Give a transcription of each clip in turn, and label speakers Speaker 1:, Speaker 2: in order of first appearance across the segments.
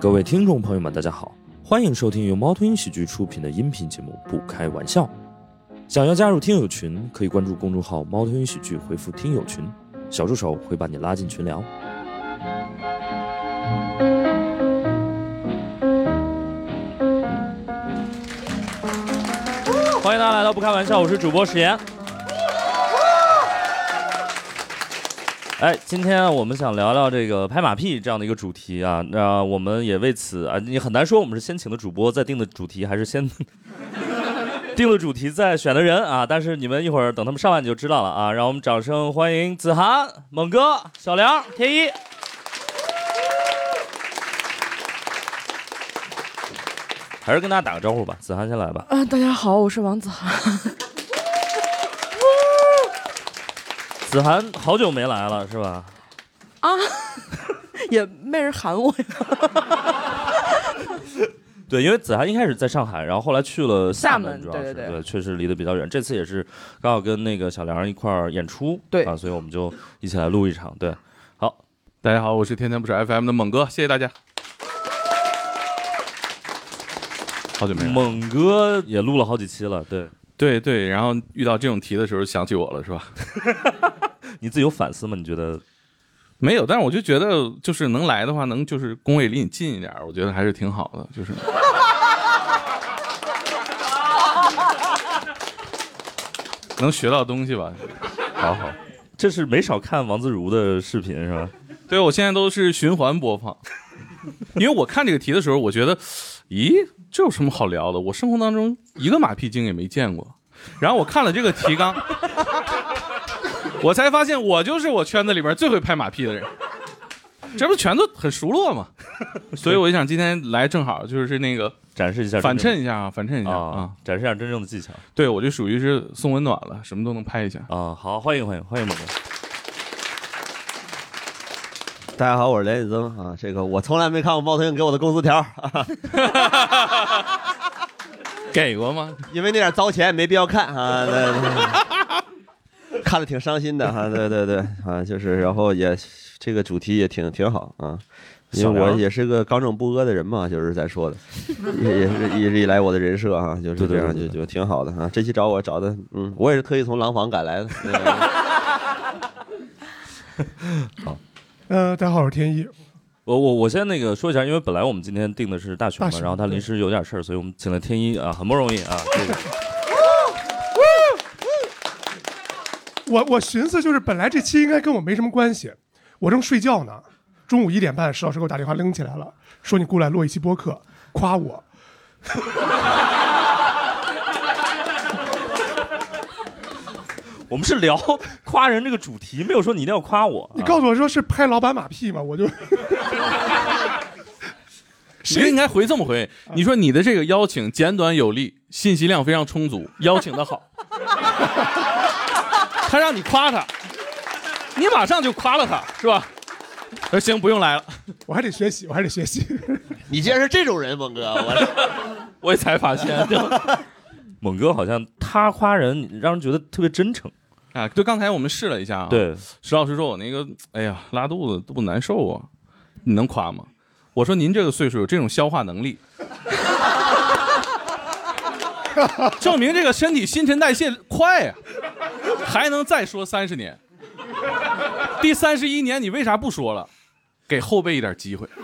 Speaker 1: 各位听众朋友们，大家好，欢迎收听由猫头鹰喜剧出品的音频节目《不开玩笑》。想要加入听友群，可以关注公众号“猫头鹰喜剧”，回复“听友群”，小助手会把你拉进群聊。欢迎大家来到《不开玩笑》，我是主播史岩。今天我们想聊聊这个拍马屁这样的一个主题啊，那我们也为此啊，你很难说我们是先请的主播再定的主题，还是先定了主题再选的人啊。但是你们一会儿等他们上来你就知道了啊。让我们掌声欢迎子涵、猛哥、小梁、天一。还是跟大家打个招呼吧，子涵先来吧。
Speaker 2: 大家好，我是王子涵。
Speaker 1: 子涵好久没来了是吧？
Speaker 2: 啊，也没人喊我呀。
Speaker 1: 对，因为子涵一开始在上海，然后后来去了厦门，主要是
Speaker 2: 对，
Speaker 1: 确实离得比较远。这次也是刚好跟那个小梁一块儿演出，
Speaker 2: 对
Speaker 1: 啊，所以我们就一起来录一场。对，好，
Speaker 3: 大家好，我是天天不是 FM 的猛哥，谢谢大家。好久没来，
Speaker 1: 猛哥也录了好几期了，
Speaker 3: 对，然后遇到这种题的时候想起我了，是吧？
Speaker 1: 你自己有反思吗？你觉得？
Speaker 3: 没有，但是我就觉得，就是能来的话，能就是工位离你近一点，我觉得还是挺好的，就是。能学到东西吧？好，
Speaker 1: 这是没少看王自如的视频是吧？
Speaker 3: 对，我现在都是循环播放，因为我看这个题的时候，我觉得，咦，这有什么好聊的？我生活当中一个马屁精也没见过。然后我看了这个提纲，我才发现我就是我圈子里边最会拍马屁的人，这不全都很熟络吗？所以我就想今天来正好就是那个
Speaker 1: 展示一下，
Speaker 3: 反衬一下啊，
Speaker 1: 展示一下真正的技巧。
Speaker 3: 对，我就属于是送温暖了，什么都能拍一下
Speaker 1: 啊。好，欢迎猛哥。
Speaker 4: 大家好，我是连宇增啊。这个我从来没看过猫头鹰给我的工资条啊。
Speaker 3: 给过吗？
Speaker 4: 因为那点糟钱没必要看啊。看了挺伤心的哈。对啊，就是然后也这个主题也挺好啊。因为我也是个刚正不阿的人嘛，就是在说的，也是一直以来我的人设哈，就是这样就挺好的啊。这期找我找的，我也是特意从廊坊赶来的。
Speaker 1: 好。
Speaker 5: 大家好，我是天一。
Speaker 1: 我先那个说一下，因为本来我们今天定的是大熊嘛，然后他临时有点事儿，所以我们请了天一啊，很不容易啊。
Speaker 5: 我寻思就是本来这期应该跟我没什么关系，我正睡觉呢，中午1点半，石老师给我打电话扔起来了，说你过来录一期播客，夸我。
Speaker 1: 我们是聊夸人这个主题，没有说你一定要夸我。
Speaker 5: 你告诉我说是拍老板马屁吗？我就
Speaker 3: 谁应该回这么回？你说你的这个邀请简短有力，信息量非常充足，邀请的好。他让你夸他，你马上就夸了他，是吧？行，不用来了，
Speaker 5: 我还得学习。
Speaker 4: 你竟然是这种人，猛哥，
Speaker 3: 我也才发现。
Speaker 1: 猛哥好像他夸人让人觉得特别真诚
Speaker 3: 啊！对，刚才我们试了一下啊。
Speaker 1: 对，
Speaker 3: 石老师说我那个，哎呀，拉肚子不难受啊，你能夸吗？我说您这个岁数有这种消化能力，证明这个身体新陈代谢快呀，还能再说30年。第31年你为啥不说了？给后辈一点机会。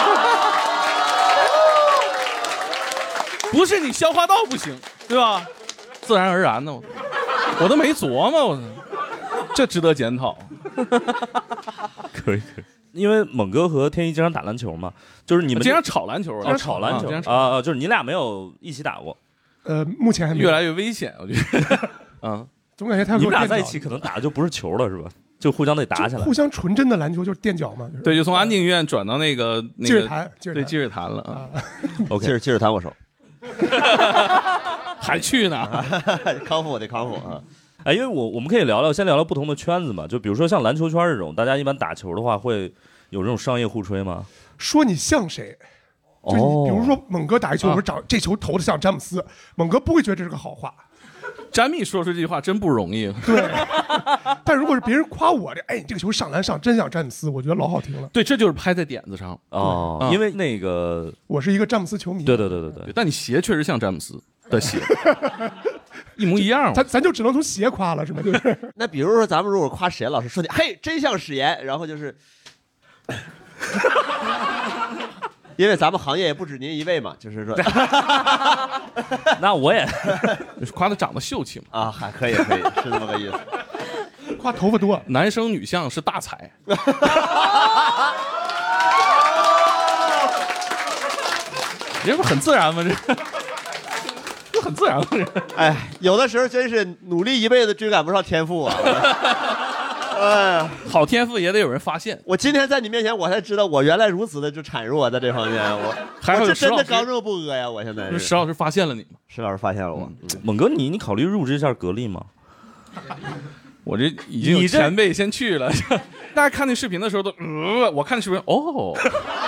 Speaker 3: 不是你消化道不行，对吧？自然而然的，我都没琢磨，我这值得检讨。
Speaker 1: 可以，因为猛哥和天一经常打篮球嘛，就是你们
Speaker 3: 经常吵篮球啊，
Speaker 1: 吵篮球啊，就是你俩没有一起打过。
Speaker 5: 目前还没有。
Speaker 3: 越来越危险，我觉得。
Speaker 5: 总感觉他
Speaker 1: 你们俩在一起可能打的就不是球了，是吧？就互相得打起来。
Speaker 5: 互相纯真的篮球就是垫脚嘛。
Speaker 3: 对，就从安定医院转到那个
Speaker 5: 积水潭，
Speaker 3: 对，积水潭了啊。
Speaker 4: OK， 积水潭我手。
Speaker 3: 还去呢？
Speaker 4: 康复我得康复啊！
Speaker 1: 因为我们可以先聊聊不同的圈子嘛。就比如说像篮球圈这种，大家一般打球的话会有这种商业互吹吗？
Speaker 5: 说你像谁？就你比如说猛哥打一球，我说这球投的像詹姆斯，猛哥不会觉得这是个好话。
Speaker 3: 詹密说出这句话真不容易。
Speaker 5: 对，但如果是别人夸我这，哎，你这个球上篮上真像詹姆斯，我觉得老好听了。
Speaker 3: 对，这就是拍在点子上
Speaker 1: 哦，因为那个
Speaker 5: 我是一个詹姆斯球迷。
Speaker 1: 对，
Speaker 3: 但你鞋确实像詹姆斯的鞋，一模一样。
Speaker 5: 咱就只能从鞋夸了，是吗？就是
Speaker 4: 那比如说咱们如果夸史岩老师，说你嘿真像史岩，然后就是。因为咱们行业也不止您一位嘛，就是说，
Speaker 1: 那我也
Speaker 3: 夸他长得秀气嘛。
Speaker 4: 啊，还可以，是这么个意思。
Speaker 5: 夸头发多，
Speaker 3: 男生女相是大才。这不很自然吗？这很自然吗？
Speaker 4: 哎，有的时候真是努力一辈子追赶不上天赋啊。
Speaker 3: 好天赋也得有人发现。
Speaker 4: 我今天在你面前，我才知道我原来如此的就孱弱在这方面。我这真的刚正不阿呀！我现在
Speaker 3: 石老师发现了你吗？
Speaker 4: 石老师发现了我。
Speaker 1: 猛哥，你考虑入职一下格力吗？
Speaker 3: 我这已经有前辈先去了。大家看那视频的时候都，我看视频哦，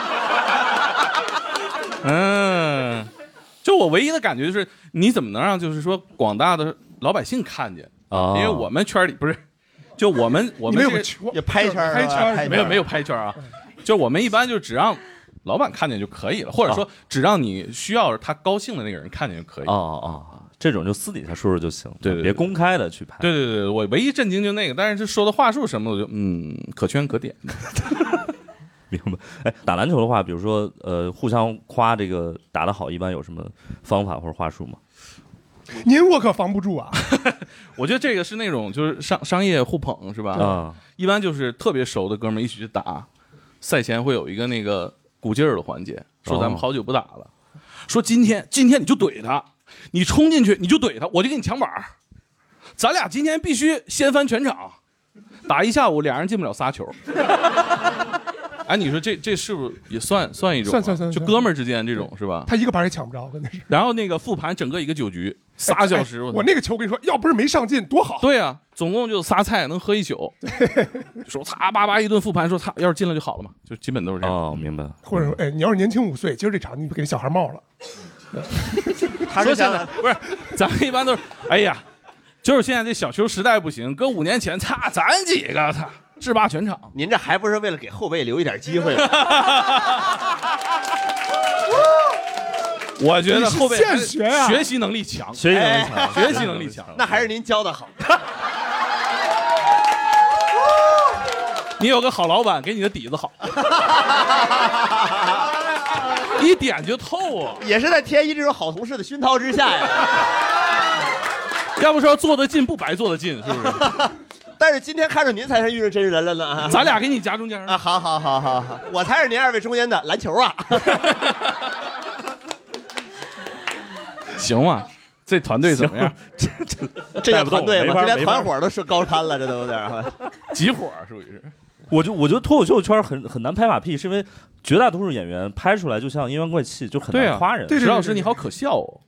Speaker 3: 就我唯一的感觉就是，你怎么能让就是说广大的老百姓看见啊？因为我们圈里不是。就我们
Speaker 4: 也拍圈
Speaker 3: 没有拍圈啊，就我们一般就只让老板看见就可以了，或者说只让你需要他高兴的那个人看见就可以。
Speaker 1: 这种就私底下说说就行，
Speaker 3: 对，
Speaker 1: 别公开的去拍。
Speaker 3: 对，我唯一震惊就那个，但是说的话术什么的，我就可圈可点。
Speaker 1: 明白。哎，打篮球的话，比如说互相夸这个打得好，一般有什么方法或者话术吗？
Speaker 5: 您我可防不住啊！
Speaker 3: 我觉得这个是那种就是商业互捧是吧？一般就是特别熟的哥们一起去打，赛前会有一个那个鼓劲儿的环节，说咱们好久不打了，说今天你就怼他，你冲进去你就怼他，我就给你抢板，咱俩今天必须掀翻全场，打一下午俩人进不了仨球。哎，你说这是不是也算一种？算，就哥们儿之间这种是吧？
Speaker 5: 他一个板也抢不着，真的是。
Speaker 3: 然后那个复盘整个一个9局，3小时。
Speaker 5: 我那个球跟你说，要不是没上进多好。
Speaker 3: 对啊，总共就仨菜能喝一宿。说他叭一顿复盘，说他要是进了就好了嘛，就基本都是这样。
Speaker 1: 哦，明白。
Speaker 5: 或者说，哎，你要是年轻5岁，今儿这场你给小孩冒了。
Speaker 3: 他说现在不是，咱们一般都是，哎呀，就是现在这小球时代不行，搁5年前，咱几个制霸全场。
Speaker 4: 您这还不是为了给后辈留一点机会吗？
Speaker 3: 我觉得后辈
Speaker 5: 现学啊，
Speaker 3: 学习能力强，
Speaker 1: 学
Speaker 3: 习能力强，
Speaker 4: 那还是您教的好。
Speaker 3: 你有个好老板，给你的底子好，一点就透啊！
Speaker 4: 也是在天一这种好同事的熏陶之下呀。
Speaker 3: 要不说做得进不白做得进，是不是？
Speaker 4: 但是今天看着您才是遇着真人了呢。
Speaker 3: 咱俩给你夹中间
Speaker 4: 啊！好，我才是您2位中间的篮球啊。
Speaker 3: 行吗？这团队怎么样？
Speaker 4: 这叫团队吗？这连团伙都是高攀了，这都有点
Speaker 3: 急火，属于是。
Speaker 1: 我觉得脱口秀圈很难拍马屁，是因为绝大多数演员拍出来就像阴阳怪气，就很难夸人。
Speaker 3: 石老师你好可笑哦。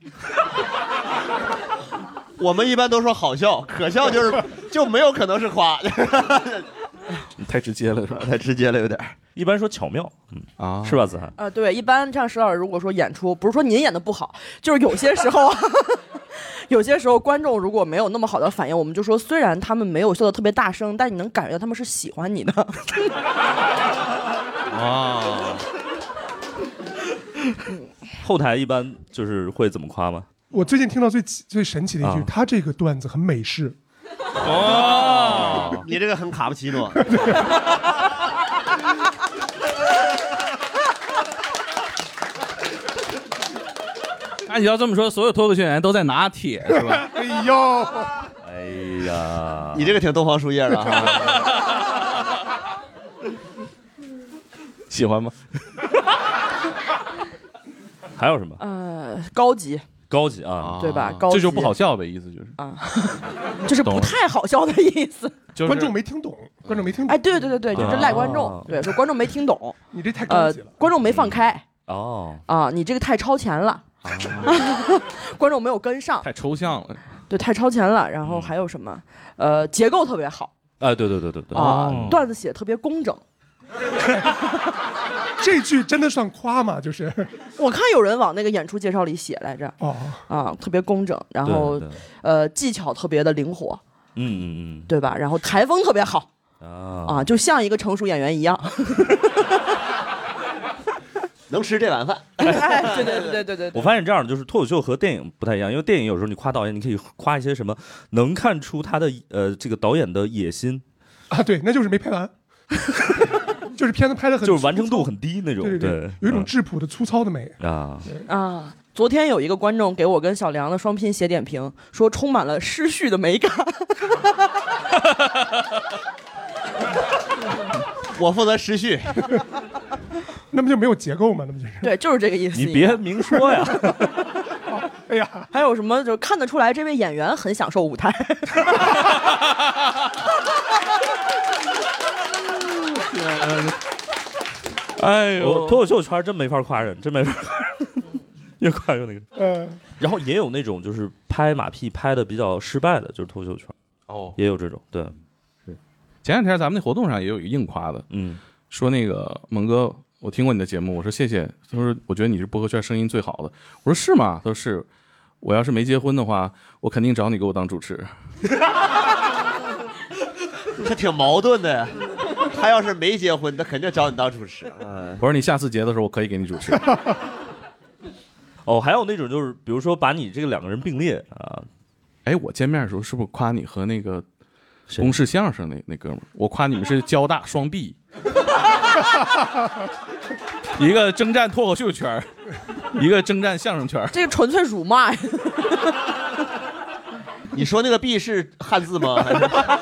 Speaker 4: 我们一般都说好笑，可笑就没有可能是夸。
Speaker 3: 太直接了是吧？
Speaker 4: 太直接了有点。
Speaker 1: 一般说巧妙，是吧子涵？
Speaker 2: 对，一般像石老师如果说演出，不是说您演的不好，就是有些时候，有些时候观众如果没有那么好的反应，我们就说虽然他们没有笑得特别大声，但你能感觉到他们是喜欢你的。
Speaker 1: 哇！后台一般就是会怎么夸吗？
Speaker 5: 我最近听到最神奇的一句，他这个段子很美式。
Speaker 4: 你这个很卡布奇诺。
Speaker 3: 按你要这么说，所有脱口秀演员都在拿铁，是吧？
Speaker 5: 哎呦，
Speaker 1: 哎呀，
Speaker 4: 你这个挺东方树叶的哈。
Speaker 3: 喜欢吗？
Speaker 1: 还有什么？
Speaker 2: 高级
Speaker 1: 啊，
Speaker 2: 对吧？高级
Speaker 3: 这就不好笑呗，意思就是
Speaker 2: 啊，就是不太好笑的意思。
Speaker 5: 观众没听懂，
Speaker 2: 哎，对，就是赖观众，对，说观众没听懂。
Speaker 5: 你这太高级了。
Speaker 2: 观众没放开。你这个太超前了。观众没有跟上，
Speaker 3: 太抽象了。
Speaker 2: 对，太超前了。然后还有什么？结构特别好。
Speaker 1: 哎，对。
Speaker 2: 段子写得特别工整。
Speaker 5: 这句真的算夸吗？就是
Speaker 2: 我看有人往那个演出介绍里写来着，特别工整，然后技巧特别的灵活，对吧？然后台风特别好就像一个成熟演员一样。
Speaker 4: 能吃这碗饭。
Speaker 2: 对。
Speaker 1: 我发现这样就是脱口秀和电影不太一样，因为电影有时候你夸导演，你可以夸一些什么能看出他的这个导演的野心
Speaker 5: 对，那就是没拍完，就是片子拍的很
Speaker 1: 就是完成度很低那种，
Speaker 5: 对，有一种质朴的粗糙的美
Speaker 2: 昨天有一个观众给我跟小梁的双拼写点评，说充满了诗序的美感。
Speaker 4: 我负责诗序。
Speaker 5: 那不就没有结构吗？那不就是？
Speaker 2: 对，就是这个意思。
Speaker 1: 你别明说呀。
Speaker 5: 哎呀，
Speaker 2: 还有什么就看得出来这位演员很享受舞台。
Speaker 3: 哎呦，
Speaker 1: 脱口秀圈真没法夸人，真没法夸人，越夸越那个。然后也有那种就是拍马屁拍的比较失败的，就是脱口秀圈。也有这种。对。
Speaker 3: 前两天咱们那活动上也有一个硬夸的，说那个蒙哥，我听过你的节目，我说谢谢，他说我觉得你是播客圈声音最好的，我说是吗？他说是，我要是没结婚的话，我肯定找你给我当主持。
Speaker 4: 这挺矛盾的呀。他要是没结婚，他肯定找你当主持。
Speaker 3: 我说你下次结的时候，我可以给你主持。
Speaker 1: 还有那种就是，比如说把你这个两个人并列啊。
Speaker 3: 我见面的时候是不是夸你和那个公式相声那哥们儿？我夸你们是交大双臂。一个征战脱口秀圈，一个征战相声圈，
Speaker 2: 这个纯粹辱骂呀！
Speaker 4: 你说那个 “B” 是汉字吗？还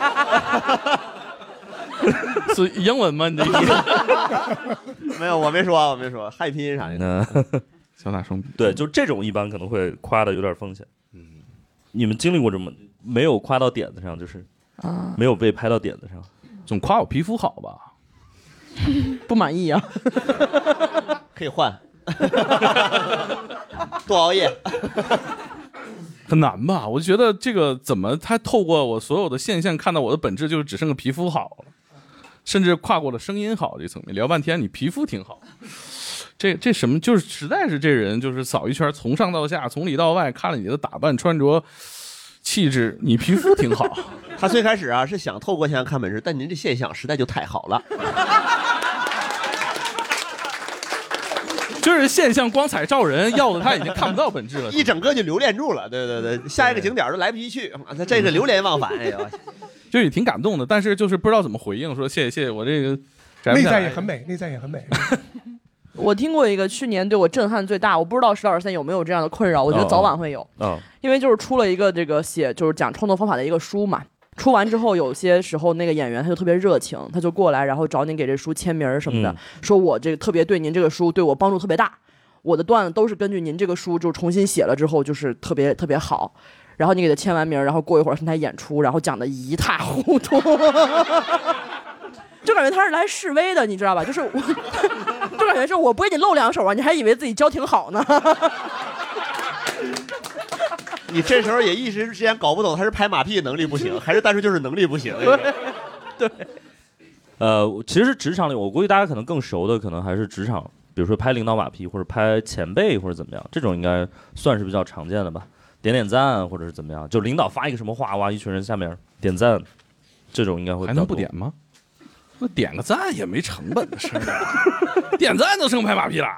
Speaker 3: 是英文吗？你这
Speaker 4: 没有，我没说，汉语拼音啥的。
Speaker 3: 交大双臂，
Speaker 1: 对，就这种一般可能会夸的有点风险。你们经历过这么没有夸到点子上，就是没有被拍到点子上？
Speaker 3: 总夸我皮肤好吧？
Speaker 2: 不满意啊？
Speaker 4: 可以换。多熬夜。
Speaker 3: 很难吧？我就觉得这个怎么他透过我所有的现象看到我的本质，就是只剩个皮肤好了，甚至跨过了声音好这层面。聊半天，你皮肤挺好。这什么？就是实在是这人就是扫一圈，从上到下，从里到外看了你的打扮、穿着、气质，你皮肤挺好。
Speaker 4: 他最开始是想透过现象看本质，但您这现象实在就太好了。
Speaker 3: 就是现象光彩照人，要的他已经看不到本质了，
Speaker 4: 一整个就留恋住了。对，下一个景点都来不及去，这个流连忘返。哎呀，
Speaker 3: 就也挺感动的，但是就是不知道怎么回应，说谢谢我这个
Speaker 5: 内在也很美，内在也很美。
Speaker 2: 我听过一个去年对我震撼最大，我不知道石老师现在有没有这样的困扰，我觉得早晚会有。因为就是出了一个这个就是讲创作方法的一个书嘛。出完之后，有些时候那个演员他就特别热情，他就过来，然后找您给这书签名什么的，说我这个特别对您这个书对我帮助特别大，我的段子都是根据您这个书就重新写了之后，就是特别特别好。然后你给他签完名，然后过一会儿上台演出，然后讲的一塌糊涂，就感觉他是来示威的，你知道吧？就是我，就感觉是我不给你露两手啊，你还以为自己教挺好呢。
Speaker 4: 你这时候也一时之间搞不懂他是拍马屁能力不行，还是单纯就是能力不行。
Speaker 2: 对。
Speaker 1: 其实职场里，我估计大家可能更熟的，可能还是职场，比如说拍领导马屁，或者拍前辈，或者怎么样，这种应该算是比较常见的吧。点赞或者是怎么样，就领导发一个什么话，哇，一群人下面点赞，这种应该会
Speaker 3: 还能不点吗？那点个赞也没成本的事儿，点赞都成拍马屁了。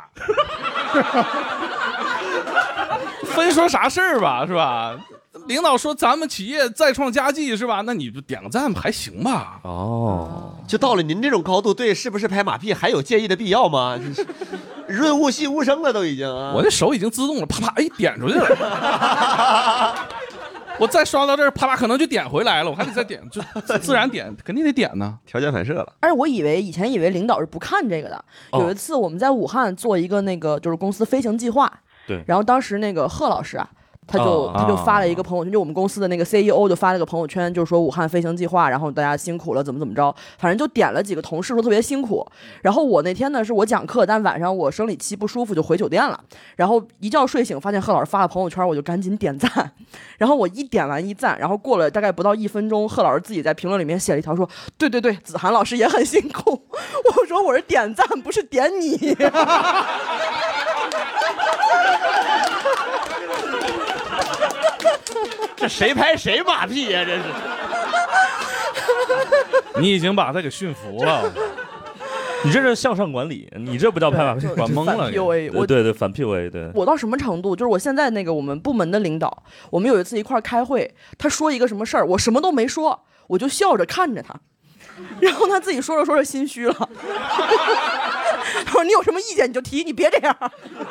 Speaker 3: 分说啥事儿吧，是吧？领导说咱们企业再创佳绩，是吧？那你点个赞还行吧？
Speaker 4: 就到了您这种高度，对是不是拍马屁还有介意的必要吗？润物细无声了都已经啊！
Speaker 3: 我这手已经自动了，啪啪，点出去了。我再刷到这儿，啪啪，可能就点回来了，我还得再点，就自然点，肯定得点呢，
Speaker 4: 条件反射了。
Speaker 2: 而且我以前以为领导是不看这个的。有一次我们在武汉做一个那个就是公司飞行计划，
Speaker 1: 对，
Speaker 2: 然后当时那个贺老师啊， 他就发了一个朋友圈，就我们公司的那个 CEO 就发了个朋友圈，就是说武汉飞行计划，然后大家辛苦了，怎么着，反正就点了几个同事说特别辛苦。然后我那天呢是我讲课，但晚上我生理期不舒服就回酒店了，然后一觉睡醒发现贺老师发了朋友圈，我就赶紧点赞，然后我一点完一赞，然后过了大概不到1分钟，贺老师自己在评论里面写了一条说，对，子涵老师也很辛苦。我说我是点赞不是点你。
Speaker 6: 这谁拍谁马屁呀？这是，
Speaker 3: 你已经把他给驯服了，
Speaker 1: 你这是向上管理，你这不叫拍马屁，
Speaker 3: 管懵了。
Speaker 2: PUA，
Speaker 1: 对反 PUA， 对。
Speaker 2: 我到什么程度？就是我现在那个我们部门的领导，我们有一次一块开会，他说一个什么事儿，我什么都没说，我就笑着看着他，然后他自己说着心虚了，他说你有什么意见你就提，你别这样。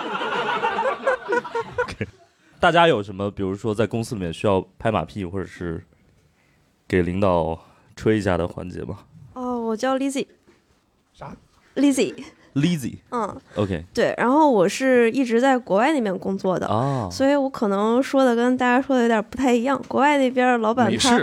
Speaker 1: 大家有什么，比如说在公司里面需要拍马屁，或者是给领导吹一下的环节吗？
Speaker 7: 哦，我叫 Lizzy。
Speaker 5: 啥
Speaker 7: ？Lizzy。
Speaker 1: 嗯 ，OK。
Speaker 7: 对，然后我是一直在国外那边工作的，所以我可能说的跟大家说的有点不太一样。国外那边老板他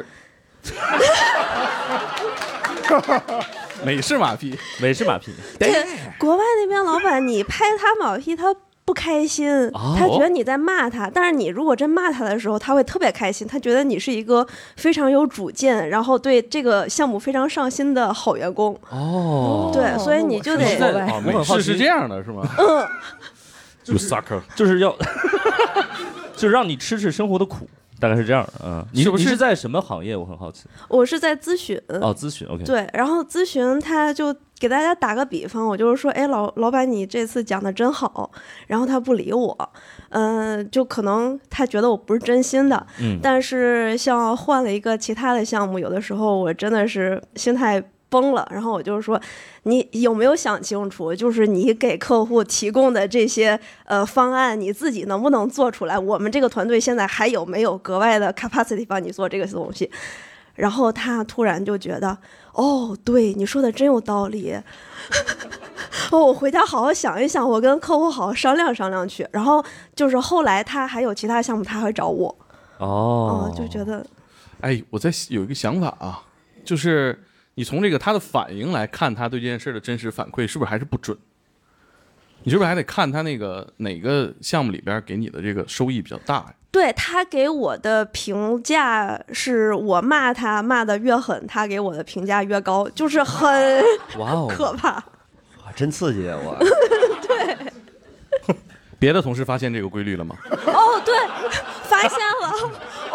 Speaker 3: 美式马屁。
Speaker 7: 对，国外那边老板你拍他马屁他不开心，他觉得你在骂他，但是你如果真骂他的时候，他会特别开心，他觉得你是一个非常有主见，然后对这个项目非常上心的好员工。对，所以你就得
Speaker 3: 美式是这样的，是吗？You sucker，
Speaker 1: 就是要，就是让你吃生活的苦。大概是这样的，你是在什么行业？我很好奇。
Speaker 7: 我是在咨询。
Speaker 1: 咨询 ，OK。
Speaker 7: 对，然后咨询他就给大家打个比方，我就是说，哎，老板你这次讲的真好，然后他不理我，就可能他觉得我不是真心的，但是像换了一个其他的项目，有的时候我真的是心态崩了，然后我就是说，你有没有想清楚，就是你给客户提供的这些方案，你自己能不能做出来？我们这个团队现在还有没有格外的 capacity 帮你做这个东西？然后他突然就觉得，哦，对，你说的真有道理。我回家好好想一想，我跟客户好好商量商量去。然后就是后来他还有其他项目，他会找我。就觉得，
Speaker 3: 哎，我在有一个想法啊，就是你从这个他的反应来看，他对这件事的真实反馈是不是还是不准？你是不是还得看他那个哪个项目里边给你的这个收益比较大呀？
Speaker 7: 对，他给我的评价是我骂他骂得越狠，他给我的评价越高，就是很可怕。
Speaker 4: 哇，真刺激啊！我
Speaker 7: 对。
Speaker 3: 别的同事发现这个规律了吗？
Speaker 7: 对，发现了。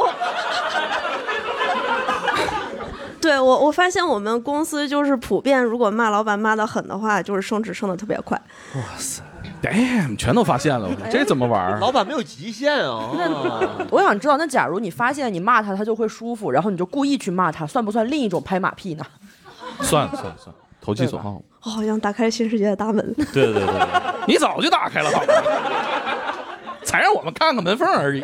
Speaker 7: 对，我发现我们公司就是普遍，如果骂老板骂得狠的话，就是升职升得特别快。
Speaker 3: 哇塞 ，damn， 全都发现了，这怎么玩？
Speaker 6: 老板没有极限啊。
Speaker 2: 那我想知道，那假如你发现你骂他，他就会舒服，然后你就故意去骂他，算不算另一种拍马屁呢？
Speaker 3: 算，投其所好。
Speaker 7: 我好像打开了新世界的大门。
Speaker 1: 对，
Speaker 3: 你早就打开了，好吗？才让我们看看门缝而已。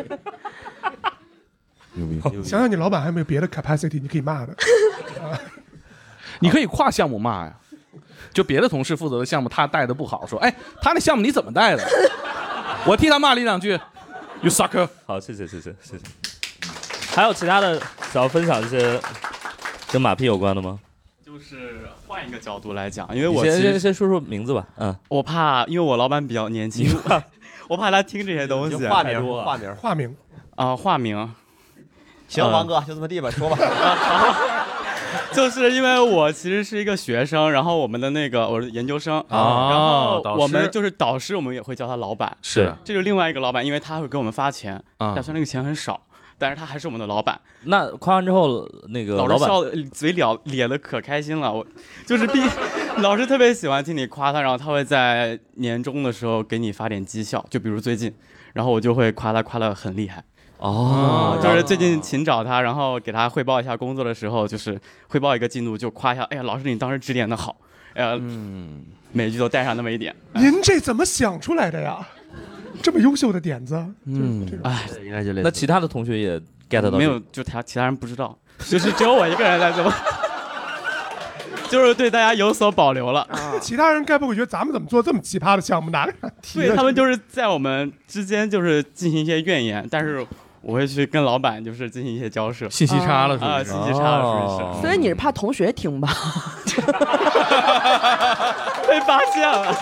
Speaker 5: 想想你老板还有没有别的 capacity 你可以骂的？
Speaker 3: 你可以跨项目骂呀，就别的同事负责的项目他带的不好，说，哎，他那项目你怎么带的？我替他骂了一两句 ，You sucker。
Speaker 1: 好，谢谢。还有其他的想要分享一些跟马屁有关的吗？
Speaker 6: 就是换一个角度来讲，因为我
Speaker 1: 先说说名字吧。
Speaker 6: 我怕，因为我老板比较年轻，我怕他听这些东西。
Speaker 4: 化名
Speaker 6: 啊，化名。
Speaker 4: 行，王哥就这么地吧，说吧。
Speaker 6: 就是因为我其实是一个学生，然后我是研究生，然后我们就是导师，我们也会叫他老板。
Speaker 3: 是，
Speaker 6: 这就是另外一个老板，因为他会给我们发钱，但虽然那个钱很少，但是他还是我们的老板。
Speaker 1: 那夸完之后，那个老板
Speaker 6: 笑嘴咧的可开心了，我就是老师特别喜欢听你夸他，然后他会在年终的时候给你发点绩效，就比如最近，然后我就会夸他夸得很厉害。就是最近勤找他，然后给他汇报一下工作的时候，就是汇报一个进度，就夸一下，哎呀，老师你当时指点的好，每句都带上那么一点。
Speaker 5: 您这怎么想出来的呀？这么优秀的点子，
Speaker 4: 应该就
Speaker 1: 那其他的同学也 get 到
Speaker 6: 没有？就其他人不知道，就是只有我一个人在做。 就是对大家有所保留了。
Speaker 5: 其他人该不会觉得咱们怎么做这么奇葩的项目，拿着提
Speaker 6: 对他们就是在我们之间就是进行一些怨言，但是我会去跟老板就是进行一些交涉。
Speaker 3: 信息差了是吧？
Speaker 6: 信息差了是不是？
Speaker 2: 所以你是怕同学听吧？
Speaker 6: 被发现了。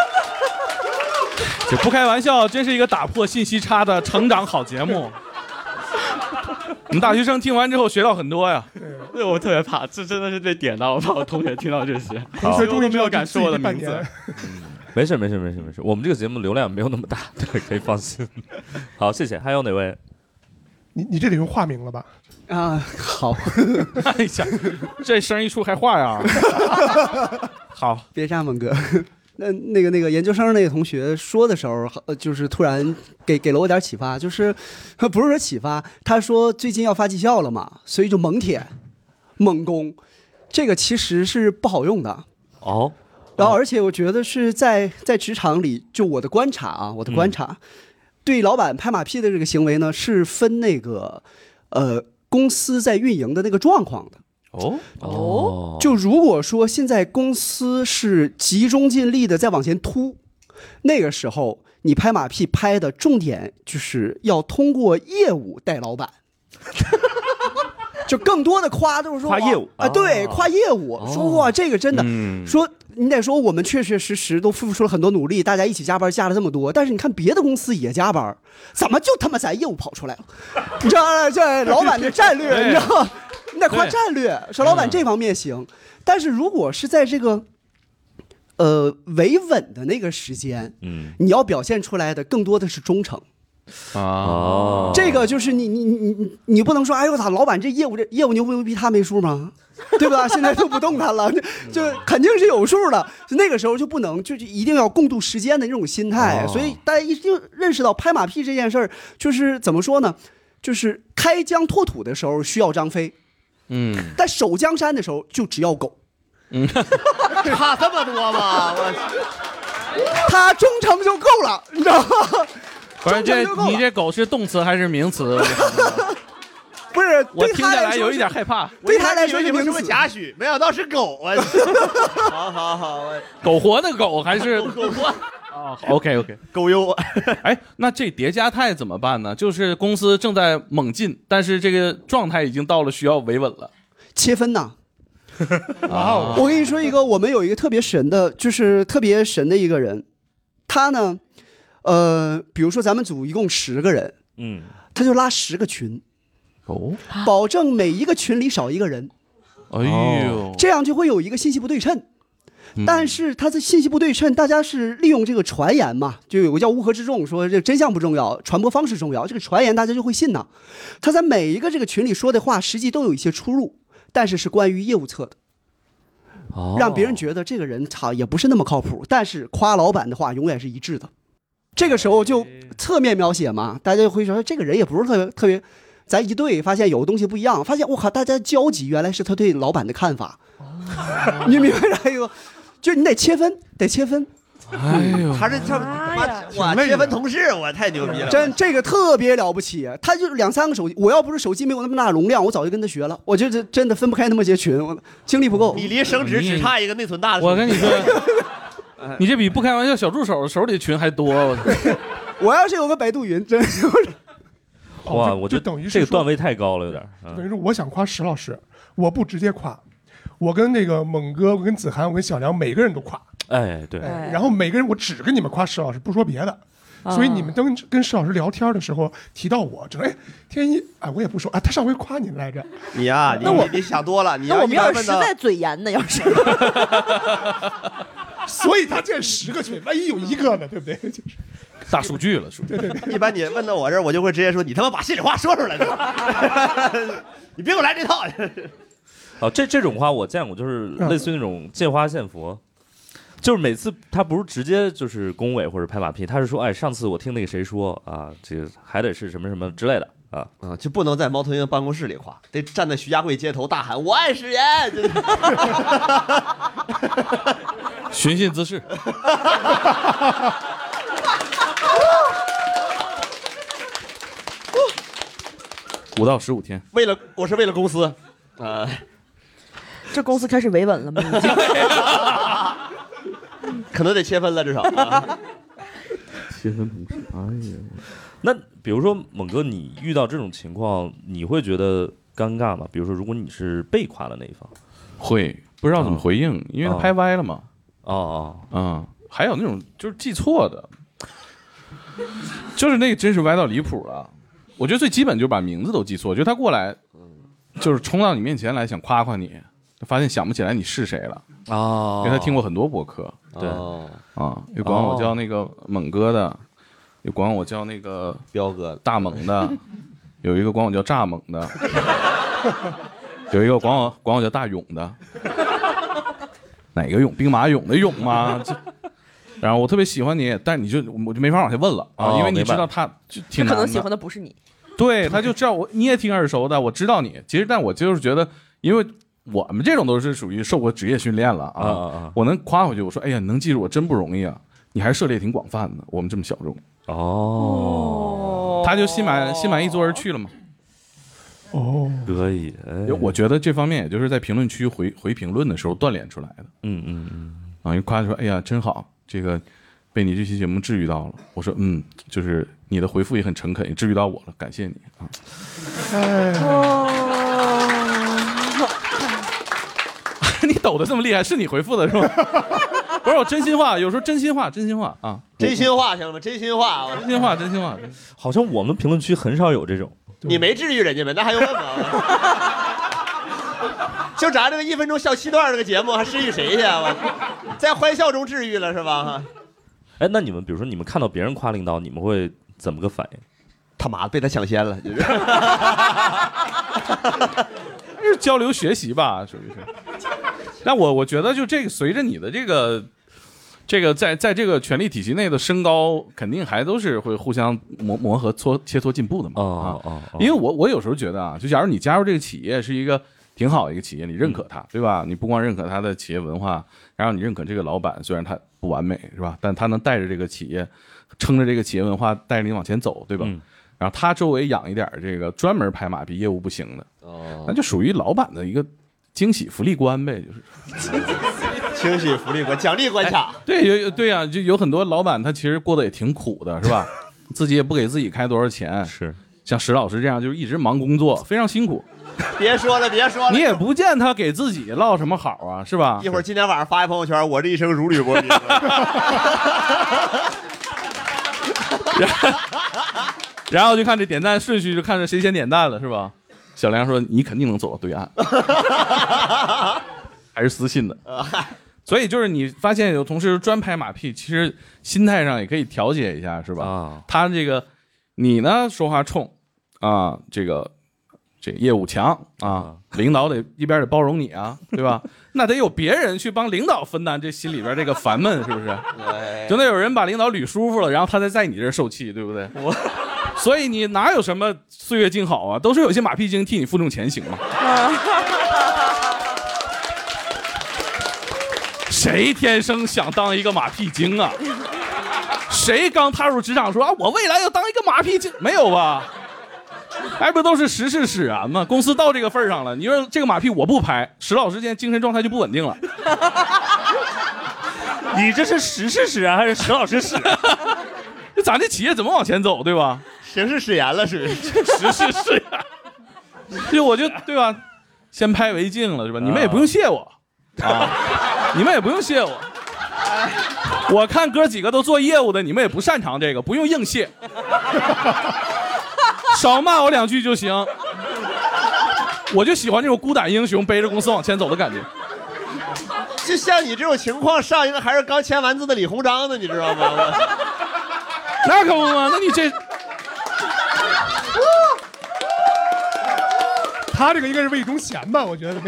Speaker 3: 这不开玩笑，真是一个打破信息差的成长好节目。我们大学生听完之后学到很多呀。
Speaker 6: 对，我特别怕，这真的是被点到，我怕我同学听到这些，
Speaker 5: 同学终于
Speaker 6: 没有敢说我的名字。
Speaker 1: 没事，我们这个节目流量没有那么大，对，可以放心。好，谢谢。还有哪位？
Speaker 5: 你这得用化名了吧？
Speaker 8: 啊，好。
Speaker 3: 哎呀，这声一出还化呀？好，
Speaker 8: 别这样，猛哥。那个研究生那个同学说的时候，就是突然给了我点启发，就是不是说启发，他说最近要发绩效了嘛，所以就猛舔、猛攻，这个其实是不好用的
Speaker 1: 哦。
Speaker 8: 然后而且我觉得是在职场里，就我的观察，对老板拍马屁的这个行为呢，是分那个公司在运营的那个状况的。就如果说现在公司是集中尽力的在往前突，那个时候你拍马屁拍的重点就是要通过业务带老板，就更多的夸都是说
Speaker 1: 夸业务
Speaker 8: 啊，对，夸业务，说哇这个真的，说你得说我们确确实实都付出了很多努力，大家一起加班加了这么多，但是你看别的公司也加班，怎么就他妈咱业务跑出来了？你知道吗？这老板的战略，你知道吗？你得夸战略，说老板这方面行，但是如果是在这个维稳的那个时间，你要表现出来的更多的是忠诚。这个就是你不能说，哎呦我操，老板这业务牛不牛逼他没数吗？对吧？现在都不动弹了，就肯定是有数的。那个时候就不能，就一定要共度时间的那种心态。所以大家一定认识到拍马屁这件事儿，就是怎么说呢？就是开疆拓土的时候需要张飞。但守江山的时候就只要狗，
Speaker 4: 差这么多吗？
Speaker 8: 他忠诚就够了，你知道吗？
Speaker 3: 不是你这狗是动词还是名词？
Speaker 8: 不是，
Speaker 3: 我听下来有一点害怕。
Speaker 8: 对他来说是名词，
Speaker 4: 贾诩，没想到是狗啊！好，
Speaker 3: 苟活的狗还是苟活？啊 ，OK，
Speaker 4: 狗优。
Speaker 3: 哎，那这叠加态怎么办呢？就是公司正在猛进，但是这个状态已经到了需要维稳了，
Speaker 8: 切分呐。我跟你说一个，我们有一个特别神的，就是特别神的一个人，他呢，比如说咱们组一共10个人，他就拉10个群，保证每一个群里少一个人，
Speaker 3: 哎呦，
Speaker 8: 这样就会有一个信息不对称。但是他的信息不对称，大家是利用这个传言嘛，就有个叫乌合之众，说这真相不重要，传播方式重要，这个传言大家就会信呢。他在每一个这个群里说的话，实际都有一些出入，但是是关于业务侧的，让别人觉得这个人也不是那么靠谱，但是夸老板的话永远是一致的。这个时候就侧面描写嘛，大家就会说这个人也不是特别，咱一对发现有的东西不一样，发现我靠，大家交集原来是他对老板的看法，你明白这个？就你得切分。
Speaker 3: 哎呦，
Speaker 4: 他这哇，切分同事，我太牛逼了！
Speaker 8: 这个特别了不起，他就2、3个手机，我要不是手机没有那么大容量，我早就跟他学了。我觉得真的分不开那么些群，我精力不够。
Speaker 4: 你离升职只差一个内存大的。
Speaker 3: 我跟你说，你这比不开玩笑小助手手里群还多。
Speaker 8: 我要是有个百度云，真是。
Speaker 1: 哇，我觉得
Speaker 5: 等于
Speaker 1: 这个段位太高了，有点。
Speaker 5: 等于说，我想夸石老师，我不直接夸。我跟那个猛哥，我跟子涵，我跟小梁，每个人都夸。
Speaker 1: 哎，对。
Speaker 5: 然后每个人我只跟你们夸石老师，不说别的。所以你们跟石老师聊天的时候提到我，整天一我也不说他上回夸你来着。
Speaker 4: 你呀，你想多了。
Speaker 2: 那我们要是实在嘴严的，要是。
Speaker 5: 所以他建10个群，万一有1个呢，对不对？就是
Speaker 3: 大数据了，
Speaker 5: 对。
Speaker 4: 一般你问到我这儿，我就会直接说你他妈把心里话说出来。你别给我来这套。
Speaker 1: 这种话我见过，就是类似于那种借花献佛，就是每次他不是直接就是恭维或者拍马屁，他是说，哎，上次我听那个谁说啊，这个还得是什么什么之类的
Speaker 4: 就不能在猫头鹰办公室里夸，得站在徐家汇街头大喊我爱史岩，
Speaker 3: 寻衅滋事。5到15天，
Speaker 4: 我是为了公司，
Speaker 2: 这公司开始维稳了吗？已经
Speaker 4: 可能得切分了，至少。
Speaker 3: 切分同事，哎呀，
Speaker 1: 那比如说猛哥，你遇到这种情况，你会觉得尴尬吗？比如说，如果你是被夸的那一方，
Speaker 3: 会不知道怎么回应，因为他拍歪了嘛。还有那种就是记错的，就是那个真是歪到离谱了。我觉得最基本就是把名字都记错。我觉得他过来就是冲到你面前来想夸夸你，发现想不起来你是谁了因为他听过很多播客。
Speaker 1: 对
Speaker 3: 有管我叫那个猛哥的，有管我叫那个
Speaker 4: 彪哥
Speaker 3: 大猛的，有一个管我叫炸猛的，有一个管我叫大勇的。哪个勇？兵马俑的俑吗？然后我特别喜欢你，但我就没法往下问了因为你知道他就挺难的，
Speaker 2: 他可能喜欢的不是你，
Speaker 3: 对，他就知道你也挺耳熟的，我知道你。其实，但我就是觉得，因为我们这种都是属于受过职业训练了我能夸回去，我说，哎呀，你能记住我真不容易啊，你还是涉猎挺广泛的，我们这么小众。他就心满意足而去了嘛。
Speaker 1: 可以。
Speaker 3: 我觉得这方面也就是在评论区回评论的时候锻炼出来的。一夸说，哎呀，真好，这个被你这期节目治愈到了。我说，就是你的回复也很诚恳，也治愈到我了，感谢你啊。你抖得这么厉害，是你回复的是吗？不是我真心话，有时候真心话啊，
Speaker 4: 真心话行了吗？真心话，
Speaker 3: 真心话。
Speaker 1: 好像我们评论区很少有这种。
Speaker 4: 你没治愈人家呗？那还用问吗？就咱这个1分钟笑7段这个节目，还治愈谁去啊？在欢笑中治愈了是吧？
Speaker 1: 哎，那你们比如说你们看到别人夸领导，你们会怎么个反应？
Speaker 4: 他妈的被他抢先了，就是
Speaker 3: 是交流学习吧，属于是。但我觉得就这个随着你的这个在这个权力体系内的升高，肯定还都是会互相磨合切磋进步的嘛。因为我有时候觉得就假如你加入这个企业是一个挺好的一个企业，你认可它，对吧？你不光认可它的企业文化，然后你认可这个老板，虽然他不完美，是吧？但他能带着这个企业，撑着这个企业文化，带着你往前走，对吧？然后他周围养一点这个专门拍马屁业务不行的，那就属于老板的一个惊喜福利观呗，就是
Speaker 4: 惊喜福利观、奖励关卡。
Speaker 3: 对呀，就有很多老板他其实过得也挺苦的，是吧？自己也不给自己开多少钱，
Speaker 1: 是
Speaker 3: 像石老师这样，就是一直忙工作，非常辛苦。
Speaker 4: 别说了，
Speaker 3: 你也不见他给自己落什么好啊，是吧？
Speaker 4: 一会儿今天晚上发一朋友圈，我这一生如履薄冰。
Speaker 3: 然后就看这点赞顺序，就看着谁先点赞了，是吧？小梁说：“你肯定能走到对岸。”还是私信的。所以就是你发现有同事专拍马屁，其实心态上也可以调节一下，是吧？他这个你呢说话冲这个业务强领导一边得包容你啊，对吧？那得有别人去帮领导分担这心里边这个烦闷，是不是？就得有人把领导捋舒服了，然后他再在你这儿受气，对不对？所以你哪有什么岁月静好啊，都是有些马屁精替你负重前行嘛。谁天生想当一个马屁精啊？谁刚踏入职场说我未来要当一个马屁精？没有吧？还不都是时势使然吗？公司到这个份上了，你说这个马屁我不拍，石老师现在精神状态就不稳定了。
Speaker 1: 你这是时势使然还是石老师使然？
Speaker 3: 咱这企业怎么往前走，对吧？
Speaker 4: 形势使然了，是
Speaker 3: 时势使然。就我就对吧？先拍为敬了，是吧？你们也不用谢我你们也不用谢我。我看哥几个都做业务的，你们也不擅长这个，不用硬谢。少骂我2句就行。我就喜欢这种孤胆英雄背着公司往前走的感觉。
Speaker 4: 就像你这种情况，上一个还是刚签完字的李鸿章呢，你知道吗？
Speaker 3: 那可不嘛，那你这
Speaker 5: 他这个应该是魏忠贤吧？我觉得。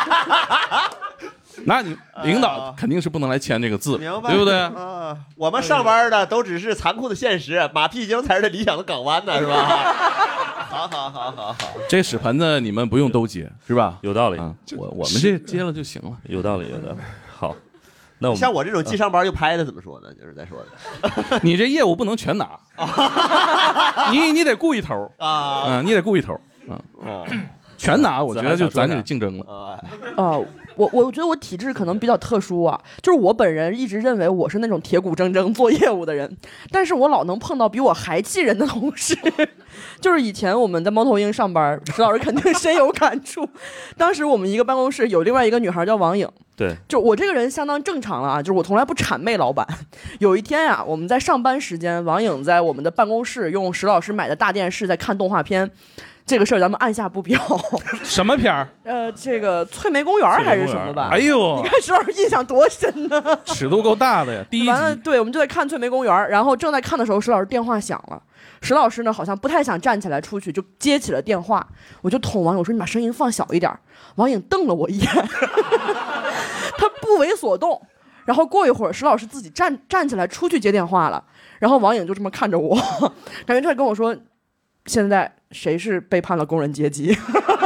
Speaker 3: 那你领导肯定是不能来签这个字，
Speaker 4: 明白
Speaker 3: 对不对？
Speaker 4: 我们上班的都只是残酷的现实，马屁精才是理想的港湾呢，是吧？好。
Speaker 3: 这屎盆子你们不用都接，是吧？
Speaker 1: 有道理。
Speaker 3: 我们这接了就行了。
Speaker 1: 有道理。好，那
Speaker 4: 像我这种既上班又拍的，怎么说呢？就是在说的，
Speaker 3: 你这业务不能全拿，你得顾一头你得顾一头全拿，我觉得就咱得竞争了。
Speaker 2: 我觉得我体质可能比较特殊啊，就是我本人一直认为我是那种铁骨铮铮做业务的人，但是我老能碰到比我还气人的同事。就是以前我们在猫头鹰上班，石老师肯定深有感触。当时我们一个办公室有另外一个女孩叫王颖，
Speaker 1: 对，
Speaker 2: 就我这个人相当正常了啊，就是我从来不谄媚老板。有一天呀，我们在上班时间，王颖在我们的办公室用石老师买的大电视在看动画片。这个事儿咱们按下不表。
Speaker 3: 什么片儿？
Speaker 2: 这个翠梅公园还是什么吧？
Speaker 3: 哎呦，
Speaker 2: 你看石老师印象多深呢，
Speaker 3: 尺度够大的呀。第一集
Speaker 2: 完了，对，我们就在看翠梅公园，然后正在看的时候，石老师电话响了。石老师呢，好像不太想站起来出去，就接起了电话。我就捅王颖说：“你把声音放小一点。”王颖瞪了我一眼，他不为所动。然后过一会儿，石老师自己站起来出去接电话了。然后王颖就这么看着我，感觉他跟我说：“现在谁是背叛了工人阶级？”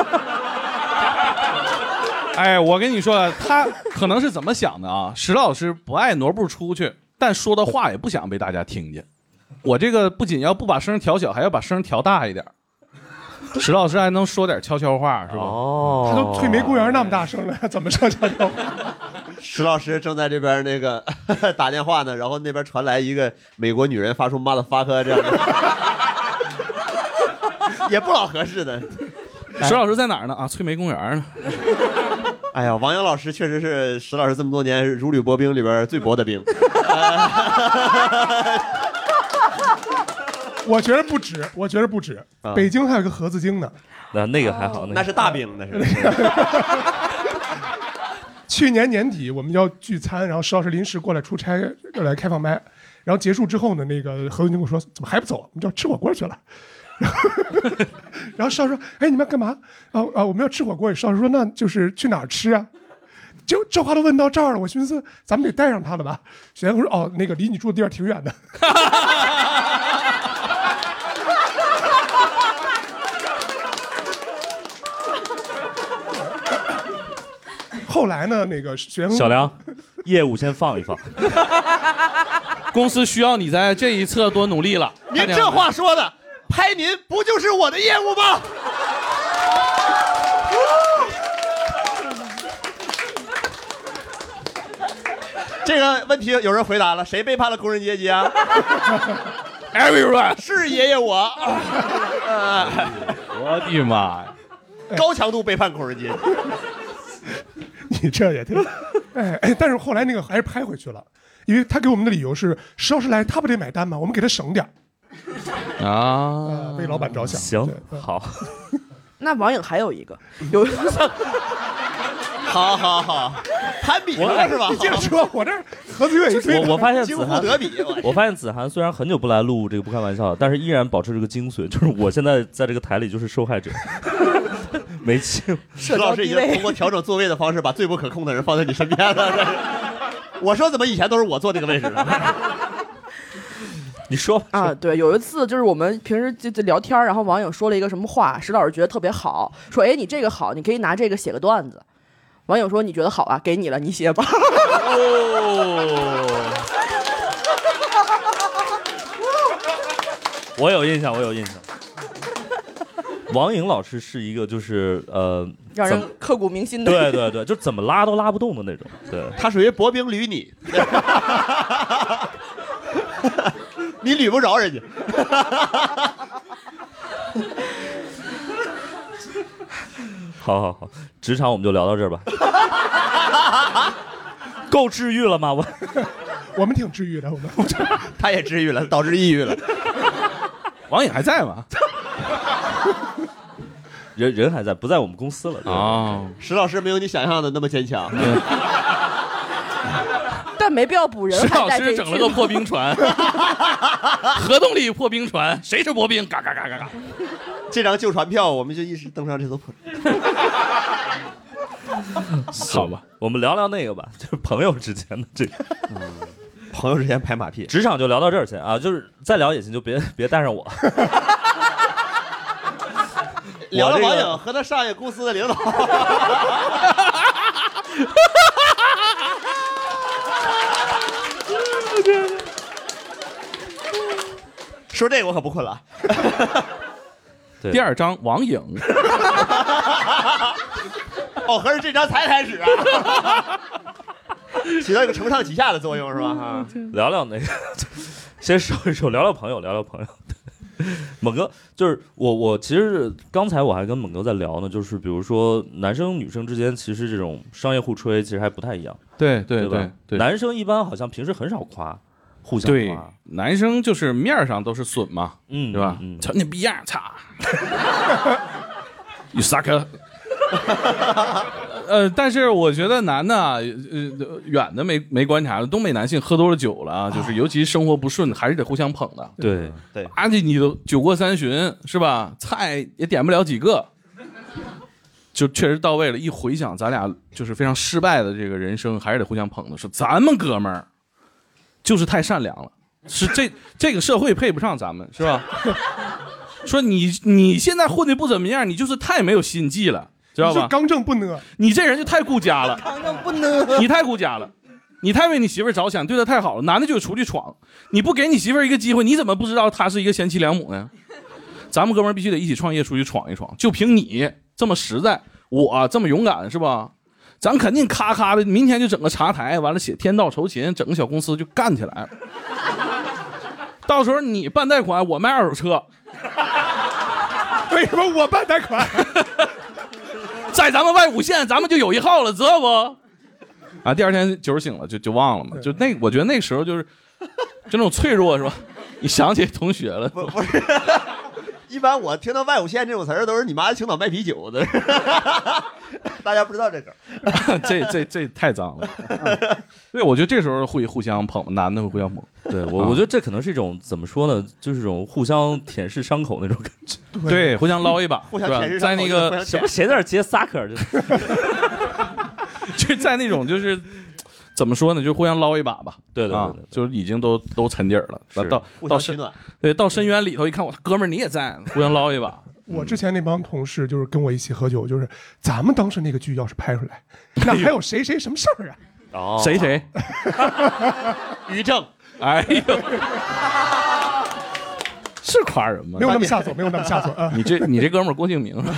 Speaker 3: 哎，我跟你说，他可能是怎么想的啊？石老师不爱挪步出去，但说的话也不想被大家听见。我这个不仅要不把声调小，还要把声调大一点。石老师还能说点悄悄话，是吧？
Speaker 5: 他都翠梅公园那么大声了，怎么说悄悄话？
Speaker 4: 石老师正在这边那个打电话呢，然后那边传来一个美国女人发出 motherfucker 这样的，也不老合适的。
Speaker 3: 石老师在哪儿呢？啊，翠梅公园呢。
Speaker 4: 哎呀，王阳老师确实是石老师这么多年如履薄冰里边最薄的冰。
Speaker 5: 我觉得不止，我觉得不止。北京还有个盒子精呢。
Speaker 1: 那个还好，
Speaker 4: 那是大冰，那是。
Speaker 5: 去年年底我们要聚餐，然后石老师临时过来出差，要来开放麦，然后结束之后呢，那个何文金跟我说：“怎么还不走？我们就要吃火锅去了。”然后石老师说：“哎，你们要干嘛？我们要吃火锅。”石老师说：“那就是去哪儿吃啊？”就这话都问到这儿了，我寻思咱们得带上他了吧？许岩说：“哦，那个离你住的地方挺远的。”后来呢？那个
Speaker 1: 小梁，业务先放一放。
Speaker 3: 公司需要你在这一侧多努力了。
Speaker 4: 您这话说的，拍您不就是我的业务吗？这个问题有人回答了，谁背叛了工人阶级啊
Speaker 3: ？Everyone
Speaker 4: 是爷爷我。
Speaker 3: 我的妈呀！
Speaker 4: 高强度背叛工人阶级。
Speaker 5: 你这也挺，但是后来那个还是拍回去了，因为他给我们的理由是石老师来，他不得买单吗？我们给他省点为老板着想。
Speaker 1: 行，好。
Speaker 2: 那王颖还有一个，
Speaker 4: 好，攀比了是吧？
Speaker 5: 你接着说，我这何子越一堆。
Speaker 1: 我发现子涵
Speaker 4: 得比，
Speaker 1: 我发现子涵虽然很久不来录这个不开玩笑，但是依然保持这个精髓，就是我现在在这个台里就是受害者。没气，
Speaker 4: 石老师已经通过调整座位的方式，把最不可控的人放在你身边了。我说怎么以前都是我坐这个位置呢？
Speaker 1: 你说
Speaker 2: 啊，对，有一次就是我们平时就聊天，然后王颖说了一个什么话，石老师觉得特别好，说哎你这个好，你可以拿这个写个段子。王颖说你觉得好啊，给你了，你写吧。
Speaker 1: 我有印象。王颖老师是一个就是
Speaker 2: 让人刻骨铭心的，
Speaker 1: 对，就怎么拉都拉不动的那种。对，
Speaker 4: 他属于薄冰捋你，你捋不着人家。
Speaker 1: 好，职场我们就聊到这儿吧。够治愈了吗？
Speaker 5: 我们挺治愈的，
Speaker 4: 他也治愈了，导致抑郁了。
Speaker 3: 王颖还在吗？
Speaker 1: 人还在，不在我们公司了。
Speaker 3: 哦，
Speaker 4: 石老师没有你想象的那么坚强。
Speaker 2: 但没必要补人。
Speaker 3: 石老师整了个破冰船，核动力破冰船，谁是破冰？嘎嘎嘎嘎嘎。
Speaker 4: 这张旧船票，我们就一直登上这艘破船。
Speaker 1: 好吧，我们聊聊那个吧，就是朋友之间的这个。
Speaker 4: 朋友之间拍马屁，
Speaker 1: 职场就聊到这儿先啊，就是再聊也行，就别带上我。
Speaker 4: 聊了王颖和他上一个公司的领导。说这个我可不困了。
Speaker 3: 第二章王颖。
Speaker 4: 哦，合着这章才开始啊，起到一个承上启下的作用是吧？哈，
Speaker 1: 聊聊那个，先收一收，聊聊朋友，聊聊朋友。猛哥，就是我其实刚才我还跟猛哥在聊呢，就是比如说男生女生之间，其实这种商业互吹其实还不太一样。
Speaker 3: 对
Speaker 1: 吧？男生一般好像平时很少夸，互相夸。
Speaker 3: 对，男生就是面上都是损嘛，对吧？瞧你逼样，操！You suck。但是我觉得男的，远的没观察，东北男性喝多了酒了啊，就是尤其生活不顺，还是得互相捧的。
Speaker 1: 对，
Speaker 3: 而且你都酒过三巡是吧？菜也点不了几个，就确实到位了。一回想咱俩就是非常失败的这个人生，还是得互相捧的。说咱们哥们儿就是太善良了，是这个社会配不上咱们，是吧？说你现在混的不怎么样，你就是太没有心计了。知道吧？
Speaker 5: 刚正不阿，
Speaker 3: 你这人就太顾家了。
Speaker 2: 刚正不阿，
Speaker 3: 你太顾家了，你太为你媳妇儿着想，对她太好了。男的就出去闯，你不给你媳妇儿一个机会，你怎么不知道她是一个贤妻良母呢？咱们哥们儿必须得一起创业，出去闯一闯。就凭你这么实在，我这么勇敢，是吧？咱肯定咔咔的，明天就整个茶台，完了写天道酬勤，整个小公司就干起来了。到时候你办贷款，我卖二手车。
Speaker 5: 为什么我办贷款？
Speaker 3: 在咱们外五县，咱们就有一号了，知道不？啊，第二天酒醒了就忘了嘛，就那我觉得那个时候就那种脆弱是吧？你想起同学了？
Speaker 4: 不是，一般我听到外五县这种词儿都是你妈青岛卖啤酒的，大家不知道这个。
Speaker 3: 这太脏了。对，我觉得这时候会互相捧，男的会互相捧。
Speaker 1: 对我觉得这可能是一种怎么说呢，就是这种互相舔舐伤口那种感觉。
Speaker 3: 对，互相捞一把，
Speaker 4: 互相舔舐伤口。
Speaker 3: 在那个
Speaker 1: 什么谁在那接撒克，
Speaker 3: 就在那种就是怎么说呢，就互相捞一把吧。
Speaker 1: 对，
Speaker 3: 就是已经都沉底儿了。到深渊里头一看，我哥们儿你也在，互相捞一把。
Speaker 5: 我之前那帮同事就是跟我一起喝酒，就是咱们当时那个剧要是拍出来，那还有谁什么事儿啊？
Speaker 1: 哦，
Speaker 3: 谁？
Speaker 4: 于正。
Speaker 3: 哎呦，是夸人吗？
Speaker 5: 没有那么下作，没有那么下作啊！
Speaker 3: 你这哥们儿郭敬明，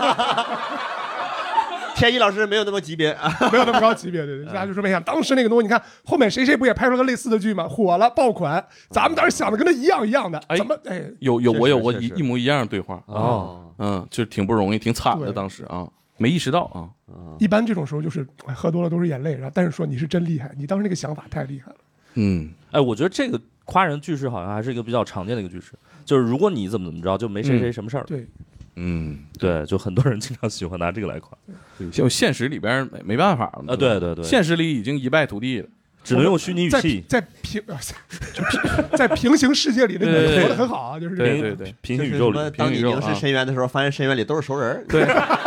Speaker 4: 天一老师没有那么级别啊，
Speaker 5: 没有那么高级别，对，大家就说没想当时那个东西，你看后面谁不也拍出了个类似的剧吗？火了，爆款，咱们当时想的跟他一样的，怎么
Speaker 3: 有我一模一样的对话哦，就挺不容易，挺惨的当时啊。没意识到啊，
Speaker 5: 一般这种时候就是喝多了都是眼泪，然后但是说你是真厉害，你当时那个想法太厉害了。
Speaker 1: 我觉得这个夸人句式好像还是一个比较常见的一个句式，就是如果你怎么着，就没谁什么事儿。
Speaker 5: 对，
Speaker 1: 对，就很多人经常喜欢拿这个来夸。
Speaker 3: 就现实里边没办法了
Speaker 1: 啊，对，
Speaker 3: 现实里已经一败涂地了，
Speaker 1: 只能用虚拟语气。
Speaker 5: 在平行世界里，那个活得很好啊，就是
Speaker 3: 对，
Speaker 1: 平行宇宙里，
Speaker 4: 当你凝视深渊的时候，发现深渊里都是熟人。
Speaker 3: 对。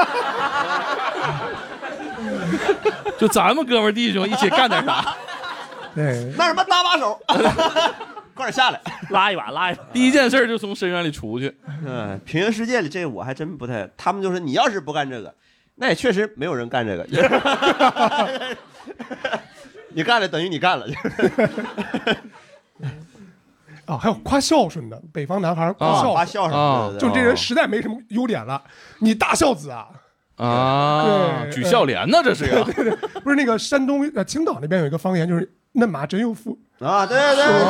Speaker 3: 就咱们哥们弟兄一起干点啥？
Speaker 5: 对，
Speaker 4: 那什么搭把手，快点下来，
Speaker 1: 拉一把。
Speaker 3: 第一件事就从深渊里出去。
Speaker 4: 平行世界里这个我还真不太，他们就是你要是不干这个，那也确实没有人干这个。你干了等于你干了。
Speaker 5: 还有夸孝顺的，北方男孩夸孝顺，就这人实在没什么优点了，你大孝子啊。
Speaker 3: 对，举孝廉呢，这是呀。
Speaker 5: 对，不是那个山东青岛那边有一个方言，就是嫩马真有福
Speaker 4: 啊。对，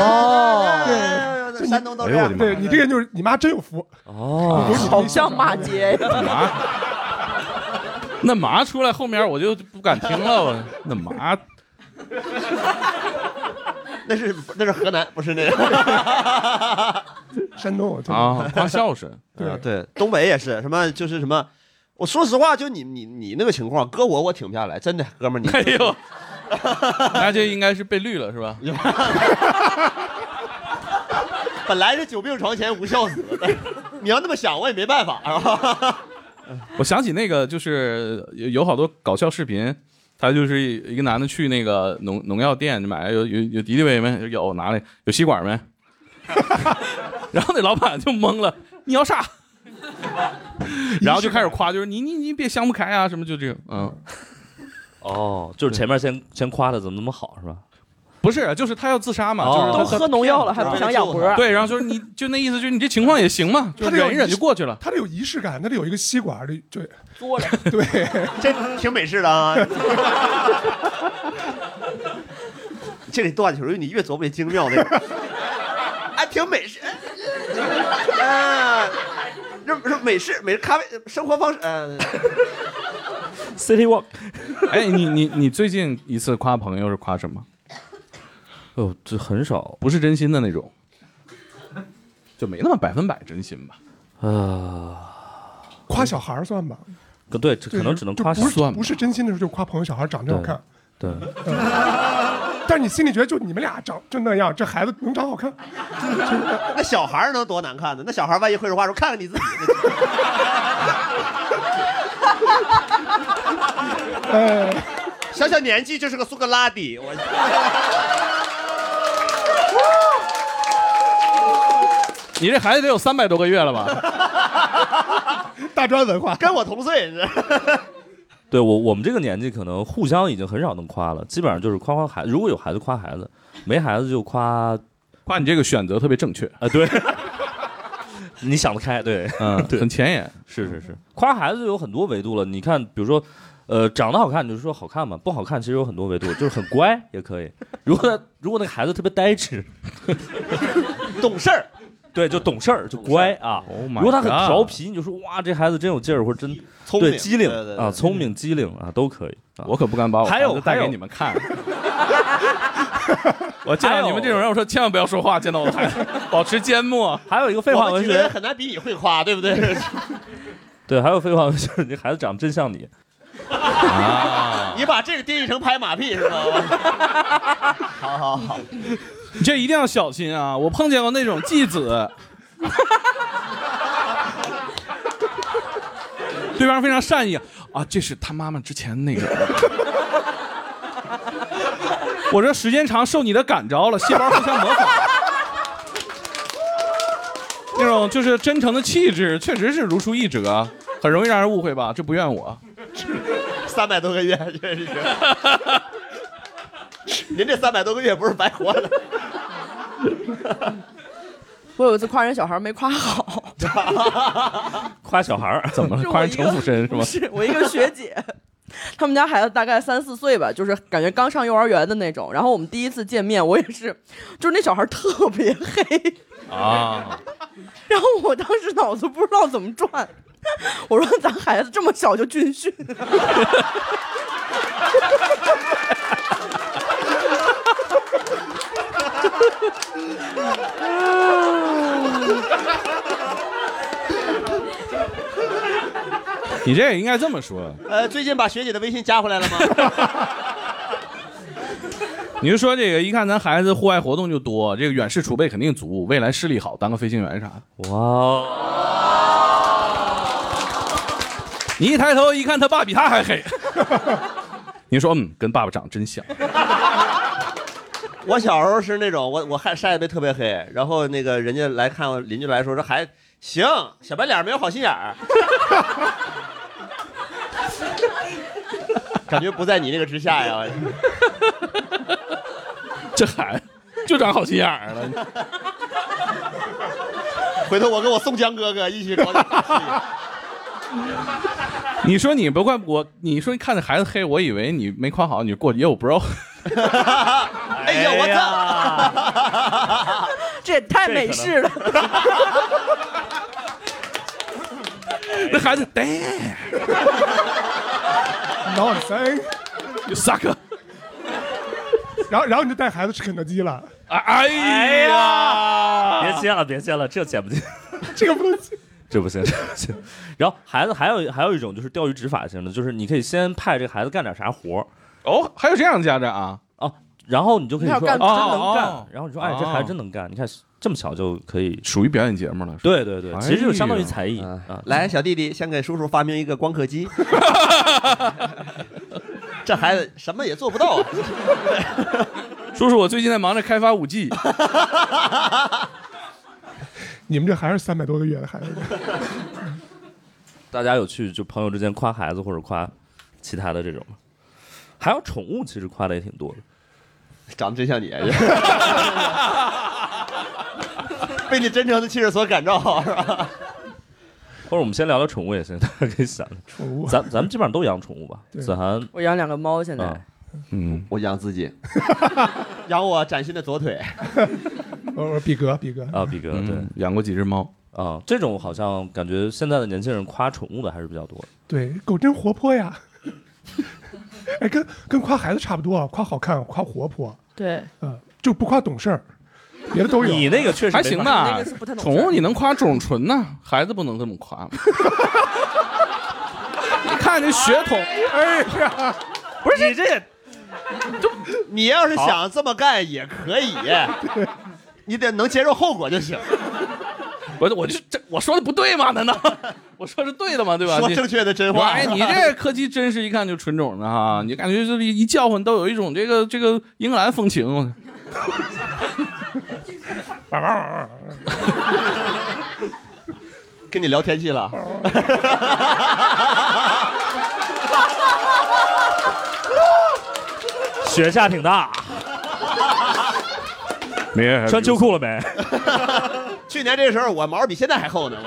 Speaker 4: 山东都这样。
Speaker 5: 对你这人就是你妈真有福
Speaker 2: 哦，好像马杰
Speaker 3: 呀。那马出来后面我就不敢听了，那马。
Speaker 4: 那是河南，不是那个
Speaker 5: 山东
Speaker 3: 啊，夸孝顺。
Speaker 4: 对，东北也是什么，就是什么。我说实话，就你那个情况，搁我挺不下来，真的，哥们儿你。
Speaker 3: 哎呦，那就应该是被绿了是吧？
Speaker 4: 本来是久病床前无孝子，你要那么想，我也没办法。
Speaker 3: 我想起那个，就是有好多搞笑视频，他就是一个男的去那个农药店买，有敌敌畏没？有，拿来，有吸管没？然后那老板就懵了，你要啥？然后就开始夸，就是你别想不开啊，什么就这个，
Speaker 1: 就是前面先夸他怎么那么好是吧？
Speaker 3: 不是，就是他要自杀嘛，
Speaker 2: 都
Speaker 3: 就是
Speaker 2: 喝农药了还不想养脖。
Speaker 3: 对，然后就是你就那意思就是你这情况也行嘛，就忍一忍就过去了。
Speaker 5: 他得有仪式感，他得有一个吸管的，对，
Speaker 2: 嘬着。
Speaker 5: 对，
Speaker 4: 这挺美式的啊。这里段属于你越琢磨越精妙那个，哎，挺美式。这美式咖啡生活方式
Speaker 1: ，City Walk。
Speaker 3: 哎，你最近一次夸朋友是夸什么？
Speaker 1: 哦，这很少，
Speaker 3: 不是真心的那种，就没那么100%真心吧？
Speaker 5: 夸小孩算吧？
Speaker 1: 对，这可能只能夸小孩。
Speaker 5: 不是真心的时候就夸朋友小孩长得好看。
Speaker 1: 对。
Speaker 5: 但是你心里觉得就你们俩长就那样，这孩子能长好看？
Speaker 4: 那小孩能多难看呢？那小孩万一会说话说看看你自己。小年纪就是个苏格拉底，我。
Speaker 3: 你这孩子得有300多个月了吧？
Speaker 5: 大专文化，
Speaker 4: 跟我同岁，你知道。
Speaker 1: 对我们这个年纪，可能互相已经很少能夸了，基本上就是夸孩子。如果有孩子夸孩子，没孩子就夸
Speaker 3: 你这个选择特别正确
Speaker 1: 啊。对，你想得开，对，
Speaker 3: 对，很前沿。
Speaker 1: 是，夸孩子有很多维度了。你看，比如说，长得好看，你就说好看嘛；不好看，其实有很多维度，就是很乖也可以。如果那个孩子特别呆滞，
Speaker 4: 懂事儿。
Speaker 1: 对，就懂事儿，就乖啊。如果他很调皮，你就说哇，这孩子真有劲儿，或者真
Speaker 4: 聪明、
Speaker 1: 机灵啊，聪明机灵啊，都可以。
Speaker 3: 我可不敢把我孩子带给你们看。我见到你们这种人，我说千万不要说话，见到我的孩子，保持缄默。
Speaker 1: 还有一个废话文学，
Speaker 4: 很难比你会夸，对不对？
Speaker 1: 对，还有废话文学，你孩子长得真像你。
Speaker 4: 你把这个定义成拍马屁是吧？好。
Speaker 3: 你这一定要小心啊！我碰见过那种继子，对方非常善意啊，这是他妈妈之前那个。我这时间长受你的感召了，细胞互相模仿。那种就是真诚的气质，确实是如出一辙，很容易让人误会吧？这不怨我。
Speaker 4: 300多个月，确实是。您这300多个月不是白活的。
Speaker 2: 我有一次夸人小孩没夸好。
Speaker 1: 夸小孩
Speaker 3: 怎么了？夸人城府深是吗？
Speaker 2: 是我一个学姐，他们家孩子大概3、4岁吧，就是感觉刚上幼儿园的那种。然后我们第一次见面，我也是，就是那小孩特别黑啊。然后我当时脑子不知道怎么转，我说咱孩子这么小就军训。
Speaker 3: 你这也应该这么说。
Speaker 4: 最近把学姐的微信加回来了吗？
Speaker 3: 你就说这个，一看咱孩子户外活动就多，这个远视储备肯定足，未来视力好，当个飞行员啥的。哇！你一抬头一看，他爸比他还黑。你说跟爸爸长得真像。
Speaker 4: 我小时候是那种我晒得特别黑，然后那个人家来看我，邻居来说这还行，小白脸没有好心眼儿。感觉不在你那个之下呀。
Speaker 3: 这孩子就长好心眼儿了。
Speaker 4: 回头我跟我宋江哥哥一起搞。
Speaker 3: 你说你不怪我，你说你看着孩子黑，我以为你没夸好，你过去业务 bro。
Speaker 4: 哎呀，我操！
Speaker 2: 这也太美式了。
Speaker 3: 那孩子
Speaker 5: ，nonsense，
Speaker 3: you suck。
Speaker 5: 然后你就带孩子吃肯德基了。
Speaker 3: 哎呀，
Speaker 1: 别接了，这剪不进。
Speaker 5: 这个不能接。
Speaker 1: 这不行。然后孩子还有一种就是钓鱼执法型的，就是你可以先派这个孩子干点啥活
Speaker 3: 哦，还有这样的家长啊？
Speaker 1: 哦，然后你就可以说真能干，然后你说这孩子真能干，你看这么小就可以，
Speaker 3: 属于表演节目了。
Speaker 1: 对，其实就相当于才艺啊。
Speaker 4: 来，小弟弟，先给叔叔发明一个光刻机。这孩子什么也做不到。
Speaker 3: 叔叔，我最近在忙着开发5G。
Speaker 5: 你们这还是300多个月的孩子。
Speaker 1: 大家有去就朋友之间夸孩子或者夸其他的这种吗？还有宠物，其实夸的也挺多的。
Speaker 4: 长得真像你，被你真诚的气质所感召，是吧？
Speaker 1: 或者我们先聊聊宠物也行，大家可以想。
Speaker 5: 宠物，
Speaker 1: 咱们基本上都养宠物吧？子涵，
Speaker 2: 我养2个猫，现在。
Speaker 4: 我养自己，养我崭新的左腿。
Speaker 5: 比格
Speaker 1: 啊，比格对，
Speaker 3: 养过几只猫
Speaker 1: 啊，这种好像感觉现在的年轻人夸宠物的还是比较多的。
Speaker 5: 对，狗真活泼呀。哎，跟夸孩子差不多，夸好看，夸活泼。
Speaker 2: 对，
Speaker 5: 就不夸懂事儿。别的都有，
Speaker 1: 你那个确实
Speaker 3: 还行吧。宠物你能夸种纯呢，孩子不能这么夸。你看这血统，
Speaker 5: 哎呀，
Speaker 1: 不是你这，
Speaker 4: 你要是想这么干也可以，你得能接受后果就行。
Speaker 3: 我说的不对吗？难道我说是对的吗？对吧？
Speaker 4: 说正确的真话。
Speaker 3: 哎，你这柯基真是一看就纯种的哈，你感觉这一叫唤都有一种这个英格兰风情。
Speaker 4: 跟你聊天气了。
Speaker 1: 雪下挺大。穿秋裤了没？
Speaker 4: 去年这时候我毛比现在还厚呢。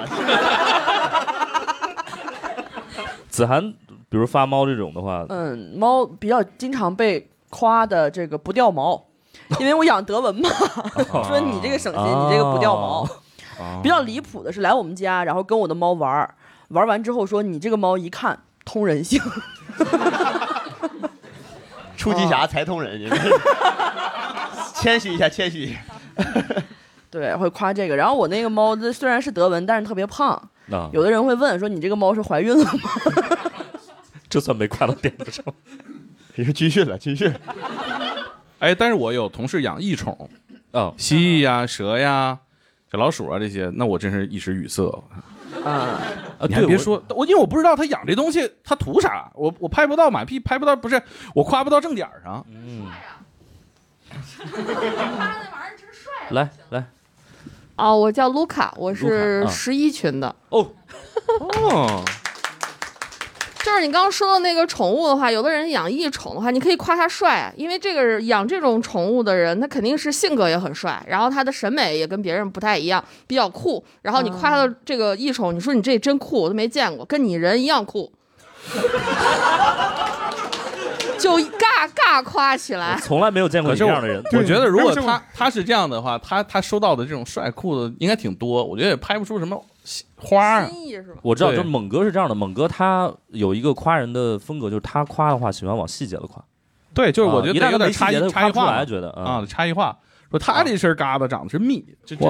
Speaker 1: 子涵，比如发猫这种的话，
Speaker 2: 猫比较经常被夸的这个不掉毛。因为我养德文嘛，说你这个省心，你这个不掉毛。比较离谱的是来我们家，然后跟我的猫玩完之后说你这个猫一看通人性。
Speaker 4: 初级侠才通人，谦虚一下，谦虚一下。
Speaker 2: 对，会夸这个。然后我那个猫虽然是德文，但是特别胖。有的人会问说你这个猫是怀孕了吗？
Speaker 1: 这算没夸到点子上。
Speaker 4: 你是军训了，军训。
Speaker 3: 哎，但是我有同事养异宠，蜥蜴呀、蛇呀、小老鼠啊这些，那我真是一时语塞。你还别说，因为我不知道他养这东西他图啥，我拍不到马屁，拍不到，不是我夸不到正点上。
Speaker 1: 来，
Speaker 9: 我叫卢卡，我是11群的。就是你刚刚说的那个宠物的话，有的人养异宠的话，你可以夸他帅，因为这个养这种宠物的人，他肯定是性格也很帅，然后他的审美也跟别人不太一样，比较酷。然后你夸他的这个异宠，你说你这真酷，我都没见过，跟你人一样酷，就尬夸起来。
Speaker 1: 我从来没有见过这样的人。
Speaker 3: 我觉得如果他是这样的话，他收到的这种帅酷的应该挺多，我觉得也拍不出什么花
Speaker 9: 心意是吧？
Speaker 1: 我知道，就是猛哥是这样的，猛哥他有一个夸人的风格，就是他夸的话喜欢往细节的夸。
Speaker 3: 对，就是我觉得有点差异化，
Speaker 1: 觉得
Speaker 3: 差异化。说他这身疙瘩长得是蜜，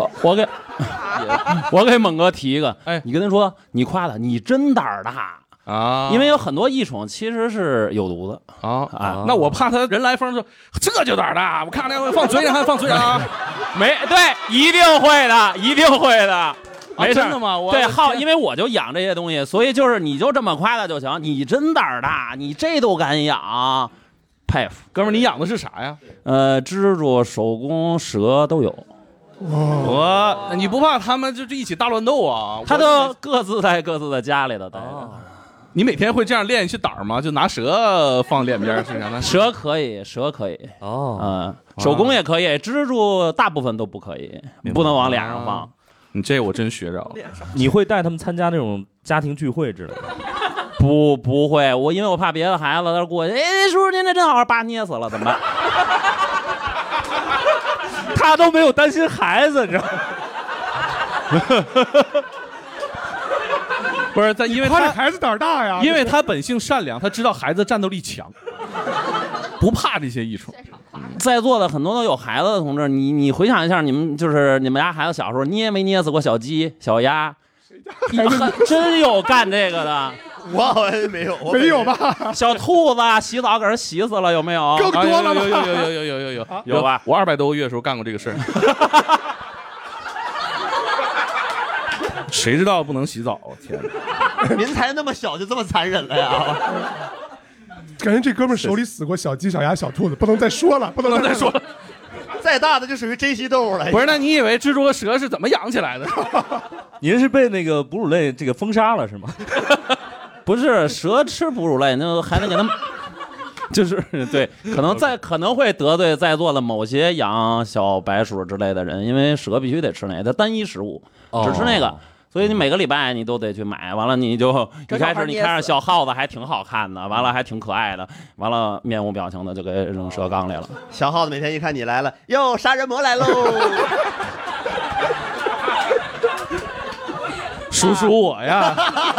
Speaker 10: 我给猛哥提一个，你跟他说，你夸他，你真胆儿大啊！因为有很多异宠其实是有毒的
Speaker 3: 啊。那我怕他人来疯说这就胆儿大，我看那个放嘴上还放嘴上，
Speaker 10: 对，一定会的，一定会的。没事，
Speaker 3: 真的吗？
Speaker 10: 对，因为我就养这些东西，所以就是你就这么夸他就行。你真胆儿大，你这都敢养，佩服。
Speaker 3: 哥们儿，你养的是啥呀？
Speaker 10: 蜘蛛、手工、蛇都有。
Speaker 3: 你不怕他们就一起大乱斗啊？
Speaker 10: 他都各自在各自的家里的待着。
Speaker 3: 你每天会这样练一些胆儿吗？就拿蛇放脸边是啥呢？
Speaker 10: 蛇可以手工也可以，蜘蛛大部分都不可以，不能往脸上放。
Speaker 3: 你这我真学着了。
Speaker 1: 你会带他们参加那种家庭聚会之类的？
Speaker 10: 不会，因为我怕别的孩子他过去，叔叔您这真好，把捏死了怎么办？
Speaker 1: 他都没有担心孩子，你知道吗？
Speaker 3: 不是，因为他
Speaker 5: 孩子胆大呀，
Speaker 3: 因为他本性善良，他知道孩子战斗力强，不怕这些异宠。
Speaker 10: 在座的很多都有孩子的同志，你回想一下，你们家孩子小时候捏没捏死过小鸡、小鸭？真有干这个的。
Speaker 4: 我好像没有，
Speaker 5: 没有吧？
Speaker 10: 小兔子洗澡给人洗死了，有没有？
Speaker 5: 更多了吧？
Speaker 3: 有吧？我200多个月的时候干过这个事儿。谁知道不能洗澡？天
Speaker 4: 哪！您才那么小就这么残忍了呀？
Speaker 5: 感觉这哥们手里死过小鸡、小鸭、小兔子，不能再说了，不能再说了。
Speaker 4: 再大的就属于珍稀动物了。
Speaker 3: 不是，那你以为蜘蛛和蛇是怎么养起来的？
Speaker 1: 您是被那个哺乳类这个封杀了是吗？
Speaker 10: 不是，蛇吃哺乳类，那还得给它就是对，可能会得罪在座的某些养小白鼠之类的人，因为蛇必须得吃那个，它单一食物，只吃那个。所以你每个礼拜你都得去买，完了你就一开始你看着小耗子还挺好看的，完了还挺可爱的，完了面无表情的就给扔蛇缸里了。
Speaker 4: 小耗子每天一看你来了，哟，杀人魔来喽！
Speaker 3: 数数我呀！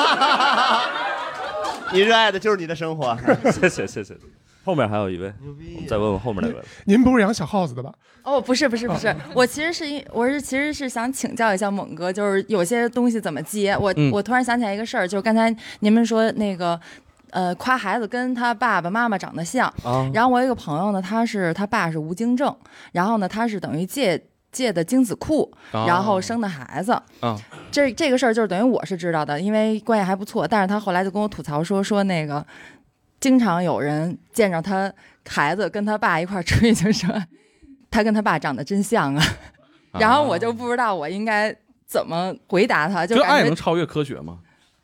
Speaker 4: 你热爱的就是你的生活。
Speaker 1: 谢谢。后面还有一位，再问问后面那位。
Speaker 5: 您不是养小耗子的吧？
Speaker 11: 哦，不是，我其实是想请教一下猛哥，就是有些东西怎么接。我突然想起来一个事儿，就是刚才你们说那个，夸孩子跟他爸爸妈妈长得像。然后我有一个朋友呢，他爸是无精症，然后呢他是等于借的精子库，然后生的孩子。这个事儿就是等于我是知道的，因为关系还不错。但是他后来就跟我吐槽说那个，经常有人见着他孩子跟他爸一块出去，就说他跟他爸长得真像啊。然后我就不知道我应该怎么回答他，就
Speaker 3: 爱能超越科学吗？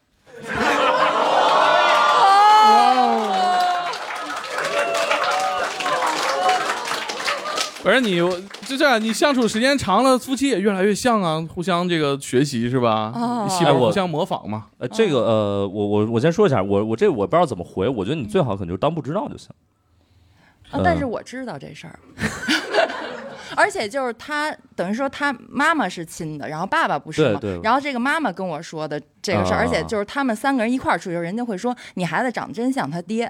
Speaker 3: 不是你就这样，你相处时间长了，夫妻也越来越像啊，互相这个学习是吧？细胞互相模仿嘛。
Speaker 1: 这个我先说一下，我不知道怎么回，我觉得你最好可能就当不知道就行。
Speaker 11: 但是我知道这事儿。而且就是他等于说他妈妈是亲的，然后爸爸不是嘛。
Speaker 1: 对。
Speaker 11: 然后这个妈妈跟我说的这个事儿，而且就是他们3个人一块儿出去，人家会说你孩子长得真像他爹。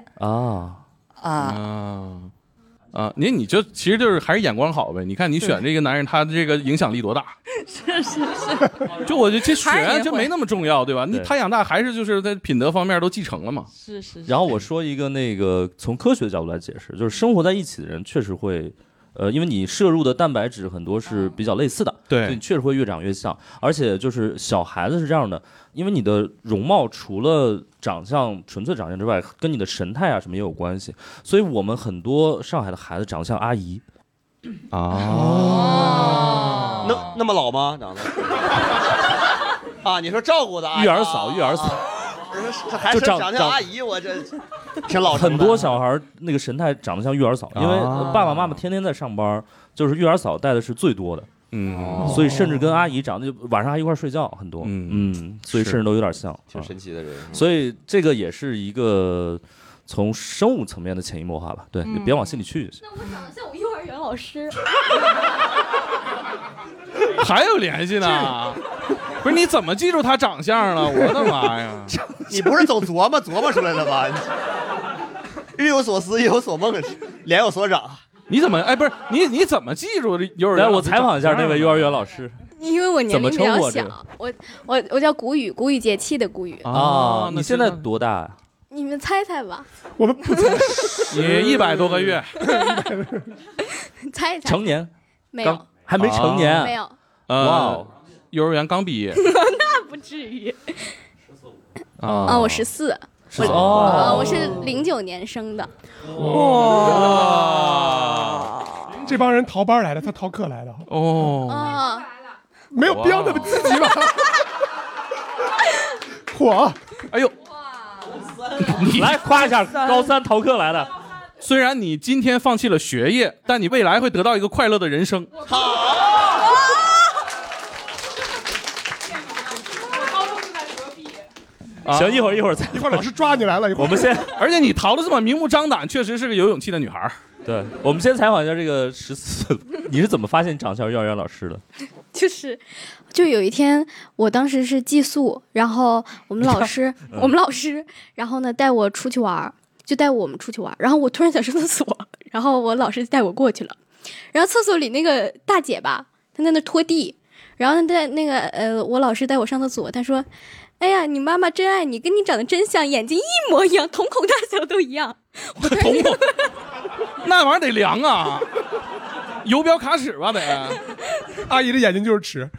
Speaker 3: 你就其实就是还是眼光好呗。你看你选这个男人，他这个影响力多大？
Speaker 11: 是。
Speaker 3: 就我觉得这血缘就没那么重要，对吧？他养大还是就是在品德方面都继承了嘛。
Speaker 11: 是。
Speaker 1: 然后我说一个那个从科学的角度来解释，就是生活在一起的人确实会。因为你摄入的蛋白质很多是比较类似的，
Speaker 3: 对，
Speaker 1: 所以你确实会越长越像。而且就是小孩子是这样的，因为你的容貌除了长相纯粹长相之外，跟你的神态啊什么也有关系。所以我们很多上海的孩子长得像阿姨。
Speaker 4: 那么老吗？长得？你说照顾的阿姨？
Speaker 1: 育儿嫂。
Speaker 4: 还是长像阿姨，我这挺老成的。
Speaker 1: 很多小孩那个神态长得像育儿嫂，因为爸爸妈妈天天在上班，就是育儿嫂带的是最多的，所以甚至跟阿姨长得晚上还一块睡觉很多，所以甚至都有点像，
Speaker 4: 挺神奇的人。
Speaker 1: 所以这个也是一个从生物层面的潜移默化吧，对，你别往心里去就行。
Speaker 12: 那我长得像我幼儿园老师。
Speaker 3: 还有联系呢？不是你怎么记住他长相了？我的妈呀！
Speaker 4: 你不是总琢磨出来的吗？日有所思，夜有所梦，脸有所长。
Speaker 3: 你怎么不是你怎么记住幼儿园？
Speaker 1: 来，我采访一下那位幼儿园老师。
Speaker 12: 因为我年龄比较小，我叫谷雨，谷雨节气的谷雨。
Speaker 1: 你现在多大呀？
Speaker 12: 你们猜猜吧。
Speaker 5: 我们不猜。
Speaker 3: 你100多个月。
Speaker 12: 猜一猜。
Speaker 1: 成年？
Speaker 12: 没有。
Speaker 1: 还没成年？
Speaker 12: 没有。
Speaker 3: 哇，幼儿园刚毕业。
Speaker 12: 那不至于。我14。我是09年生的。
Speaker 5: 哇！这帮人逃班来的，他逃课来的。没有必要那么积极吧？嚯！
Speaker 3: 哎呦！
Speaker 1: 来夸一下高3逃课来的。
Speaker 3: 虽然你今天放弃了学业，但你未来会得到一个快乐的人生。
Speaker 1: 好。行，一会儿
Speaker 5: 老师抓你来了。
Speaker 1: 我们先，
Speaker 3: 而且你逃得这么明目张胆，确实是个有勇气的女孩。
Speaker 1: 对，我们先采访一下这个14，你是怎么发现你长相幼儿园老师的？
Speaker 12: 就有一天，我当时是寄宿，然后我们老师，然后呢带我出去玩，就带我们出去玩，然后我突然想上厕所，然后我老师带我过去了，然后厕所里那个大姐吧，她在那拖地，然后在那个我老师带我上厕所，她说。哎呀，你妈妈真爱你，跟你长得真像，眼睛一模一样，瞳孔大小都一样。
Speaker 3: 瞳孔，那玩意儿得量啊，游标卡尺吧得。
Speaker 5: 阿姨的眼睛就是尺，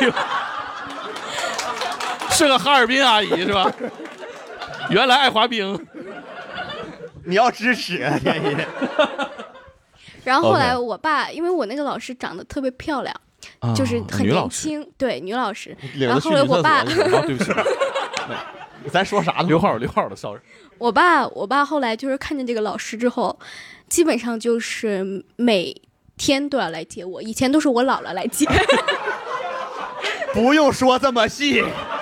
Speaker 3: 是个哈尔滨阿姨是吧？原来爱滑冰，
Speaker 4: 你要支持啊，天一。
Speaker 12: 然后后来我爸，因为我那个老师长得特别漂亮。就是很年轻，对女老师。然后后来我爸，
Speaker 3: 对不起，
Speaker 4: 咱说啥呢？
Speaker 3: 刘浩的笑声。
Speaker 12: 我爸后来就是看见这个老师之后，基本上就是每天都要来接我，以前都是我姥姥来接。
Speaker 4: 不用说这么细，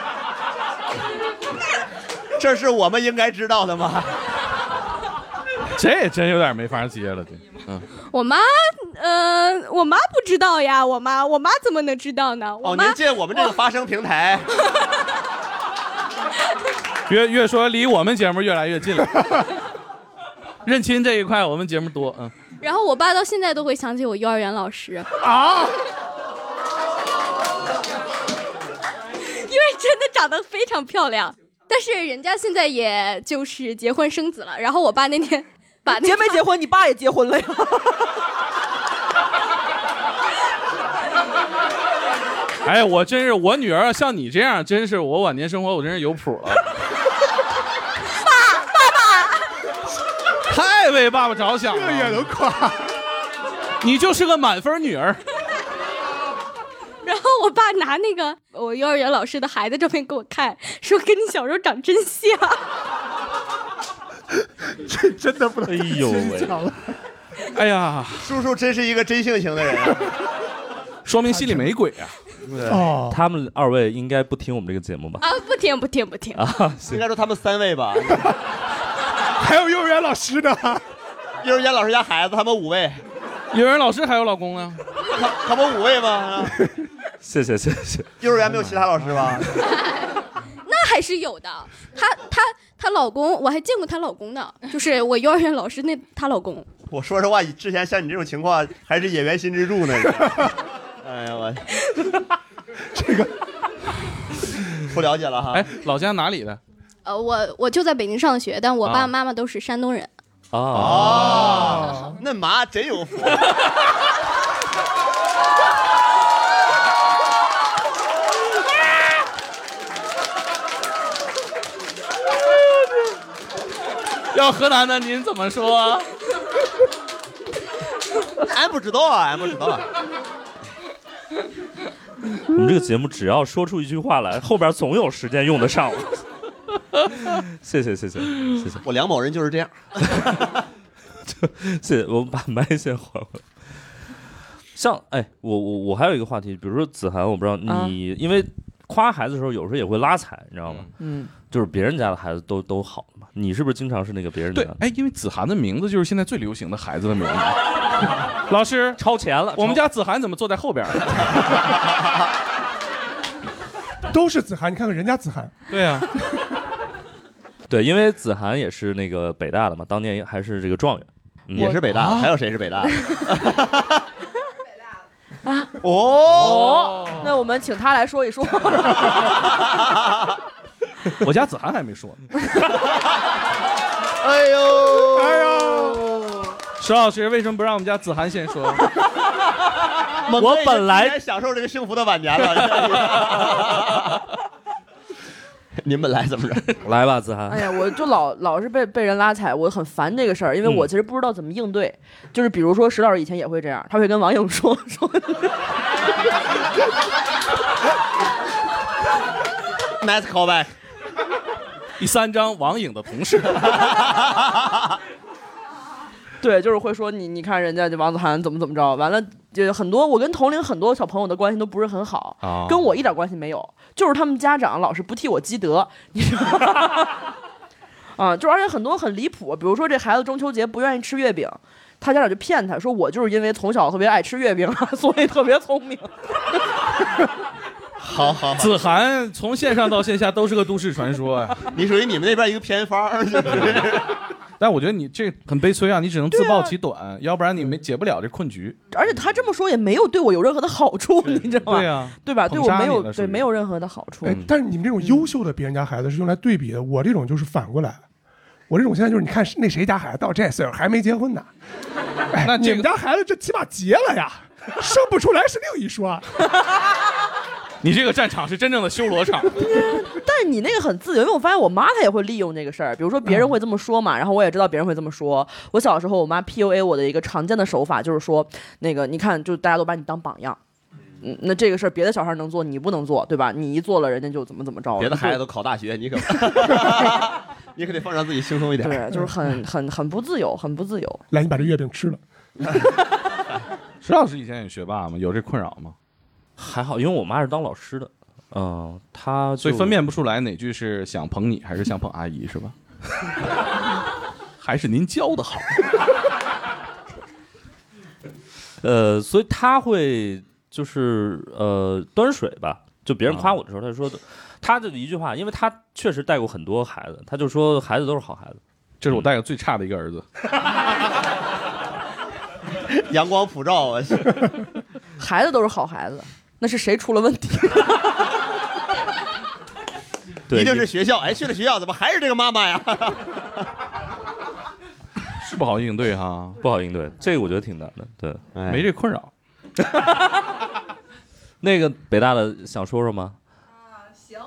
Speaker 4: 这是我们应该知道的吗？
Speaker 3: 这真有点没法接了，这。
Speaker 12: 我妈不知道呀，我妈怎么能知道呢？
Speaker 4: 您借我们这个发声平台。
Speaker 3: 越说离我们节目越来越近了。认亲这一块我们节目多，
Speaker 12: 然后我爸到现在都会想起我幼儿园老师
Speaker 5: 啊，
Speaker 12: 因为真的长得非常漂亮，但是人家现在也就是结婚生子了。然后我爸那天把
Speaker 2: 结没结婚，你爸也结婚了呀。
Speaker 3: 哎，我真是我女儿像你这样，真是我晚年生活我真是有谱了。太为爸爸着想了，
Speaker 5: 这也能夸？
Speaker 3: 你就是个满分女儿。
Speaker 12: 然后我爸拿那个我幼儿园老师的孩子照片给我看，说跟你小时候长真像。
Speaker 5: 这真的不能。
Speaker 1: 哎呦喂！
Speaker 3: 哎呀，
Speaker 4: 叔叔真是一个真性情的人，
Speaker 3: 说明心里没鬼啊。
Speaker 1: 哦，他们二位应该不听我们这个节目吧？
Speaker 12: 啊，不听
Speaker 1: 啊，
Speaker 4: 应该说他们3位吧。
Speaker 5: 还有幼儿园老师呢，
Speaker 4: 幼儿园老师家孩子他们5位，
Speaker 3: 幼儿园老师还有老公呢，
Speaker 4: 他们5位吗？
Speaker 1: 谢谢。
Speaker 4: 幼儿园没有其他老师吧？
Speaker 12: 那还是有的。她老公，我还见过她老公呢，就是我幼儿园老师她老公。
Speaker 4: 我说实话，之前像你这种情况还是演员新之助呢。哎呀我，
Speaker 5: 这个
Speaker 4: 不了解了哈。
Speaker 3: 哎，老家哪里的？
Speaker 12: 我就在北京上学，但我爸爸妈妈都是山东人。
Speaker 4: 哦，那妈真有福。
Speaker 3: 要河南的您怎么说？
Speaker 4: 俺不知道啊，俺不知道。
Speaker 1: 我们这个节目只要说出一句话来，后边总有时间用得上了。谢谢。
Speaker 4: 我梁某人就是这样。
Speaker 1: 谢谢，我们把麦先还回来。像我还有一个话题，比如说子涵，我不知道你，因为夸孩子的时候，有时候也会拉踩，你知道吗？就是别人家的孩子都好嘛，你是不是经常是那个别人家的？
Speaker 3: 对，因为子涵的名字就是现在最流行的孩子的名字。老师
Speaker 1: 超前了，
Speaker 3: 我们家子涵怎么坐在后边？
Speaker 5: 都是子涵，你看看人家子涵。
Speaker 3: 对啊。
Speaker 1: 对，因为子涵也是那个北大的嘛，当年还是这个状元，
Speaker 4: 也是北大的，还有谁是北大的？
Speaker 2: 啊
Speaker 3: 哦，
Speaker 2: 那我们请他来说一说。
Speaker 3: 我家子涵还没说。
Speaker 4: 哎呦，
Speaker 3: 石老师为什么不让我们家子涵先说？
Speaker 1: 我本来
Speaker 4: 享受这个幸福的晚年了。您本来怎么着？
Speaker 1: 来吧，子涵。
Speaker 2: 哎呀，我就老是被人拉踩，我很烦这个事儿，因为我其实不知道怎么应对。就是比如说石老师以前也会这样，他会跟王颖说。
Speaker 4: Nice callback。
Speaker 3: 第3章王颖的同事。
Speaker 2: 对，就是会说你看人家这王子涵怎么着，完了就很多我跟同龄很多小朋友的关系都不是很好，跟我一点关系没有，就是他们家长老是不替我积德，你知道吗？啊，就而且很多很离谱，比如说这孩子中秋节不愿意吃月饼，他家长就骗他说我就是因为从小特别爱吃月饼，所以特别聪明。
Speaker 4: 好，
Speaker 3: 子涵从线上到线下都是个都市传说啊！
Speaker 4: 你属于你们那边一个偏方。
Speaker 3: 但我觉得你这很悲催啊，你只能自暴其短，要不然你解不了这困局。
Speaker 2: 而且他这么说也没有对我有任何的好处，你知道吗？
Speaker 3: 对啊，
Speaker 2: 对吧？对我没有任何的好处。
Speaker 5: 但是你们这种优秀的别人家孩子是用来对比的，我这种就是反过来。我这种现在就是你看那谁家孩子到这岁数还没结婚呢，那你们家孩子这起码结了呀，生不出来是另一说。
Speaker 3: 你这个战场是真正的修罗场。
Speaker 2: 但是你那个很自由，因为我发现我妈她也会利用这个事儿，比如说别人会这么说嘛，然后我也知道别人会这么说。我小时候我妈 PUA 我的一个常见的手法就是说，那个你看，就大家都把你当榜样， 那这个事儿别的小孩能做，你不能做，对吧？你一做了，人家就怎么着了。
Speaker 4: 别的孩子都考大学，你可你可得放让自己轻松一点。
Speaker 2: 对，就是很不自由，很不自由。
Speaker 5: 来，你把这月饼吃了。
Speaker 3: 石老师以前也学霸吗？有这困扰吗？
Speaker 1: 还好，因为我妈是当老师的，她
Speaker 3: 所以分辨不出来哪句是想捧你还是想捧阿姨，是吧？还是您教的好。
Speaker 1: 所以她会就是端水吧，就别人夸我的时候，她说她的一句话，因为她确实带过很多孩子，她就说孩子都是好孩子。
Speaker 3: 这是我带过最差的一个儿子。
Speaker 4: 阳光普照啊！
Speaker 2: 孩子都是好孩子，那是谁出了问题？
Speaker 4: 一定是学校。哎，去了学校怎么还是这个妈妈呀？
Speaker 3: 是不好应对哈，
Speaker 1: 不好应对，这个我觉得挺难的。对，
Speaker 3: 没这困扰。
Speaker 1: 那个北大的想说说吗？
Speaker 7: 行。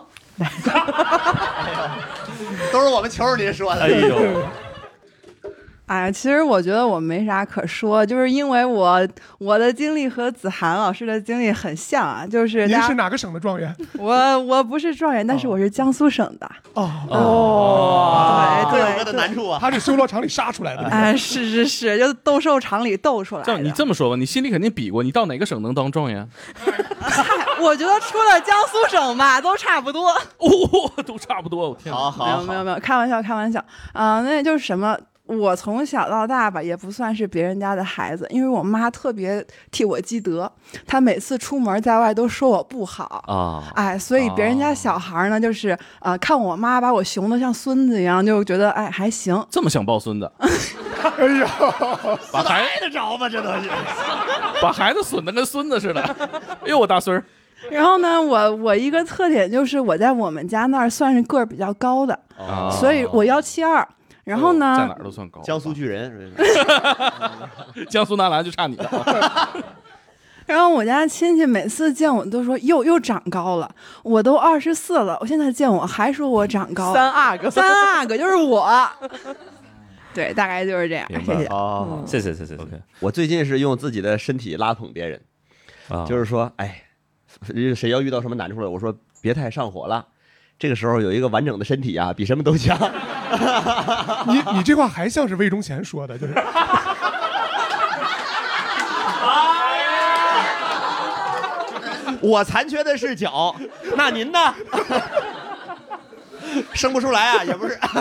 Speaker 4: 都是我们求着您说的。
Speaker 1: 哎呦。
Speaker 13: 哎，其实我觉得我没啥可说，就是因为我的经历和子涵老师的经历很像啊，就是
Speaker 5: 您是哪个省的状元？
Speaker 13: 我不是状元，但是我是江苏省的。
Speaker 4: 对的难处啊，
Speaker 5: 他是修罗场里杀出来的。
Speaker 13: 哎，是，就斗兽场里斗出来的。
Speaker 3: 你这么说吧，你心里肯定比过，你到哪个省能当状元？
Speaker 13: 我觉得除了江苏省吧，都差不多。
Speaker 3: 都差不多。我天，
Speaker 4: 好，
Speaker 13: 没有，开玩笑啊，那就是什么。我从小到大吧，也不算是别人家的孩子，因为我妈特别替我积德，她每次出门在外都说我不好啊，哎，所以别人家小孩呢，就是看我妈把我熊得像孙子一样，就觉得哎还行。
Speaker 3: 这么想抱孙子？
Speaker 5: 哎呦，
Speaker 4: 把孩子着吗？这都是
Speaker 3: 把孩子损得跟孙子似的。哎呦，我大孙儿。
Speaker 13: 然后呢，我一个特点就是我在我们家那儿算是个儿比较高的，所以我172。然后呢，
Speaker 3: 在哪儿都算高。
Speaker 4: 江苏巨人，
Speaker 3: 江苏男篮就差你了。
Speaker 13: 然后我家亲戚每次见我都说又长高了，我都24了，我现在见我还说我长高。
Speaker 2: 三阿哥
Speaker 13: 就是我。对，大概就是这样。谢谢。
Speaker 4: 哦，
Speaker 1: 谢谢。OK，
Speaker 4: 我最近是用自己的身体拉捧别人，就是说，哎，谁要遇到什么难处了，我说别太上火了。这个时候有一个完整的身体啊，比什么都强。
Speaker 5: 你这话还像是魏忠贤说的，就是。
Speaker 4: 我残缺的是脚，那您呢？生不出来啊，也不是。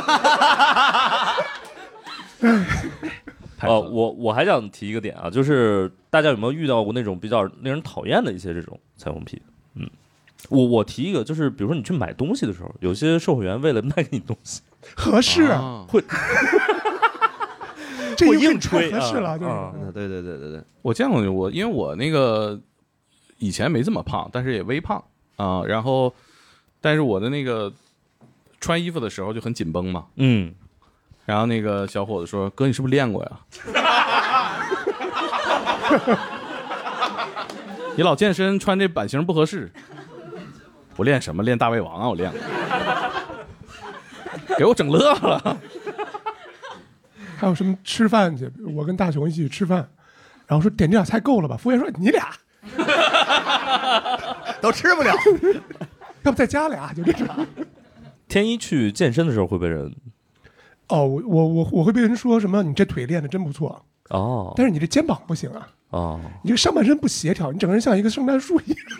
Speaker 1: 我还想提一个点啊，就是大家有没有遇到过那种比较令人讨厌的一些这种彩虹屁？我提一个，就是比如说你去买东西的时候，有些售货员为了卖给你东西，
Speaker 5: 合适啊，
Speaker 1: 会
Speaker 5: 这
Speaker 1: 会硬吹，
Speaker 5: 合适了，就是
Speaker 4: 对，
Speaker 3: 我见过因为我那个以前没这么胖，但是也微胖啊，然后但是我的那个穿衣服的时候就很紧绷嘛，然后那个小伙子说：“哥，你是不是练过呀？你老健身穿这版型不合适。”我练什么？练大胃王啊！我练过，给我整乐了。
Speaker 5: 还有什么吃饭去？我跟大雄一起去吃饭，然后说点这俩菜够了吧？服务员说你俩
Speaker 4: 都吃不了，
Speaker 5: 要不再加俩？就这种。
Speaker 1: 天一去健身的时候会被人，
Speaker 5: 我会被人说什么？你这腿练得真不错
Speaker 1: 哦，
Speaker 5: 但是你这肩膀不行啊
Speaker 1: 哦，
Speaker 5: 你这上半身不协调，你整个人像一个圣诞树一样。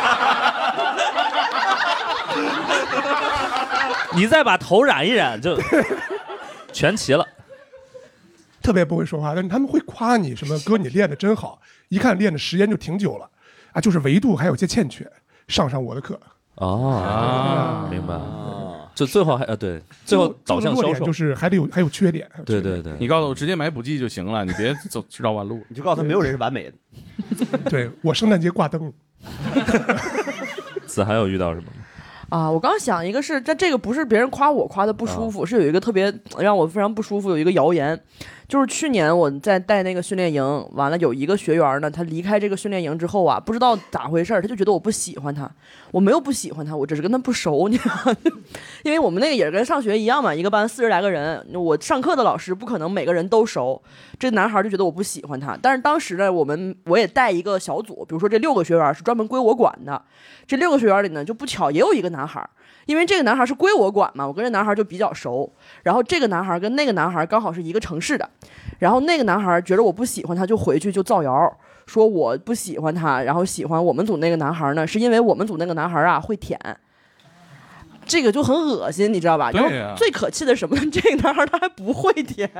Speaker 1: 你再把头染一染就全齐了。
Speaker 5: 特别不会说话，但是他们会夸你什么？哥，你练得真好，一看练的时间就挺久了啊，就是维度还有些欠缺，上我的课。
Speaker 1: 明白。就最后对，最后导向销售
Speaker 5: 就是还有缺点。
Speaker 1: 对，
Speaker 3: 你告诉我直接买补剂就行了，你别走绕弯路。
Speaker 4: 你就告诉他没有人是完美的。
Speaker 5: 对，我圣诞节挂灯。
Speaker 1: 子涵有遇到什么吗？
Speaker 2: 啊，我刚想一个是，这个不是别人夸我夸的不舒服，是有一个特别让我非常不舒服，有一个谣言，就是去年我在带那个训练营，完了有一个学员呢，他离开这个训练营之后啊，不知道咋回事，他就觉得我不喜欢他，我没有不喜欢他，我只是跟他不熟，你知道吗？因为我们那个也是跟上学一样嘛，一个班40来个人，我上课的老师不可能每个人都熟，这男孩就觉得我不喜欢他，但是当时呢，我也带一个小组，比如说这6个学员是专门归我管的，这6个学员里呢，就不巧也有一个男孩，因为这个男孩是归我管嘛，我跟这男孩就比较熟，然后这个男孩跟那个男孩刚好是一个城市的，然后那个男孩觉得我不喜欢他，就回去就造谣，说我不喜欢他，然后喜欢我们组那个男孩呢，是因为我们组那个男孩啊会舔，这个就很恶心，你知道吧？然后最可气的什么呢？这个男孩他还不会舔。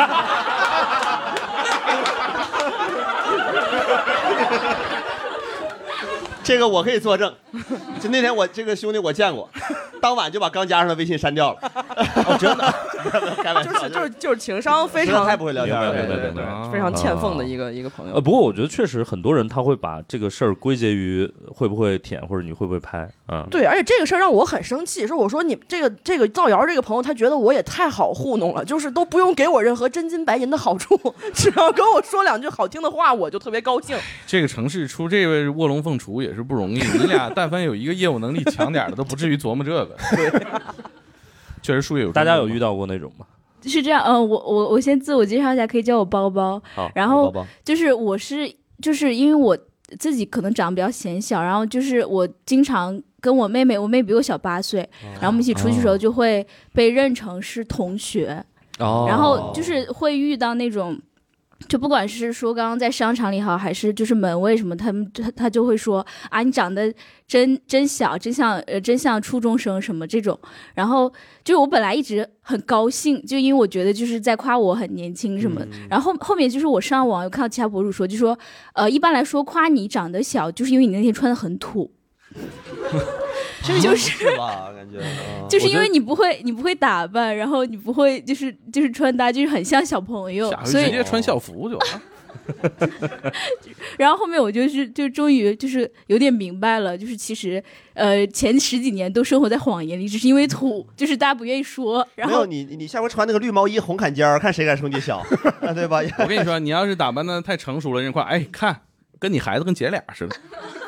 Speaker 4: 这个我可以作证，就那天我这个兄弟我见过，当晚就把刚加上的微信删掉了。哦，真的，开玩笑，
Speaker 2: 就是情商非常
Speaker 4: 太不会聊天了，
Speaker 2: 对，非常欠奉的一个朋友。
Speaker 1: 不过我觉得确实很多人他会把这个事儿归结于会不会舔或者你会不会拍啊。
Speaker 2: 对，而且这个事儿让我很生气，我说你这个造谣这个朋友，他觉得我也太好糊弄了，就是都不用给我任何真金白银的好处，只要跟我说2句好听的话，我就特别高兴。
Speaker 3: 这个城市出这位卧龙凤雏也是不容易，你俩但凡有一个业务能力强点的，都不至于琢磨这个。确实术业有专攻。
Speaker 1: 大家有遇到过那种吗？
Speaker 14: 是这样，我先自我介绍一下，可以叫我包包。
Speaker 1: 好，
Speaker 14: 然后
Speaker 1: 包包
Speaker 14: 就是因为我自己可能长得比较显小，然后就是我经常跟我妹妹比我小8岁，然后我们一起出去的时候就会被认成是同学，然后就是会遇到那种。就不管是说刚刚在商场里好，还是就是门卫什么，他就会说啊，你长得真小，真像初中生什么这种。然后就是我本来一直很高兴，就因为我觉得就是在夸我很年轻什么。然后后面就是我上网有看到其他博主说，就说一般来说夸你长得小，就是因为你那天穿得很土。这个就是
Speaker 4: 吧，感觉
Speaker 14: 就是因为你不会打扮，然后你不会就是穿搭，就是很像小朋友，所以
Speaker 3: 直接穿校服就完了。
Speaker 14: 然后后面我就终于就是有点明白了，就是其实前10几年都生活在谎言里，只是因为土，就是大家不愿意说。然后
Speaker 4: 没有你下回穿那个绿毛衣红坎肩儿，看谁敢说你小，对吧？
Speaker 3: 我跟你说，你要是打扮的太成熟了，人夸哎看跟你孩子跟姐俩似的。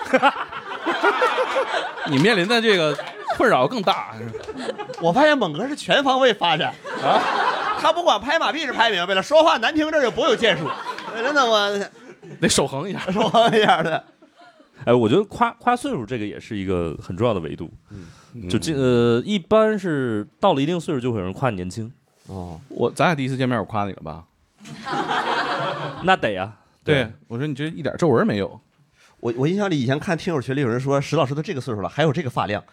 Speaker 3: 你面临的这个困扰更大。
Speaker 4: 我发现猛哥是全方位发展啊，他不管拍马屁是拍明白了，说话难听这儿就颇有建树，真的我
Speaker 3: 得守恒一下，
Speaker 4: 守恒一下的。
Speaker 1: 哎，我觉得夸岁数这个也是一个很重要的维度。就一般是到了一定岁数就会有人夸你年轻。
Speaker 3: 哦，咱俩第一次见面我夸你了吧？
Speaker 1: 那得呀。
Speaker 3: 对，我说你这一点皱纹没有。
Speaker 4: 我印象里以前看听友群里有人说石老师都这个岁数了还有这个发量。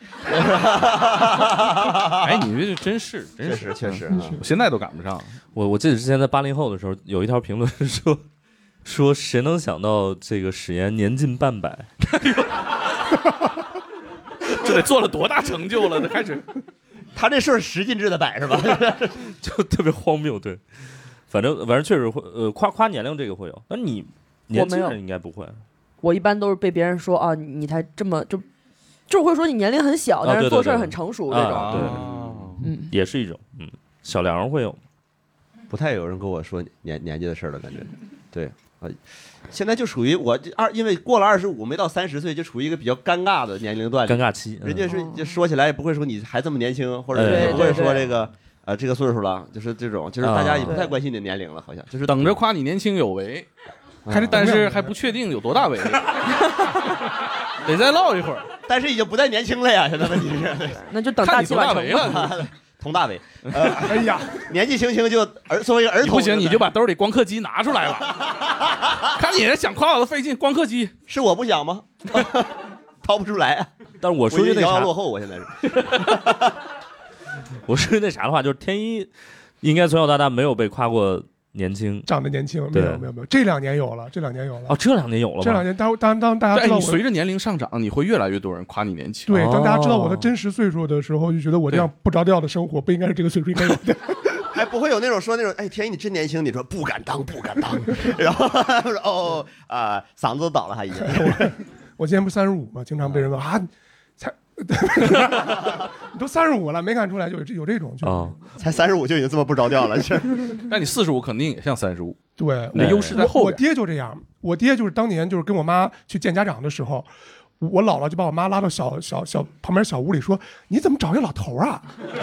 Speaker 3: 哎，你这真是
Speaker 4: 确实，
Speaker 3: 我现在都赶不上。
Speaker 1: 我记得之前在80后的时候有一条评论说谁能想到这个史岩年近半百，
Speaker 3: 这得做了多大成就了？开始，
Speaker 4: 他这事儿10进制的百是吧？
Speaker 1: 就特别荒谬。对，反正确实会夸年龄这个会有，但你年轻人应该不会。
Speaker 2: 我一般都是被别人说啊，你才这么就会说你年龄很小，但是做事很成熟这种。
Speaker 1: 对，也是一种。小梁会有，
Speaker 4: 不太有人跟我说年纪的事了，感觉。对，现在就属于我因为过了25没到30岁，就处于一个比较尴尬的年龄段，
Speaker 1: 尴尬期。
Speaker 4: 人家是就说起来也不会说你还这么年轻，或者也不会说这个这个岁数了，就是这种，就是大家也不太关心你的年龄了，好像就是
Speaker 3: 等着夸你年轻有为。但是还不确定有多大为，得再唠一会儿。
Speaker 4: 但是已经不再年轻了呀，现在问题是，
Speaker 2: 那就等大器晚成
Speaker 4: 了。佟大为，
Speaker 5: 哎呀，
Speaker 4: 年纪轻轻就作为儿童，
Speaker 3: 不行你就把兜里光刻机拿出来了。看你想夸我都费劲，光刻机
Speaker 4: 是我不想吗？掏不出来啊。
Speaker 1: 但是我说句那啥
Speaker 4: 落后，我现在是。
Speaker 1: 我说那啥的话，就是天一应该从小到大没有被夸过。年轻，
Speaker 5: 长得年轻，没有，这2年有了，
Speaker 1: 哦，这2年有了，
Speaker 5: 这2年当大家知道，
Speaker 3: 随着年龄上涨，你会越来越多人夸你年轻。
Speaker 5: 对，当大家知道我的真实岁数的时候，就觉得我这样不着调的生活不应该是这个岁数应该有的。
Speaker 4: 还不会有那种说哎，天一你真年轻，你说不敢当，然后说嗓子都倒了还已经。
Speaker 5: 我今年不35嘛，经常被人问啊， 你都35了，没看出来就有这种
Speaker 4: 才35就已经这么不着调了，是。
Speaker 3: 那你45肯定也像35。
Speaker 5: 对，
Speaker 3: 那优势在后边。
Speaker 5: 我爹就这样，我爹就是当年就是跟我妈去见家长的时候，我姥姥就把我妈拉到小旁边小屋里说：“你怎么找一老头啊？”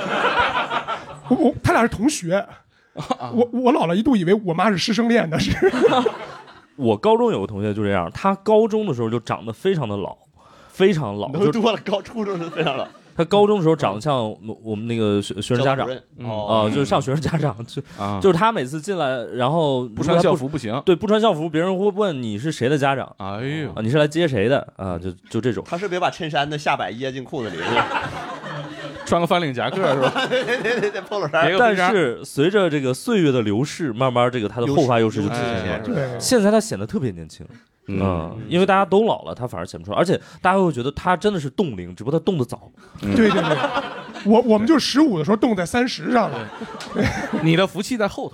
Speaker 5: 他俩是同学，我姥姥一度以为我妈是师生恋的，是。
Speaker 1: 我高中有个同学就这样，他高中的时候就长得非常的老，非常老，
Speaker 4: 都多了，初中是非常老。
Speaker 1: 他高中的时候长得像我们那个学生家长，就是像学生家长，就是他每次进来，然后
Speaker 3: 不穿校服不行，
Speaker 1: 对，不穿校服，别人会问你是谁的家长，
Speaker 3: 哎呦，
Speaker 1: 你是来接谁的啊？就这种。
Speaker 4: 他是别把衬衫的下摆掖进裤子里，
Speaker 3: 穿个翻领夹克是吧？
Speaker 4: 对，polo衫。
Speaker 1: 但是随着这个岁月的流逝，慢慢这个他的后发优势就体现出来了。现在他显得特别年轻。因为大家都老了，他反而显不出来，而且大家会觉得他真的是冻龄，只不过他冻得早。
Speaker 5: 对，我们就15的时候冻在30上了。
Speaker 3: 你的福气在后头。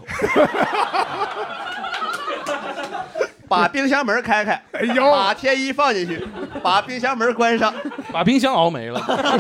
Speaker 4: 把冰箱门开开，
Speaker 5: 哎呦，
Speaker 4: 把天衣放进去，把冰箱门关上，
Speaker 3: 把冰箱熬没了。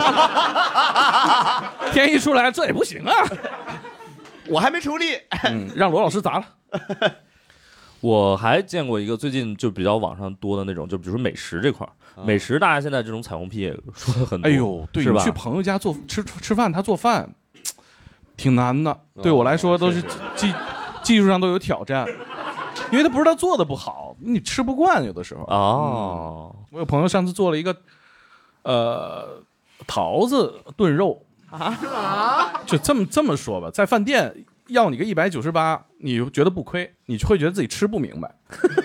Speaker 3: 天衣出来，这也不行啊！
Speaker 4: 我还没出力，
Speaker 3: 让罗老师砸了。
Speaker 1: 我还见过一个最近就比较网上多的那种，就比如说美食这块美食大家现在这种彩虹屁也说的很多。
Speaker 3: 哎呦，对，你去朋友家吃饭，他做饭挺难的，对我来说都是技术上都有挑战，因为他不是他做的不好，你吃不惯有的时候。我有朋友上次做了一个桃子炖肉就这么说吧，在饭店要你个198，你觉得不亏，你会觉得自己吃不明白。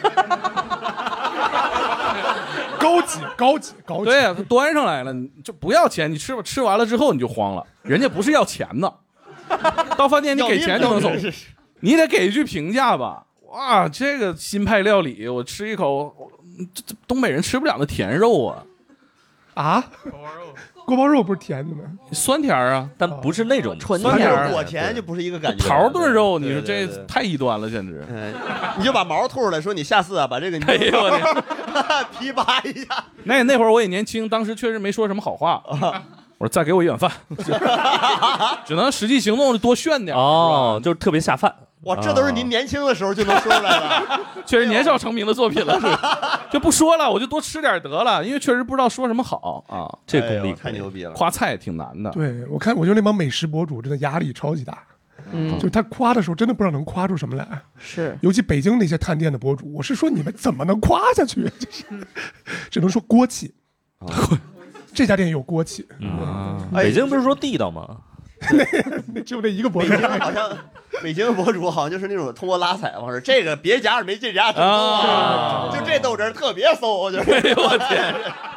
Speaker 5: 高级。
Speaker 3: 对啊，他端上来了，你就不要钱，你吃完了之后你就慌了，人家不是要钱的，到饭店你给钱就能走，你得给一句评价吧。哇，这个新派料理，我吃一口，这东北人吃不了那甜肉啊。
Speaker 5: 啊？锅包肉不是甜的吗？
Speaker 3: 酸甜啊，
Speaker 1: 但不是那种
Speaker 4: 纯
Speaker 3: 甜，
Speaker 4: 果甜就不是一个感觉。
Speaker 3: 桃炖肉，你说这太异端了，简直。
Speaker 4: 你就把毛吐出来，说你下次啊，把这个
Speaker 3: 哎呦我天，
Speaker 4: 批拔一下。
Speaker 3: 那会儿我也年轻，当时确实没说什么好话。我说再给我一碗饭，只能实际行动多炫点
Speaker 1: 就是特别下饭。
Speaker 4: 哇，这都是您年轻的时候就能说出来的，
Speaker 3: 确实年少成名的作品了，就不说了，我就多吃点得了，因为确实不知道说什么好啊。
Speaker 1: 这功力
Speaker 4: 太牛逼了，
Speaker 3: 夸菜挺难的。
Speaker 5: 对，我觉得那帮美食博主真的压力超级大，就他夸的时候真的不知道能夸出什么来。
Speaker 2: 是，
Speaker 5: 尤其北京那些探店的博主，我是说你们怎么能夸下去？只能说锅气。这家店有锅气。
Speaker 1: 北京不是说地道吗？
Speaker 5: 那只有这一个博主。
Speaker 4: 好像北京博主好像就是那种通过拉踩方式，这个别家没这家正宗啊，就这豆汁特别馊，我觉得。
Speaker 3: 哎呦我天！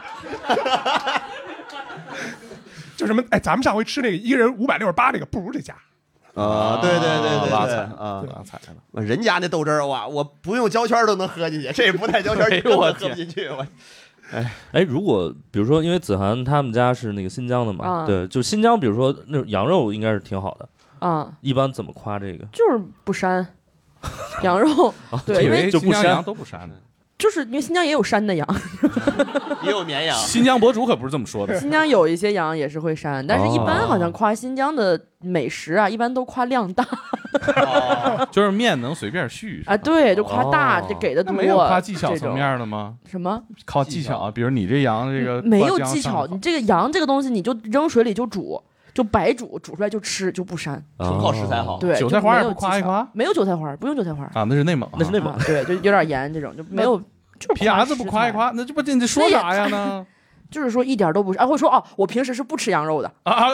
Speaker 5: 就什么咱们上回吃那个一个人568那个，不如这家。
Speaker 4: 对，
Speaker 3: 拉踩
Speaker 4: 拉踩了。人家那豆汁儿哇，我不用胶圈都能喝进去，这不带胶圈根本喝不进去。
Speaker 1: 如果比如说，因为子涵他们家是那个新疆的嘛，对，就新疆，比如说那种羊肉应该是挺好的一般怎么夸这个？
Speaker 2: 就是不膻，羊肉对，因为
Speaker 3: 就不膻都不膻的。
Speaker 2: 就是因为新疆也有膻的羊，
Speaker 4: 也有绵羊。
Speaker 3: 新疆博主可不是这么说的。
Speaker 2: 新疆有一些羊也是会膻，但是一般好像夸新疆的美食啊，一般都夸量大，
Speaker 3: 就是面能随便续
Speaker 2: 啊，对，就夸大，就给的多。
Speaker 3: 没有夸技巧层面的吗？
Speaker 2: 什么？
Speaker 3: 靠技巧啊，比如你这羊这个
Speaker 2: 没有技巧，你这个羊这个东西你就扔水里就煮。就白煮出来就吃就不膻，
Speaker 4: 纯靠食材好。
Speaker 2: 对，
Speaker 3: 韭菜花也不夸一夸，
Speaker 2: 没有韭菜花，不用韭菜花
Speaker 3: 啊，那是内蒙，
Speaker 1: 那是内蒙，
Speaker 2: 对，就有点盐这种，就没有。就是
Speaker 3: 皮牙子不夸一夸，那这不你这说啥呀呢？
Speaker 2: 就是说一点都不是，会说我平时是不吃羊肉的
Speaker 3: 啊。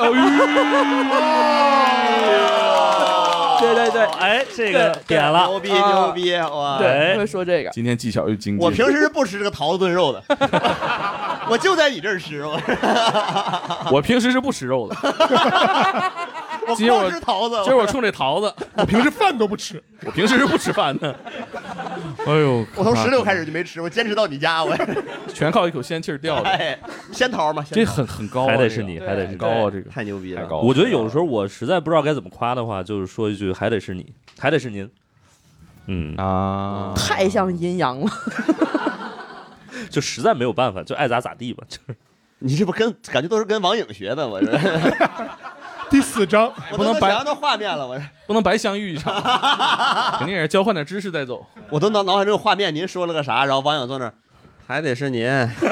Speaker 1: 对，这个点了，
Speaker 4: 牛逼哇！
Speaker 2: 对，会说这个。
Speaker 3: 今天技巧又精进。
Speaker 4: 我平时是不吃这个桃子炖肉的，我就在你这儿吃。
Speaker 3: 我平时是不吃肉的，
Speaker 4: 我光吃桃子。
Speaker 3: 今儿我冲这桃子，
Speaker 5: 我平时饭都不吃，
Speaker 3: 我平时是不吃饭的。哎呦，
Speaker 4: 我从16开始就没吃，我坚持到你家，我
Speaker 3: 全靠一口仙气掉的。
Speaker 4: 仙桃嘛，
Speaker 3: 这很高，
Speaker 1: 还得是你，还得是
Speaker 3: 高啊，这个
Speaker 4: 太牛逼了。
Speaker 1: 我觉得有的时候我实在不知道该怎么夸的话，就是说一句还得是你，还得是您。
Speaker 2: 太像阴阳了，
Speaker 1: 就实在没有办法，就爱咋咋地吧。就是
Speaker 4: 你这不感觉都是跟王颖学的，我这。
Speaker 5: 第4章，
Speaker 4: 我不能想象到画面了，我
Speaker 3: 不能白相遇一场，肯定也是交换点知识再走。
Speaker 4: 我都脑海中有画面，您说了个啥？然后王颖坐那儿，还得是您。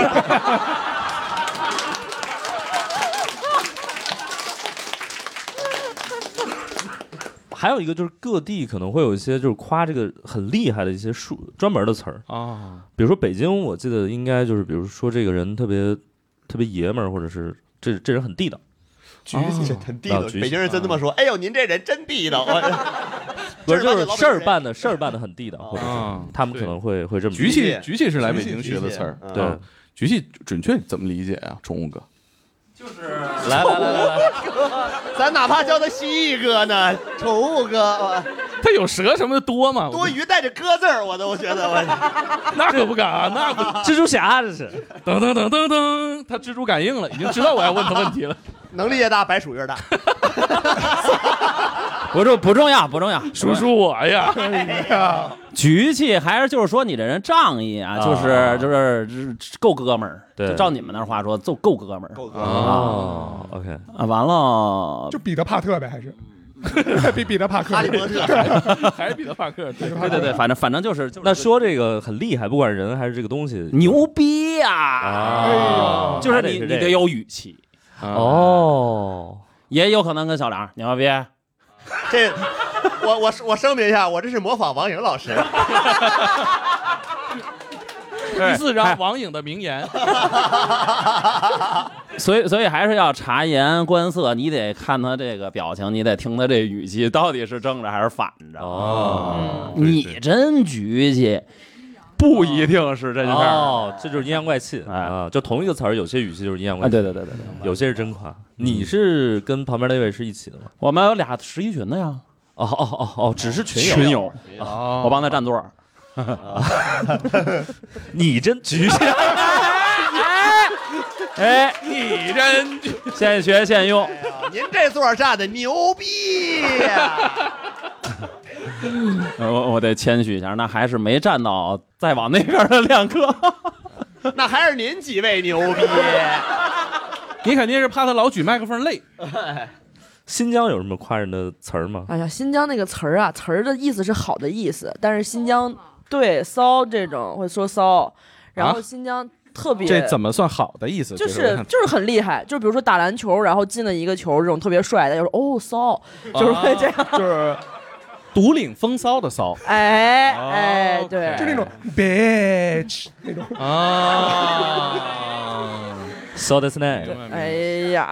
Speaker 1: 还有一个就是各地可能会有一些就是夸这个很厉害的一些专门的词儿
Speaker 3: 啊，
Speaker 1: 比如说北京，我记得应该就是比如说这个人特别爷们儿，或者是这人很地道。
Speaker 4: 局气很地道，北京人真这么说。哎呦，您这人真地道。
Speaker 1: 不是，就是事儿办的很地道，或者是他们可能会这么。
Speaker 3: 局气是来北京学的词儿，
Speaker 1: 对，
Speaker 3: 局气准确怎么理解啊？宠物哥，
Speaker 1: 就是来，
Speaker 4: 咱哪怕叫他蜥蜴哥呢，宠物哥，
Speaker 3: 他有蛇什么的多吗？
Speaker 4: 多余带着哥字儿，我都觉得我
Speaker 3: 那可不敢啊，那不
Speaker 1: 蜘蛛侠这是
Speaker 3: 噔，他蜘蛛感应了，已经知道我要问他问题了。
Speaker 4: 能力越大，白鼠越大。
Speaker 10: 不重要，
Speaker 3: 叔叔我呀，
Speaker 10: 局气还是就是说你这人仗义啊，就是够哥们儿。
Speaker 1: 对，
Speaker 10: 照你们那话说，够哥们儿。
Speaker 4: 够哥们儿
Speaker 1: 哦 OK
Speaker 10: 啊，完了
Speaker 5: 就彼得帕特呗，还是比彼得帕克，
Speaker 4: 哈利波特
Speaker 3: 还是彼得帕克？
Speaker 10: 对，反正就是
Speaker 1: 那说这个很厉害，不管人还是这个东西，
Speaker 10: 牛逼呀！就是你得有语气。
Speaker 1: 哦，
Speaker 10: 也有可能跟小梁牛逼。
Speaker 4: 这，我声明一下，我这是模仿王颖老师。
Speaker 3: 第4章王颖的名言。
Speaker 10: 所以还是要察言观色，你得看他这个表情，你得听他这语气到底是正着还是反着。
Speaker 1: 哦，
Speaker 10: 你真局气。不一定是这件事
Speaker 1: 哦，这就是阴阳怪气啊！就同一个词儿，有些语气就是阴阳怪气。
Speaker 10: 对，
Speaker 1: 有些是真夸。你是跟旁边那位是一起的吗？
Speaker 10: 我们有俩11群的呀。
Speaker 1: 哦，只是群友。
Speaker 10: 我帮他占座。
Speaker 1: 你真局气。
Speaker 10: 哎，你真现学现用。
Speaker 4: 您这座站的牛逼呀！
Speaker 10: 我得谦虚一下，那还是没站到再往那边的2个。
Speaker 4: 那还是您几位牛逼。
Speaker 3: 你肯定是怕他老举麦克风累。
Speaker 1: 新疆有什么夸人的词儿吗？
Speaker 2: 哎呀，新疆那个词儿啊，词儿的意思是好的意思，但是新疆对骚这种会说骚，然后新疆特别
Speaker 3: 这怎么算好的意思？
Speaker 2: 就是很厉害，就比如说打篮球，然后进了一个球，这种特别帅的，就是哦骚，就是会这样，
Speaker 3: 就是独领风骚的骚。
Speaker 2: 哎，对，
Speaker 5: 就那种 bitch 那种
Speaker 1: 骚的 snake。
Speaker 2: 哎呀，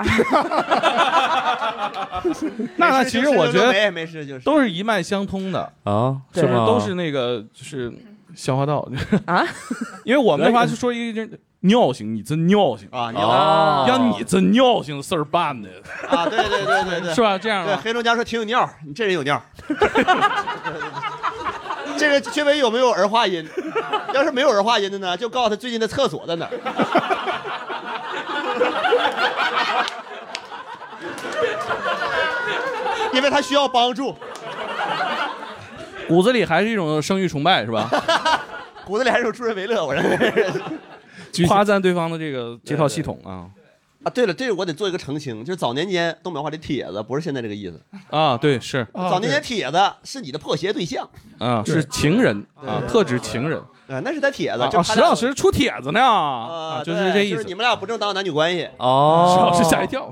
Speaker 3: 那其实我觉得
Speaker 4: 没事，就是
Speaker 3: 都是一脉相通的
Speaker 1: 啊，
Speaker 3: 是吗？都是那个就是消化道
Speaker 2: 啊，
Speaker 3: 因为我们那话就说一个尿性，你真尿性
Speaker 4: 啊，
Speaker 3: 让你真尿性的事儿办的
Speaker 4: 啊，对，
Speaker 3: 是吧？这样
Speaker 4: 对，黑龙江说挺有尿，你这人有尿。这个确实有没有儿化音？要是没有儿化音的呢，就告诉他最近的厕所在哪儿。因为他需要帮助，
Speaker 3: 骨子里还是一种生育崇拜，是吧？
Speaker 4: 骨子里还是有助人为乐，我认为。
Speaker 3: 夸赞对方的这套系统啊。
Speaker 4: 啊，对了，这个我得做一个澄清，就是早年间东北话的帖子不是现在这个意思
Speaker 3: 啊，对，是
Speaker 4: 早年间帖子是你的破鞋对象
Speaker 3: 啊，是情人啊，特指情人
Speaker 4: 啊，那是他帖子，
Speaker 3: 就石老师出帖子呢啊，就是这意思，
Speaker 4: 就是你们俩不正当男女关系
Speaker 1: 哦，
Speaker 3: 石老师吓一跳，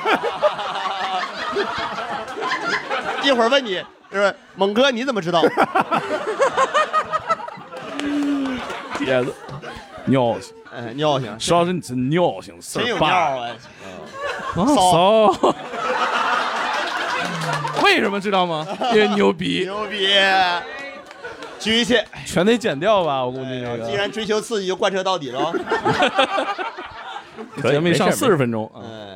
Speaker 4: 一会儿问你是不是猛哥你怎么知道？
Speaker 3: 帖子尿性。
Speaker 4: 哎，尿性，
Speaker 3: 石老师，你真尿性，
Speaker 4: 真有尿啊！
Speaker 3: 骚，为什么知道吗？因为牛逼，
Speaker 4: 牛逼，举起，
Speaker 3: 全得剪掉吧？我估计这个。
Speaker 4: 既然追求刺激，就贯彻到底了。
Speaker 3: 节目上40分钟。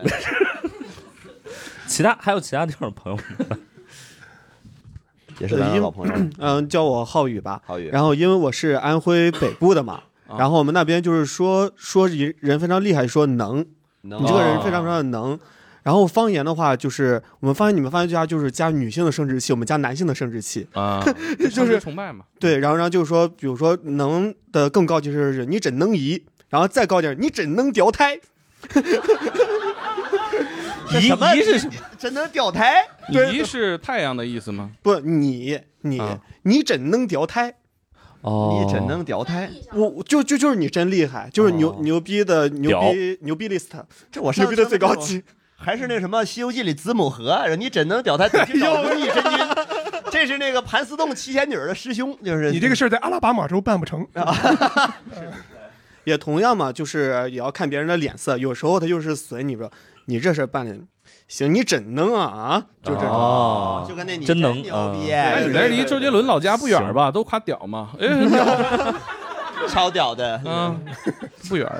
Speaker 1: 还有其他地方的朋友们，
Speaker 4: 也是咱的老朋友。
Speaker 8: 叫我浩宇吧。
Speaker 4: 浩宇。
Speaker 8: 然后因为我是安徽北部的嘛。然后我们那边就是说人非常厉害，说能，你这个人非常非常的能。然后方言的话，就是我们发现你们方言家就是加女性的生殖器，我们加男性的生殖器
Speaker 3: 啊，
Speaker 8: 就是
Speaker 3: 崇拜嘛。
Speaker 8: 对，然后就是说，比如说能的更高就是你真能移，然后再高点你真能掉胎。
Speaker 3: 仪是什么？
Speaker 4: 真能掉胎？
Speaker 3: 仪是太阳的意思吗？
Speaker 15: 不，你真能掉胎。
Speaker 4: 你真能掉胎，
Speaker 15: 就是你真厉害，就是牛逼的牛逼 list，
Speaker 4: 这我
Speaker 15: 牛逼的最高级，
Speaker 4: 还是那什么《西游记》里子母河，你真能掉胎，得去找如意真君。这是那个盘丝洞七仙女的师兄，就是
Speaker 5: 你这个事儿在阿拉巴马州办不成。
Speaker 15: 也同样嘛，就是也要看别人的脸色，有时候他就是损你说你这事办的。行，你真能啊！就这种，
Speaker 4: 就跟那你
Speaker 1: 真能
Speaker 4: 牛逼。
Speaker 3: 你这离周杰伦老家不远吧？都夸屌嘛，
Speaker 4: 超屌的，
Speaker 3: 不远。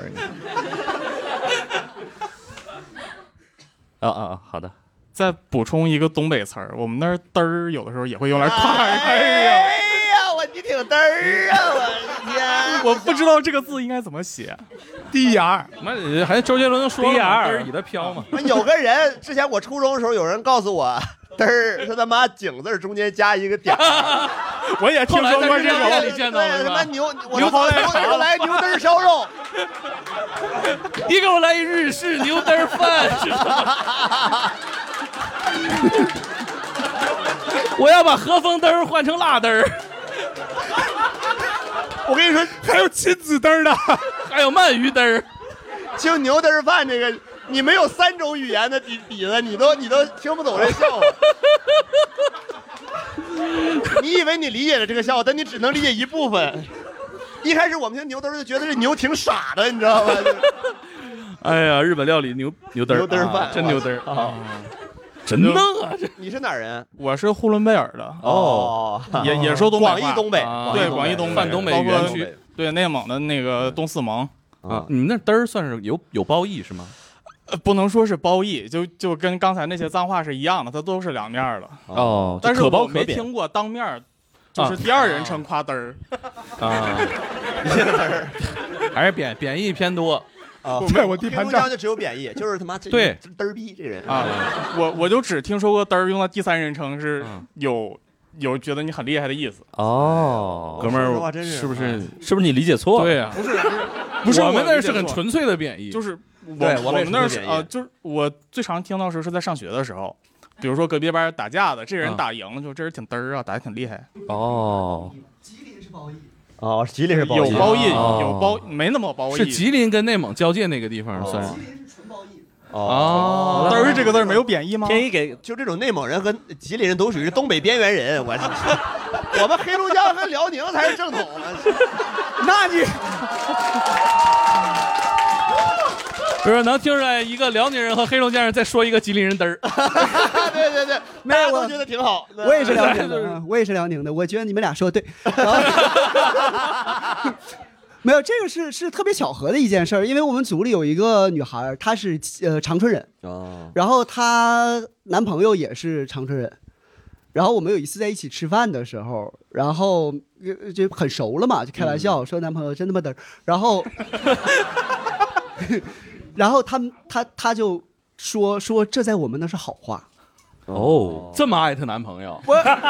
Speaker 1: 好的。
Speaker 16: 再补充一个东北词儿，我们那儿嘚儿有的时候也会用来夸人。
Speaker 4: 哎呀，你挺嘚儿啊！我的天，
Speaker 16: 我不知道这个字应该怎么写。
Speaker 5: DR，
Speaker 3: 妈，还周杰伦说嘚儿以的飘嘛。
Speaker 4: 有个人之前我初中的时候，有人告诉我嘚儿是他妈井字中间加一个点。
Speaker 16: 我也听说过这种，
Speaker 3: 里见到了
Speaker 4: 他妈牛
Speaker 16: 跑来
Speaker 4: 来牛嘚儿烧肉，
Speaker 3: 你给我来一日式牛嘚儿饭。我要把和风嘚儿换成辣嘚儿。
Speaker 4: 我跟你说，
Speaker 5: 还有亲子嘚儿的，
Speaker 3: 还有鳗鱼嘚儿，
Speaker 4: 就牛嘚儿饭这个，你没有3种语言的底子，你都听不懂这笑话。你以为你理解了这个笑话，但你只能理解一部分。一开始我们听牛嘚儿就觉得这牛挺傻的，你知道吗？
Speaker 3: 哎呀，日本料理牛嘚儿
Speaker 4: 饭，
Speaker 3: 真牛嘚儿啊！真能啊！
Speaker 4: 你是哪儿人？
Speaker 16: 我是呼伦贝尔的。也说东北话，
Speaker 4: 广义东北，
Speaker 16: 对，广义东北，
Speaker 3: 泛东北园区，
Speaker 16: 对，内蒙的那个东四盟
Speaker 3: 啊。你们那嘚儿算是有褒义是吗？
Speaker 16: 不能说是褒义，就跟刚才那些脏话是一样的，它都是两面的。但是我没听过当面就是第二人称夸嘚儿
Speaker 3: 啊，还是贬义偏多。
Speaker 5: 在我地盘上
Speaker 4: 就只有贬义，就是他妈
Speaker 3: 对
Speaker 4: 嘚儿逼这人
Speaker 16: 啊！我就只听说过嘚儿用到第3人称是有觉得你很厉害的意思。
Speaker 3: 哥们儿，是不是
Speaker 1: 你理解错了？
Speaker 3: 对呀，不是，我们那是很纯粹的贬义，
Speaker 16: 就是我们那是就是我最常听到时候是在上学的时候，比如说隔壁班打架的，这人打赢了，就这人挺嘚儿啊，打得挺厉害。
Speaker 4: 吉林是褒义。吉林是褒义，
Speaker 16: 有褒义，有褒，没那么褒义。
Speaker 3: 是吉林跟内蒙交界那个地方算是。
Speaker 4: 吉林是纯褒义。
Speaker 16: 嘚儿这个字没有贬义吗？
Speaker 4: 便宜给就这种内蒙人和吉林人都属于东北边缘人，我们黑龙江和辽宁才是正统的。
Speaker 8: 那你
Speaker 3: 不是能听出来一个辽宁人和黑龙江人再说一个吉林人嘚儿？
Speaker 4: 对，大家都觉得挺好。
Speaker 8: 我也是辽宁的，我也是辽宁的，我觉得你们俩说的对。没有，这个是特别巧合的一件事儿，因为我们组里有一个女孩，她是长春人，然后她男朋友也是长春人，然后我们有一次在一起吃饭的时候，然后就很熟了嘛，就开玩笑说男朋友真他妈嘚儿，然后他就说这在我们那是好话。
Speaker 3: 这么爱她男朋友，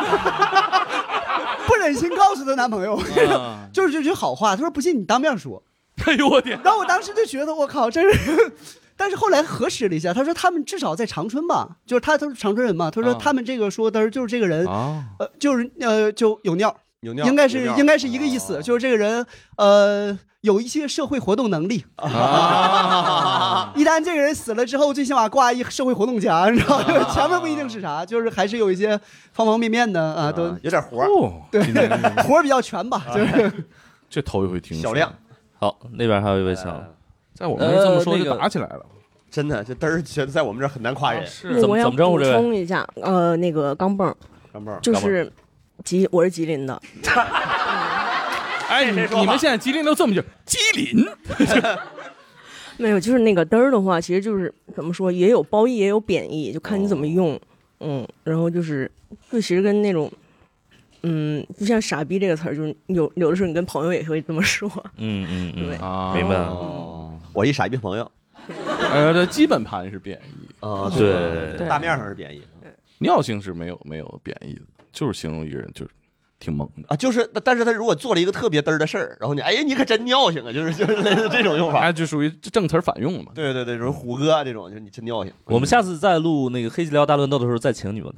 Speaker 8: 不忍心告诉她男朋友，就是这句好话。他说不信你当面说。
Speaker 3: 哎呦我天！
Speaker 8: 然后我当时就觉得我靠，真是。但是后来核实了一下，他说他们至少在长春吧，就是他都是长春人嘛。他说他们这个说的就是这个人，就是就有尿，应该是一个意思，就是这个人有一些社会活动能力一旦这个人死了之后，最起码挂一社会活动奖，你知道吗？前面不一定是啥，就是还是有一些方方面面的啊，都
Speaker 4: 有点活
Speaker 8: 对，活比较全吧，就是
Speaker 3: 这头一回听。
Speaker 4: 小亮，
Speaker 1: 好，那边还有一位强，
Speaker 3: 在我们这么说就打起来了，
Speaker 4: 真的，这嘚儿觉得在我们这很难夸人。
Speaker 1: 怎么称呼这位？
Speaker 2: 补充一下，那个钢镚就是我是吉林的。
Speaker 3: 哎，你们现在吉林都这么叫吉林？
Speaker 2: 没有，就是那个嘚儿的话，其实就是怎么说，也有褒义也有贬义，就看你怎么用。然后就是其实跟那种就像傻逼这个词儿，就是有的时候你跟朋友也会这么说。
Speaker 1: 对，
Speaker 3: 明白。
Speaker 4: 我一傻逼朋友，
Speaker 3: 这基本盘是贬义
Speaker 1: 对，
Speaker 4: 大面上是贬义。
Speaker 3: 尿性是没有贬义的，就是形容一个人就是挺猛的
Speaker 4: 啊。就是，但是他如果做了一个特别嘚儿的事儿，然后哎呀，你可真尿性啊，就是类似这种用法，
Speaker 3: 哎，就属于正词反用了嘛。
Speaker 4: 对对对，就是虎哥这种，就是你真尿性。
Speaker 1: 我们下次再录那个黑吉辽大乱斗的时候再请你们。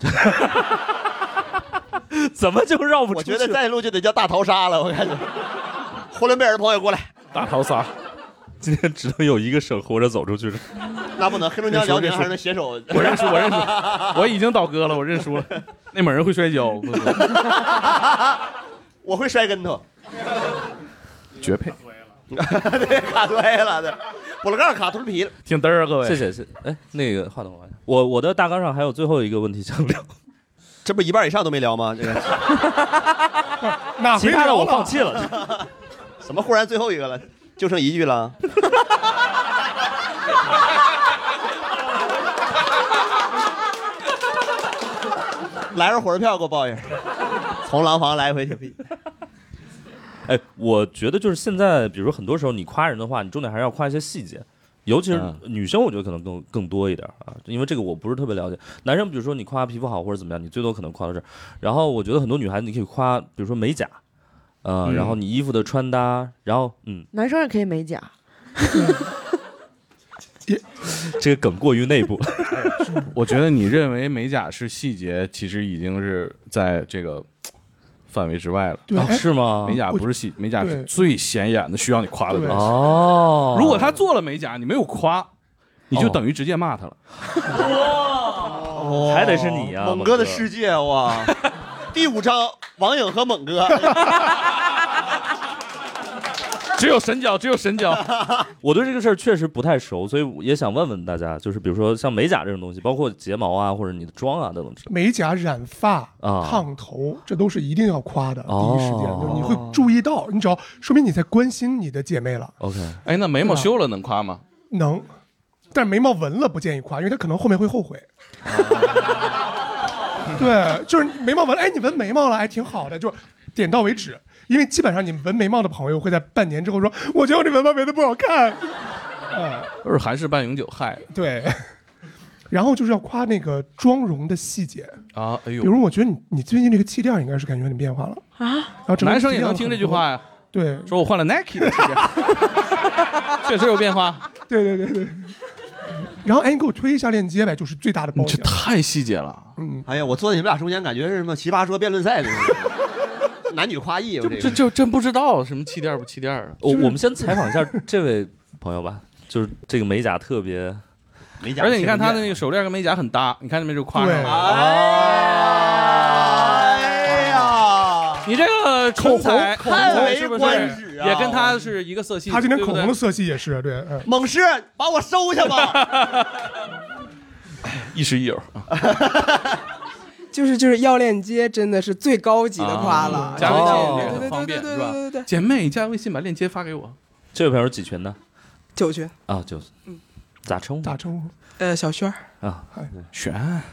Speaker 1: 怎么就绕不出去？
Speaker 4: 我觉得再录就得叫大逃杀了，我感觉。呼伦贝尔的朋友过来，
Speaker 3: 大逃杀。
Speaker 1: 今天只能有一个省活着走出去了。
Speaker 4: 那不能，黑龙江辽宁还是能携手。
Speaker 3: 我认输，我已经倒戈了，我认输了。那猛人会摔跤，
Speaker 4: 我会摔跟头，
Speaker 3: 绝配。
Speaker 4: 对，卡摔了，对，补了盖卡秃皮了，
Speaker 3: 挺嘚儿啊，各位。
Speaker 1: 谢谢。哎，那个话筒，我的大纲上还有最后一个问题想聊，
Speaker 4: 这不一半以上都没聊吗？这个，
Speaker 1: 其他的我放弃了。
Speaker 4: 怎么忽然最后一个了？就剩一句了。来个火车票给我报一下，从廊坊来回去。
Speaker 1: 哎，我觉得就是现在，比如很多时候你夸人的话，你重点还是要夸一些细节，尤其是女生，我觉得可能更多一点啊，因为这个我不是特别了解。男生比如说你夸皮肤好或者怎么样，你最多可能夸到这儿。然后我觉得很多女孩子你可以夸，比如说美甲，然后你衣服的穿搭，然后
Speaker 2: 男生也可以美甲。
Speaker 1: 这个梗过于内部。
Speaker 3: 我觉得你认为美甲是细节，其实已经是在这个范围之外了。
Speaker 1: 对，是吗？
Speaker 3: 美甲不是细，美甲是最显眼的，需要你夸的东西。
Speaker 1: 哦，
Speaker 3: 如果他做了美甲，你没有夸，你就等于直接骂他了。
Speaker 1: 还得是你啊，
Speaker 4: 猛哥的世界哇！第5章，王颖和猛哥。
Speaker 3: 只有神脚。
Speaker 1: 我对这个事儿确实不太熟，所以也想问问大家，就是比如说像美甲这种东西，包括睫毛啊，或者你的妆啊等等。
Speaker 5: 美甲、染发、烫头，这都是一定要夸的。第一时间，就是你会注意到，你只要说明你在关心你的姐妹了。
Speaker 1: OK，
Speaker 3: 哎，那眉毛修了能夸吗？
Speaker 5: 能，但眉毛纹了不建议夸，因为他可能后面会后悔。对，就是眉毛纹了，哎，你纹眉毛了，还挺好的，就点到为止。因为基本上你纹眉毛的朋友会在半年之后说，我觉得我这纹眉纹的不好看。
Speaker 3: 都是韩式半永久害。
Speaker 5: 对。然后就是要夸那个妆容的细节
Speaker 3: 啊，哎呦，
Speaker 5: 比如我觉得你最近这个气垫应该是感觉有点变化了啊。然后
Speaker 3: 男生也能听这句话呀？
Speaker 5: 对，
Speaker 3: 说我换了 Nike 的气垫，确实有变化。
Speaker 5: 对。然后哎，你给我推一下链接呗，就是最大的包。
Speaker 3: 这太细节了。
Speaker 4: 哎呀，我坐在你们俩中间，感觉是什么奇葩说辩论赛那种。男女夸艺，
Speaker 3: 这真不知道什么气垫不气垫啊！
Speaker 1: 我们先采访一下这位朋友吧，就是这个美甲特别
Speaker 4: 美甲，
Speaker 3: 而且你看他的那个手链跟美甲很搭，你看那边就夸上了。
Speaker 4: 哎呀，
Speaker 3: 你这个
Speaker 5: 口红
Speaker 4: 叹为观
Speaker 3: 止啊，也跟他是一个色系。
Speaker 5: 他今天口红的色系也是对。
Speaker 4: 猛士，把我收下吧。
Speaker 3: 亦师亦友。
Speaker 17: 就是要链接真的是最高级的夸了，
Speaker 3: 加微信也很方便是吧？
Speaker 17: 对，
Speaker 3: 姐妹加微信把链接发给我。
Speaker 1: 这位朋友几群呢
Speaker 17: ？9群
Speaker 1: 啊，9。咋称呼？
Speaker 17: 小轩
Speaker 1: 啊，
Speaker 3: 轩。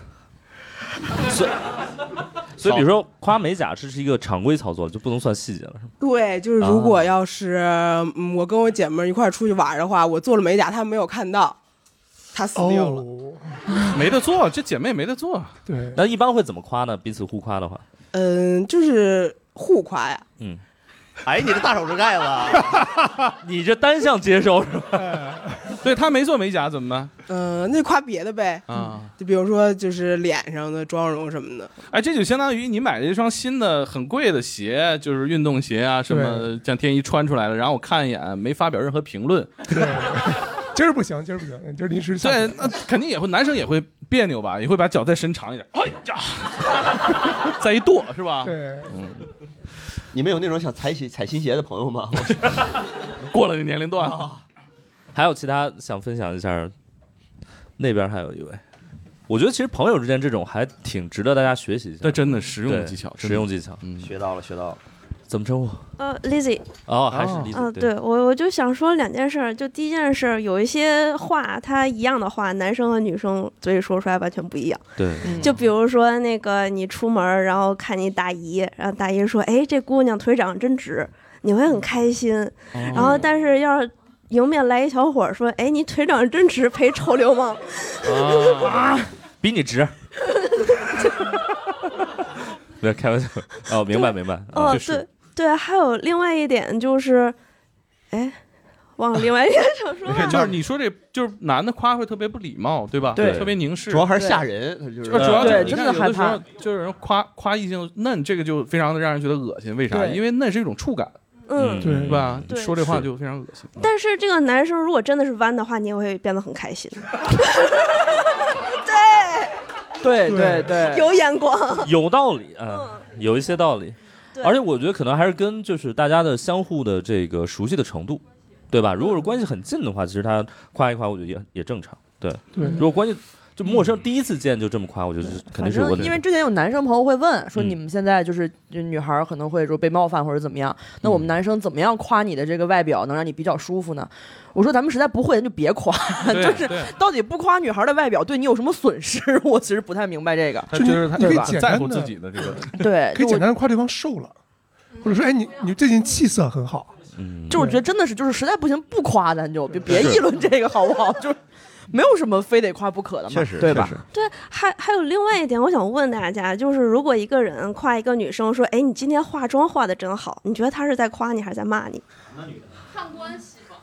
Speaker 1: 所以比如说夸美甲这是一个常规操作，就不能算细节了，是吗？
Speaker 17: 对，就是如果要是我跟我姐妹一块出去玩的话，我做了美甲，她没有看到。他死定了，
Speaker 3: 没得做，这姐妹没得做。
Speaker 5: 对，
Speaker 1: 那一般会怎么夸呢？彼此互夸的话，
Speaker 17: 就是互夸呀。
Speaker 4: 哎，你这大手指盖子，
Speaker 1: 你这单向接收是吧？
Speaker 3: 对他没做美甲怎么办？
Speaker 17: 那夸别的呗就比如说就是脸上的妆容什么的。
Speaker 3: 哎，这就相当于你买了一双新的很贵的鞋，就是运动鞋啊什么，像天一穿出来了，然后我看一眼，没发表任何评论。
Speaker 5: 今儿不行，今儿临时。
Speaker 3: 对，那肯定也会，男生也会别扭吧，也会把脚再伸长一点。哎呀，再一跺是吧？
Speaker 5: 对，
Speaker 4: 你们有那种想踩新鞋的朋友吗？
Speaker 3: 过了这年龄段了。
Speaker 1: 还有其他想分享一下？那边还有一位，我觉得其实朋友之间这种还挺值得大家学习一下。
Speaker 3: 这真的实用技巧，
Speaker 1: 实用技巧。
Speaker 4: 学到了。
Speaker 1: 怎么称呼
Speaker 7: ？Lizzy。
Speaker 1: 还是 Lizzy。
Speaker 7: 对，我就想说2件事，就第一件事，有一些话，它一样的话，男生和女生嘴里说出来完全不一样。
Speaker 1: 对。
Speaker 7: 就比如说那个你出门，然后看你大姨，然后大姨说：“哎，这姑娘腿长得真直。”你会很开心。然后，但是要是迎面来一小伙说：“哎，你腿长得真直，陪臭流氓。”
Speaker 1: 比你直。 别开玩笑。哦，明白。
Speaker 7: 对对，还有另外一点就是，哎。忘了另外一点想说，
Speaker 3: 就是你说这就是男的夸会特别不礼貌，对吧？
Speaker 4: 对，
Speaker 3: 特别凝视，
Speaker 4: 主要还是吓人，就是
Speaker 3: 主要
Speaker 2: 对，真的害怕。
Speaker 3: 就是人夸异性嫩，这个就非常的让人觉得恶心。为啥？因为嫩是一种触感，对吧？说这话就非常恶心。
Speaker 7: 但是这个男生如果真的是弯的话，你也会变得很开心。
Speaker 2: 对，
Speaker 7: 有眼光，
Speaker 1: 有道理啊，有一些道理。而且我觉得可能还是跟就是大家的相互的这个熟悉的程度。对吧？如果是关系很近的话，其实他夸一夸，我觉得也正常。对，如果关系就陌生，第一次见就这么夸，我觉得肯定是有问题。
Speaker 2: 因为之前有男生朋友会问说，你们现在就是女孩可能会说被冒犯或者怎么样，那我们男生怎么样夸你的这个外表能让你比较舒服呢？我说咱们实在不会，就别夸。就是到底不夸女孩的外表对你有什么损失？我其实不太明白这个。
Speaker 3: 就是他
Speaker 5: 可以简单
Speaker 3: 在乎自己的这个，
Speaker 2: 对，
Speaker 5: 可以简单的夸对方瘦了，或者说，哎，你最近气色很好。
Speaker 2: 就我觉得真的是，就是实在不行不夸咱就别议论这个好不好？就是没有什么非得夸不可的嘛，
Speaker 4: 确实，
Speaker 2: 对吧？
Speaker 7: 对，还有另外一点，我想问大家，就是如果一个人夸一个女生说，哎，你今天化妆化的真好，你觉得他是在夸你还是在骂你？
Speaker 9: 看关系吧，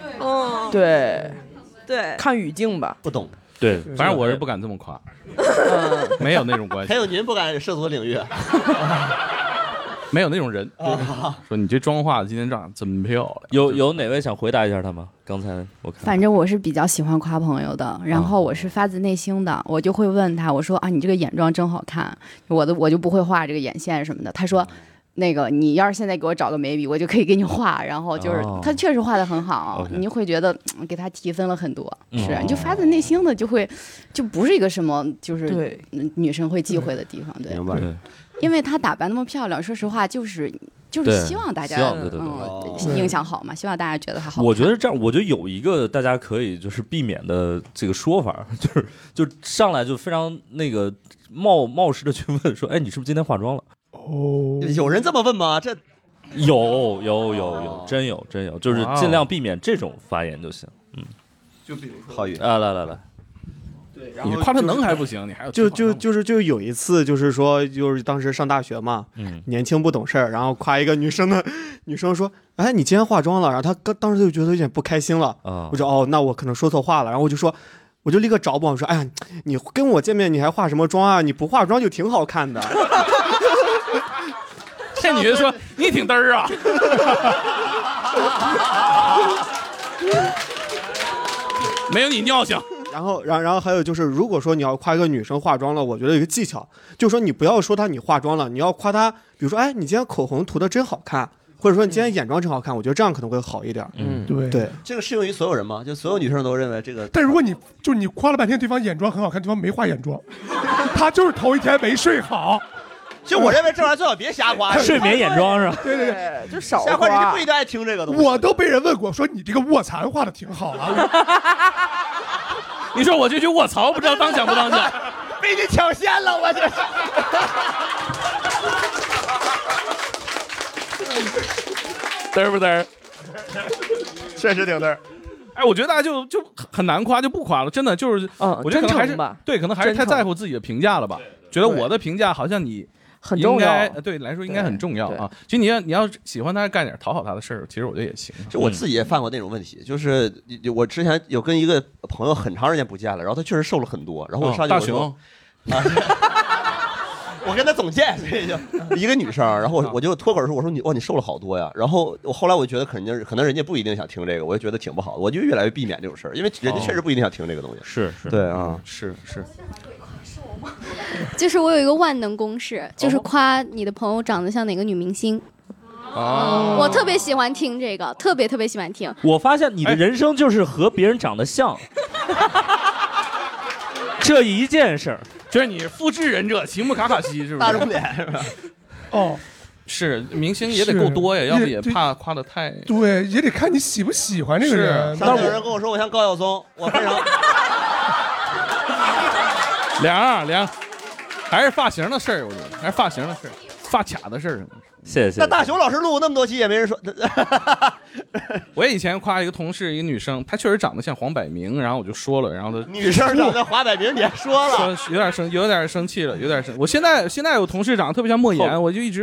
Speaker 2: 对，看语境吧，
Speaker 4: 不懂。
Speaker 1: 对，
Speaker 3: 反正我是不敢这么夸，没有那种关系。
Speaker 4: 还有您不敢涉足领域。
Speaker 3: 没有那种人，说你这妆化的今天这样真漂亮。
Speaker 1: 有哪位想回答一下他吗？刚才我看，
Speaker 18: 反正我是比较喜欢夸朋友的，然后我是发自内心的，我就会问他，我说啊，你这个眼妆真好看，我就不会画这个眼线什么的。他说，那个你要是现在给我找个眉笔，我就可以给你画。然后就是他确实画得很好，你会觉得给他提分了很多。是，你就发自内心的就不是一个什么就是女生会忌讳的地方，对。
Speaker 4: 明白。
Speaker 18: 因为她打扮那么漂亮，说实话就是希望大家印象好嘛，希望大家觉得她好看。
Speaker 1: 我觉得这样，我觉得有一个大家可以就是避免的这个说法，就上来就非常那个冒失的去问说，哎，你是不是今天化妆了？
Speaker 4: 哦，有人这么问吗？这
Speaker 1: 有，真有，就是尽量避免这种发言就行。
Speaker 3: 就比如说
Speaker 4: 浩宇
Speaker 1: 啊，来。
Speaker 3: 你夸他能还不行，你还要
Speaker 15: 就有一次，就是说，就是当时上大学嘛，年轻不懂事儿，然后夸一个女生说，哎，你今天化妆了，然后她当时就觉得有点不开心了，我说哦，那我可能说错话了，然后我就立刻找补，我说，哎呀，你跟我见面你还化什么妆啊？你不化妆就挺好看的。
Speaker 3: 这女的说你挺嘚儿啊。没有你尿性。
Speaker 15: 然后还有就是，如果说你要夸一个女生化妆了，我觉得有一个技巧，就是说你不要说她你化妆了，你要夸她，比如说，哎，你今天口红涂的真好看，或者说你今天眼妆真好看，我觉得这样可能会好一点。对，
Speaker 4: 这个适用于所有人吗？就所有女生都认为这个？
Speaker 5: 但如果你夸了半天，对方眼妆很好看，对方没化眼妆，他就是头一天没睡好。
Speaker 4: 就我认为这玩意儿最好别瞎夸，
Speaker 1: 睡眠眼妆是吧？
Speaker 5: 对，
Speaker 2: 就少
Speaker 4: 瞎夸，人家不一定爱听这个东西。
Speaker 5: 我都被人问过，说你这个卧蚕画的挺好了。
Speaker 3: 你说我这句卧槽不知道当讲不当讲，
Speaker 4: 被你抢先了，我这
Speaker 3: 嘚儿不嘚儿？
Speaker 4: 确实挺嘚儿。
Speaker 3: 哎，我觉得大家就很难夸，就不夸了，真的就是，我觉得可能还是对，可能还是太在乎自己的评价了吧？觉得我的评价好像你
Speaker 2: 很重要，
Speaker 3: 对你来说应该很重要啊。其实你要喜欢他，干点讨好他的事儿，其实我觉得也行。
Speaker 4: 就我自己也犯过那种问题，就是我之前有跟一个朋友很长时间不见了，然后他确实瘦了很多，然后我上去
Speaker 3: 大熊
Speaker 4: 我跟他总见，一个女生，然后我就脱口说，我说你瘦了好多呀。然后后来我觉得可能人家不一定想听这个，我就觉得挺不好的，我就越来越避免这种事儿，因为人家确实不一定想听这个东西。
Speaker 1: 是，
Speaker 4: 对啊，
Speaker 3: 是。
Speaker 12: 就是我有一个万能公式，就是夸你的朋友长得像哪个女明星。我特别喜欢听这个，特别喜欢听。
Speaker 1: 我发现你的人生就是和别人长得像，这一件事儿。
Speaker 3: 就是你复制人者齐木卡卡西是不是？
Speaker 4: 大众点是吧？
Speaker 3: 是明星也得够多呀，要不也怕夸得太。
Speaker 5: 对，也得看你喜不喜欢这个人。
Speaker 4: 上次有人跟我说我像高晓松，我非常。
Speaker 3: 凉，还是发型的事儿，我觉得还是发型的事儿，发卡的事儿。
Speaker 1: 谢谢。
Speaker 4: 那大熊老师录那么多期也没人说。
Speaker 3: 我以前夸一个同事，一个女生，她确实长得像黄百鸣，然后我就说了，然后她
Speaker 4: 女生长得黄百鸣，你还说了，
Speaker 3: 有点生气了，有点生。我现在有同事长得特别像莫言，我就一直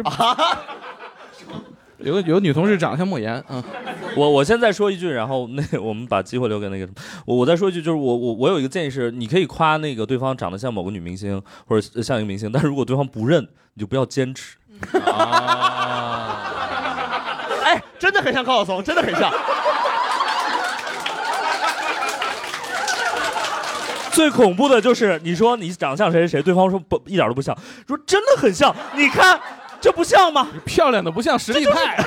Speaker 3: 有女同事长得像莫言，
Speaker 1: 我先再说一句，然后我们把机会留给那个什么，我再说一句，就是我有一个建议是，你可以夸那个对方长得像某个女明星或者像一个明星，但是如果对方不认，你就不要坚持。
Speaker 4: 哎，真的很像高晓松，真的很像。
Speaker 1: 最恐怖的就是你说你长得像谁谁谁，对方说不一点都不像，说真的很像，你看这不像吗？
Speaker 3: 漂亮的不像实力派。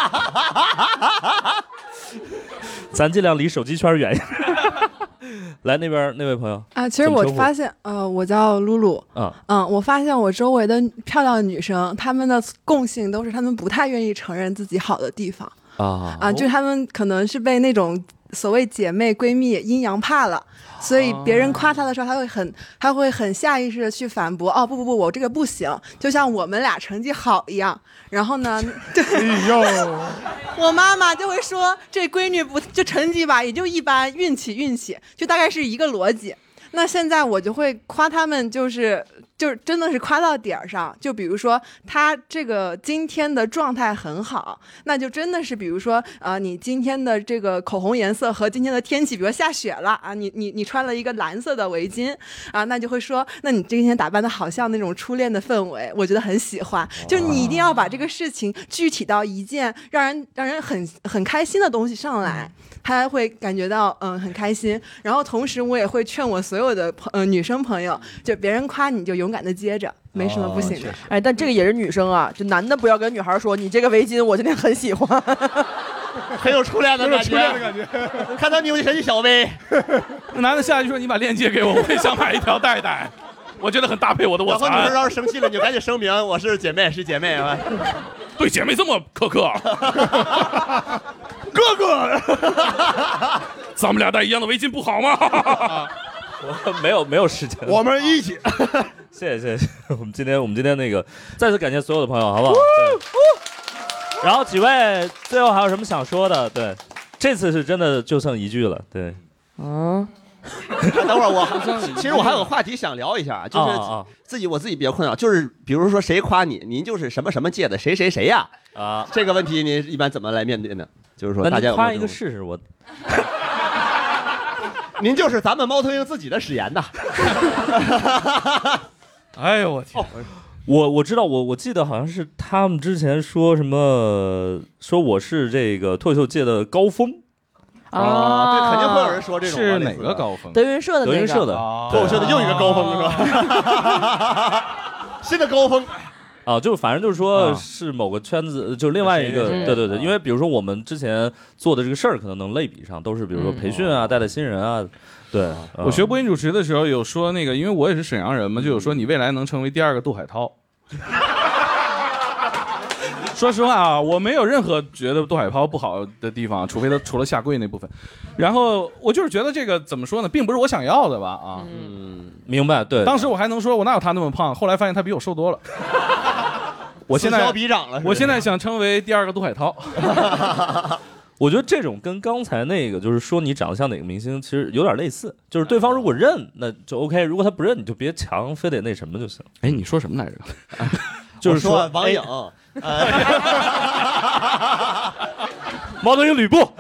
Speaker 1: 咱尽量离手机圈远一点。来那边那位朋友
Speaker 19: 啊，其实我发现，我叫露露，我发现我周围的漂亮的女生，她们的共性都是她们不太愿意承认自己好的地方就她们可能是被那种所谓姐妹闺蜜阴阳怕了。所以别人夸她的时候，她会很下意识的去反驳，不，我这个不行，就像我们俩成绩好一样。然后呢，
Speaker 5: 哎呦，
Speaker 19: 我妈妈就会说这闺女不就成绩吧，也就一般，运气，就大概是一个逻辑。那现在我就会夸他们，就是真的是夸到点儿上。就比如说他这个今天的状态很好，那就真的是比如说你今天的这个口红颜色和今天的天气，比如下雪了啊，你穿了一个蓝色的围巾啊，那就会说，那你今天打扮的好像那种初恋的氛围，我觉得很喜欢。就你一定要把这个事情具体到一件让人很开心的东西上来，他会感觉到很开心。然后同时我也会劝我所有的女生朋友，就别人夸你就勇敢的接着，没什么不行的。
Speaker 2: 哎，但这个也是女生啊，这男的不要跟女孩说你这个围巾我今天很喜欢，
Speaker 4: 很有初恋的感觉。看到你我就想起小薇。
Speaker 3: 那男的下去说你把链接给我，我也想买一条带带，我觉得很搭配我的卧蚕。
Speaker 4: 然后女生要是生气了，你就赶紧声明我是姐妹，是姐妹啊。
Speaker 3: 对姐妹这么苛刻。
Speaker 4: 哥哥，
Speaker 3: 咱们俩戴一样的围巾不好吗？
Speaker 1: 我没有时间，
Speaker 4: 我们一起。
Speaker 1: 谢谢。我们今天那个再次感谢所有的朋友，好不好？然后几位最后还有什么想说的？对，这次是真的就剩一句了。对，
Speaker 4: 等会儿其实我还有个话题想聊一下，就是我自己比较困扰，就是比如说谁夸你，您就是什么什么界的谁谁谁呀？这个问题您一般怎么来面对呢？就是说大家有
Speaker 1: 夸一个试试我。
Speaker 4: 您就是咱们猫头鹰自己的史言呐。
Speaker 3: 哎呦我天！
Speaker 1: 我知道，我记得好像是他们之前说什么，说我是这个脱口秀界的高峰。
Speaker 4: 对，肯定会有人说这种。
Speaker 3: 是哪个高峰？
Speaker 2: 德云社的那个。
Speaker 1: 德云社的
Speaker 4: 脱口秀的又一个高峰是吧？新的高峰。
Speaker 1: 就反正就是说是某个圈子，就另外一个，对，因为比如说我们之前做的这个事儿，可能类比上都是，比如说培训啊，带新人啊，对。
Speaker 3: 我学播音主持的时候有说那个，因为我也是沈阳人嘛，就有说你未来能成为第二个杜海涛。说实话啊，我没有任何觉得杜海涛不好的地方，除了下跪那部分。然后我就是觉得这个怎么说呢，并不是我想要的吧？
Speaker 1: 明白。对，
Speaker 3: 当时我还能说我哪有他那么胖，后来发现他比我瘦多了。我现在想成为第二个杜海涛。
Speaker 1: 我觉得这种跟刚才那个就是说你长得像哪个明星，其实有点类似。就是对方如果认，那就 OK； 如果他不认，你就别强，非得那什么就行。
Speaker 3: 哎，你说什么来着？
Speaker 1: 就是
Speaker 4: 说王颖，
Speaker 1: 猫头鹰吕布，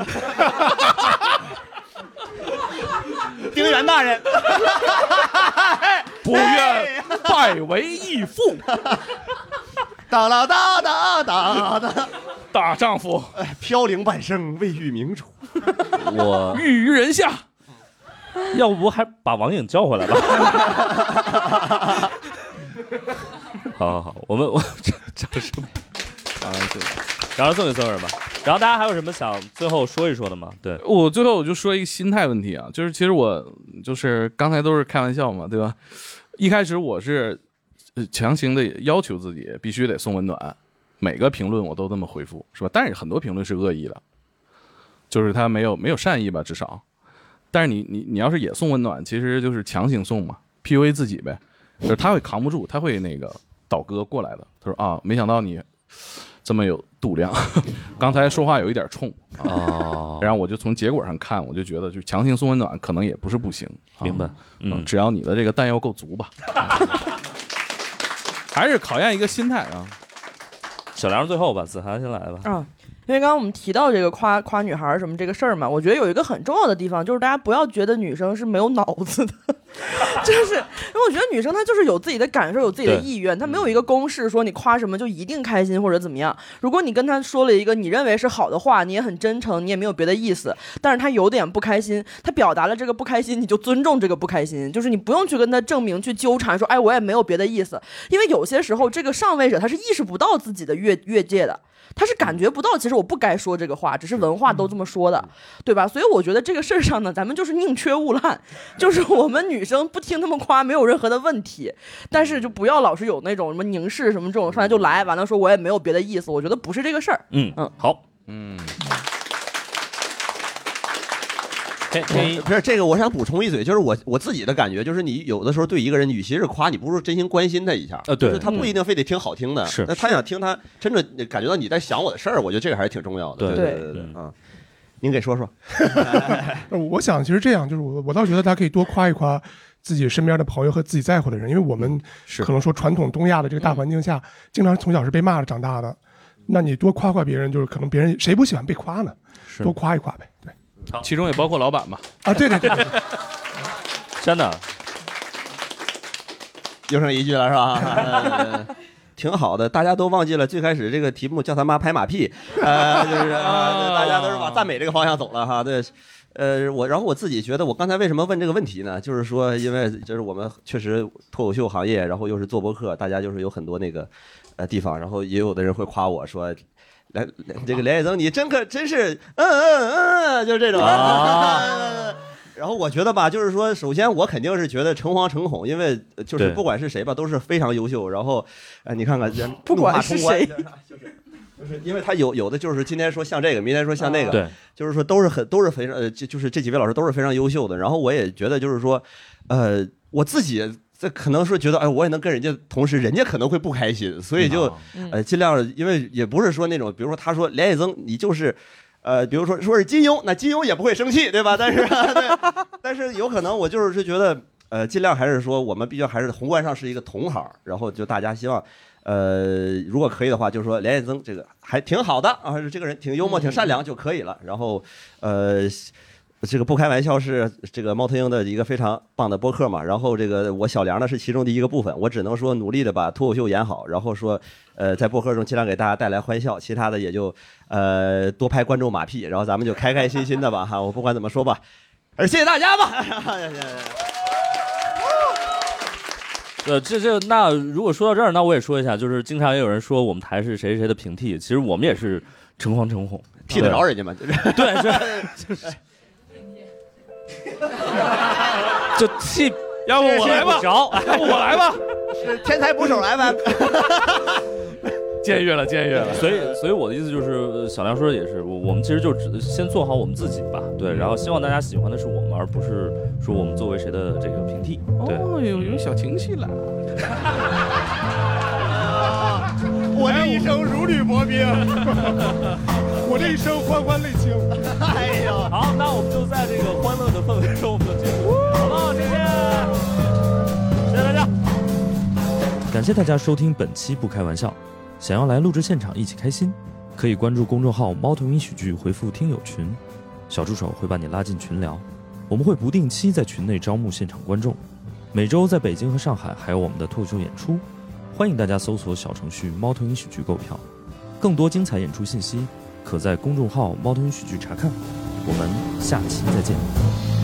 Speaker 4: 丁原大人，
Speaker 3: 不愿拜为义父。
Speaker 4: 哒啦哒哒哒哒，
Speaker 3: 大丈夫，
Speaker 4: 飘零半生，未遇明主。
Speaker 1: 我
Speaker 3: 欲于人下，
Speaker 1: 要不还把王颖叫回来吧？好，我掌声，然后送给所有人吧。然后大家还有什么想最后说一说的吗？对，
Speaker 3: 我最后我就说一个心态问题啊，就是其实我就是刚才都是开玩笑嘛，对吧？一开始我是强行的要求自己必须得送温暖，每个评论我都这么回复，是吧？但是很多评论是恶意的，就是他没有善意吧，至少。但是你要是也送温暖，其实就是强行送嘛 ，PUA 自己呗。就是他会扛不住，他会那个倒戈过来的。他说啊，没想到你这么有度量。刚才说话有一点冲啊，然后我就从结果上看，我就觉得就强行送温暖可能也不是不行。
Speaker 1: 明白，
Speaker 3: 只要你的这个弹药够足吧。还是考验一个心态啊。
Speaker 1: 小梁最后吧，子涵先来吧。
Speaker 2: 因为刚刚我们提到这个夸女孩什么这个事儿嘛，我觉得有一个很重要的地方，就是大家不要觉得女生是没有脑子的，就是因为我觉得女生她就是有自己的感受，有自己的意愿，她没有一个公式说你夸什么就一定开心或者怎么样。如果你跟她说了一个你认为是好的话，你也很真诚，你也没有别的意思，但是她有点不开心，她表达了这个不开心，你就尊重这个不开心，就是你不用去跟她证明去纠缠说，哎，我也没有别的意思，因为有些时候这个上位者他是意识不到自己的越界的。他是感觉不到，其实我不该说这个话，只是文化都这么说的，对吧？所以我觉得这个事儿上呢，咱们就是宁缺毋滥，就是我们女生不听他们夸没有任何的问题，但是就不要老是有那种什么凝视什么这种上来就来，完了说我也没有别的意思，我觉得不是这个事儿。
Speaker 1: 好，
Speaker 4: 不是这个，我想补充一嘴，就是我自己的感觉，就是你有的时候对一个人，与其是夸，你不如真心关心他一下。
Speaker 1: 对，
Speaker 4: 就是他不一定非得听好听的，
Speaker 1: 是，
Speaker 4: 那他想听他真的感觉到你在想我的事儿，我觉得这个还是挺重要的。对啊，您给说说。
Speaker 5: 我想其实这样，就是我倒觉得大家可以多夸一夸自己身边的朋友和自己在乎的人，因为我们可能说传统东亚的这个大环境下，经常从小是被骂着长大的，那你多夸夸别人，就是可能别人谁不喜欢被夸呢？多夸一夸呗，对。
Speaker 3: 其中也包括老板吧？
Speaker 5: 对，
Speaker 1: 真的，
Speaker 4: 又剩一句了是吧？挺好的，大家都忘记了最开始这个题目叫他妈拍马屁，就是大家都是往赞美这个方向走了哈。对，然后我自己觉得，我刚才为什么问这个问题呢？就是说，因为就是我们确实脱口秀行业，然后又是做播客，大家就是有很多那个地方，然后也有的人会夸我说。来，这个连夜增，你真是，就是这种。然后我觉得吧，就是说，首先我肯定是觉得诚惶诚恐，因为就是不管是谁吧，都是非常优秀。然后，你看看，
Speaker 2: 不管是谁，
Speaker 4: 就是因为他有的就是今天说像这个，明天说像那个，
Speaker 1: 对，
Speaker 4: 就是说都是非常就是这几位老师都是非常优秀的。然后我也觉得就是说，我自己。这可能是觉得，哎，我也能跟人家同时，人家可能会不开心，所以就，尽量，因为也不是说那种，比如说他说连夜增，你就是，比如说是金庸，那金庸也不会生气，对吧？但是有可能我就是觉得，尽量还是说我们毕竟还是宏观上是一个同行，然后就大家希望，如果可以的话，就是说连夜增这个还挺好的啊，这个人挺幽默、挺善良就可以了，然后，这个不开玩笑是这个猫头鹰的一个非常棒的播客嘛，然后这个我小梁呢是其中的一个部分，我只能说努力的把脱口秀演好，然后说在播客中尽量给大家带来欢笑，其他的也就多拍观众马屁，然后咱们就开开心心的吧哈，我不管怎么说吧，谢谢大家吧。
Speaker 1: 那如果说到这儿，那我也说一下，就是经常也有人说我们台是谁谁的平替，其实我们也是诚惶诚恐，
Speaker 4: 替得着人家吗？
Speaker 1: 对，就是就替，
Speaker 3: 要不我来吧，要不我来吧，
Speaker 4: 是天才捕手 FM。
Speaker 3: 僭越了。
Speaker 1: 所以我的意思就是，小梁说的也是，我们其实就先做好我们自己吧，对，然后希望大家喜欢的是我们，而不是说我们作为谁的这个平替。对，
Speaker 3: 有小情绪了。
Speaker 5: 我这一生如履薄冰，我这一生欢欢泪清。
Speaker 1: 哎呀，好，那我们就在这个欢乐的氛围中，我们就结束，好不好？谢谢大家，感谢大家收听本期不开玩笑。想要来录制现场一起开心，可以关注公众号猫头鹰喜剧，回复听友群，小助手会把你拉进群聊。我们会不定期在群内招募现场观众，每周在北京和上海还有我们的脱口秀演出，欢迎大家搜索小程序猫头鹰喜剧购票。更多精彩演出信息可在公众号猫头鹰喜剧查看。我们下期再见。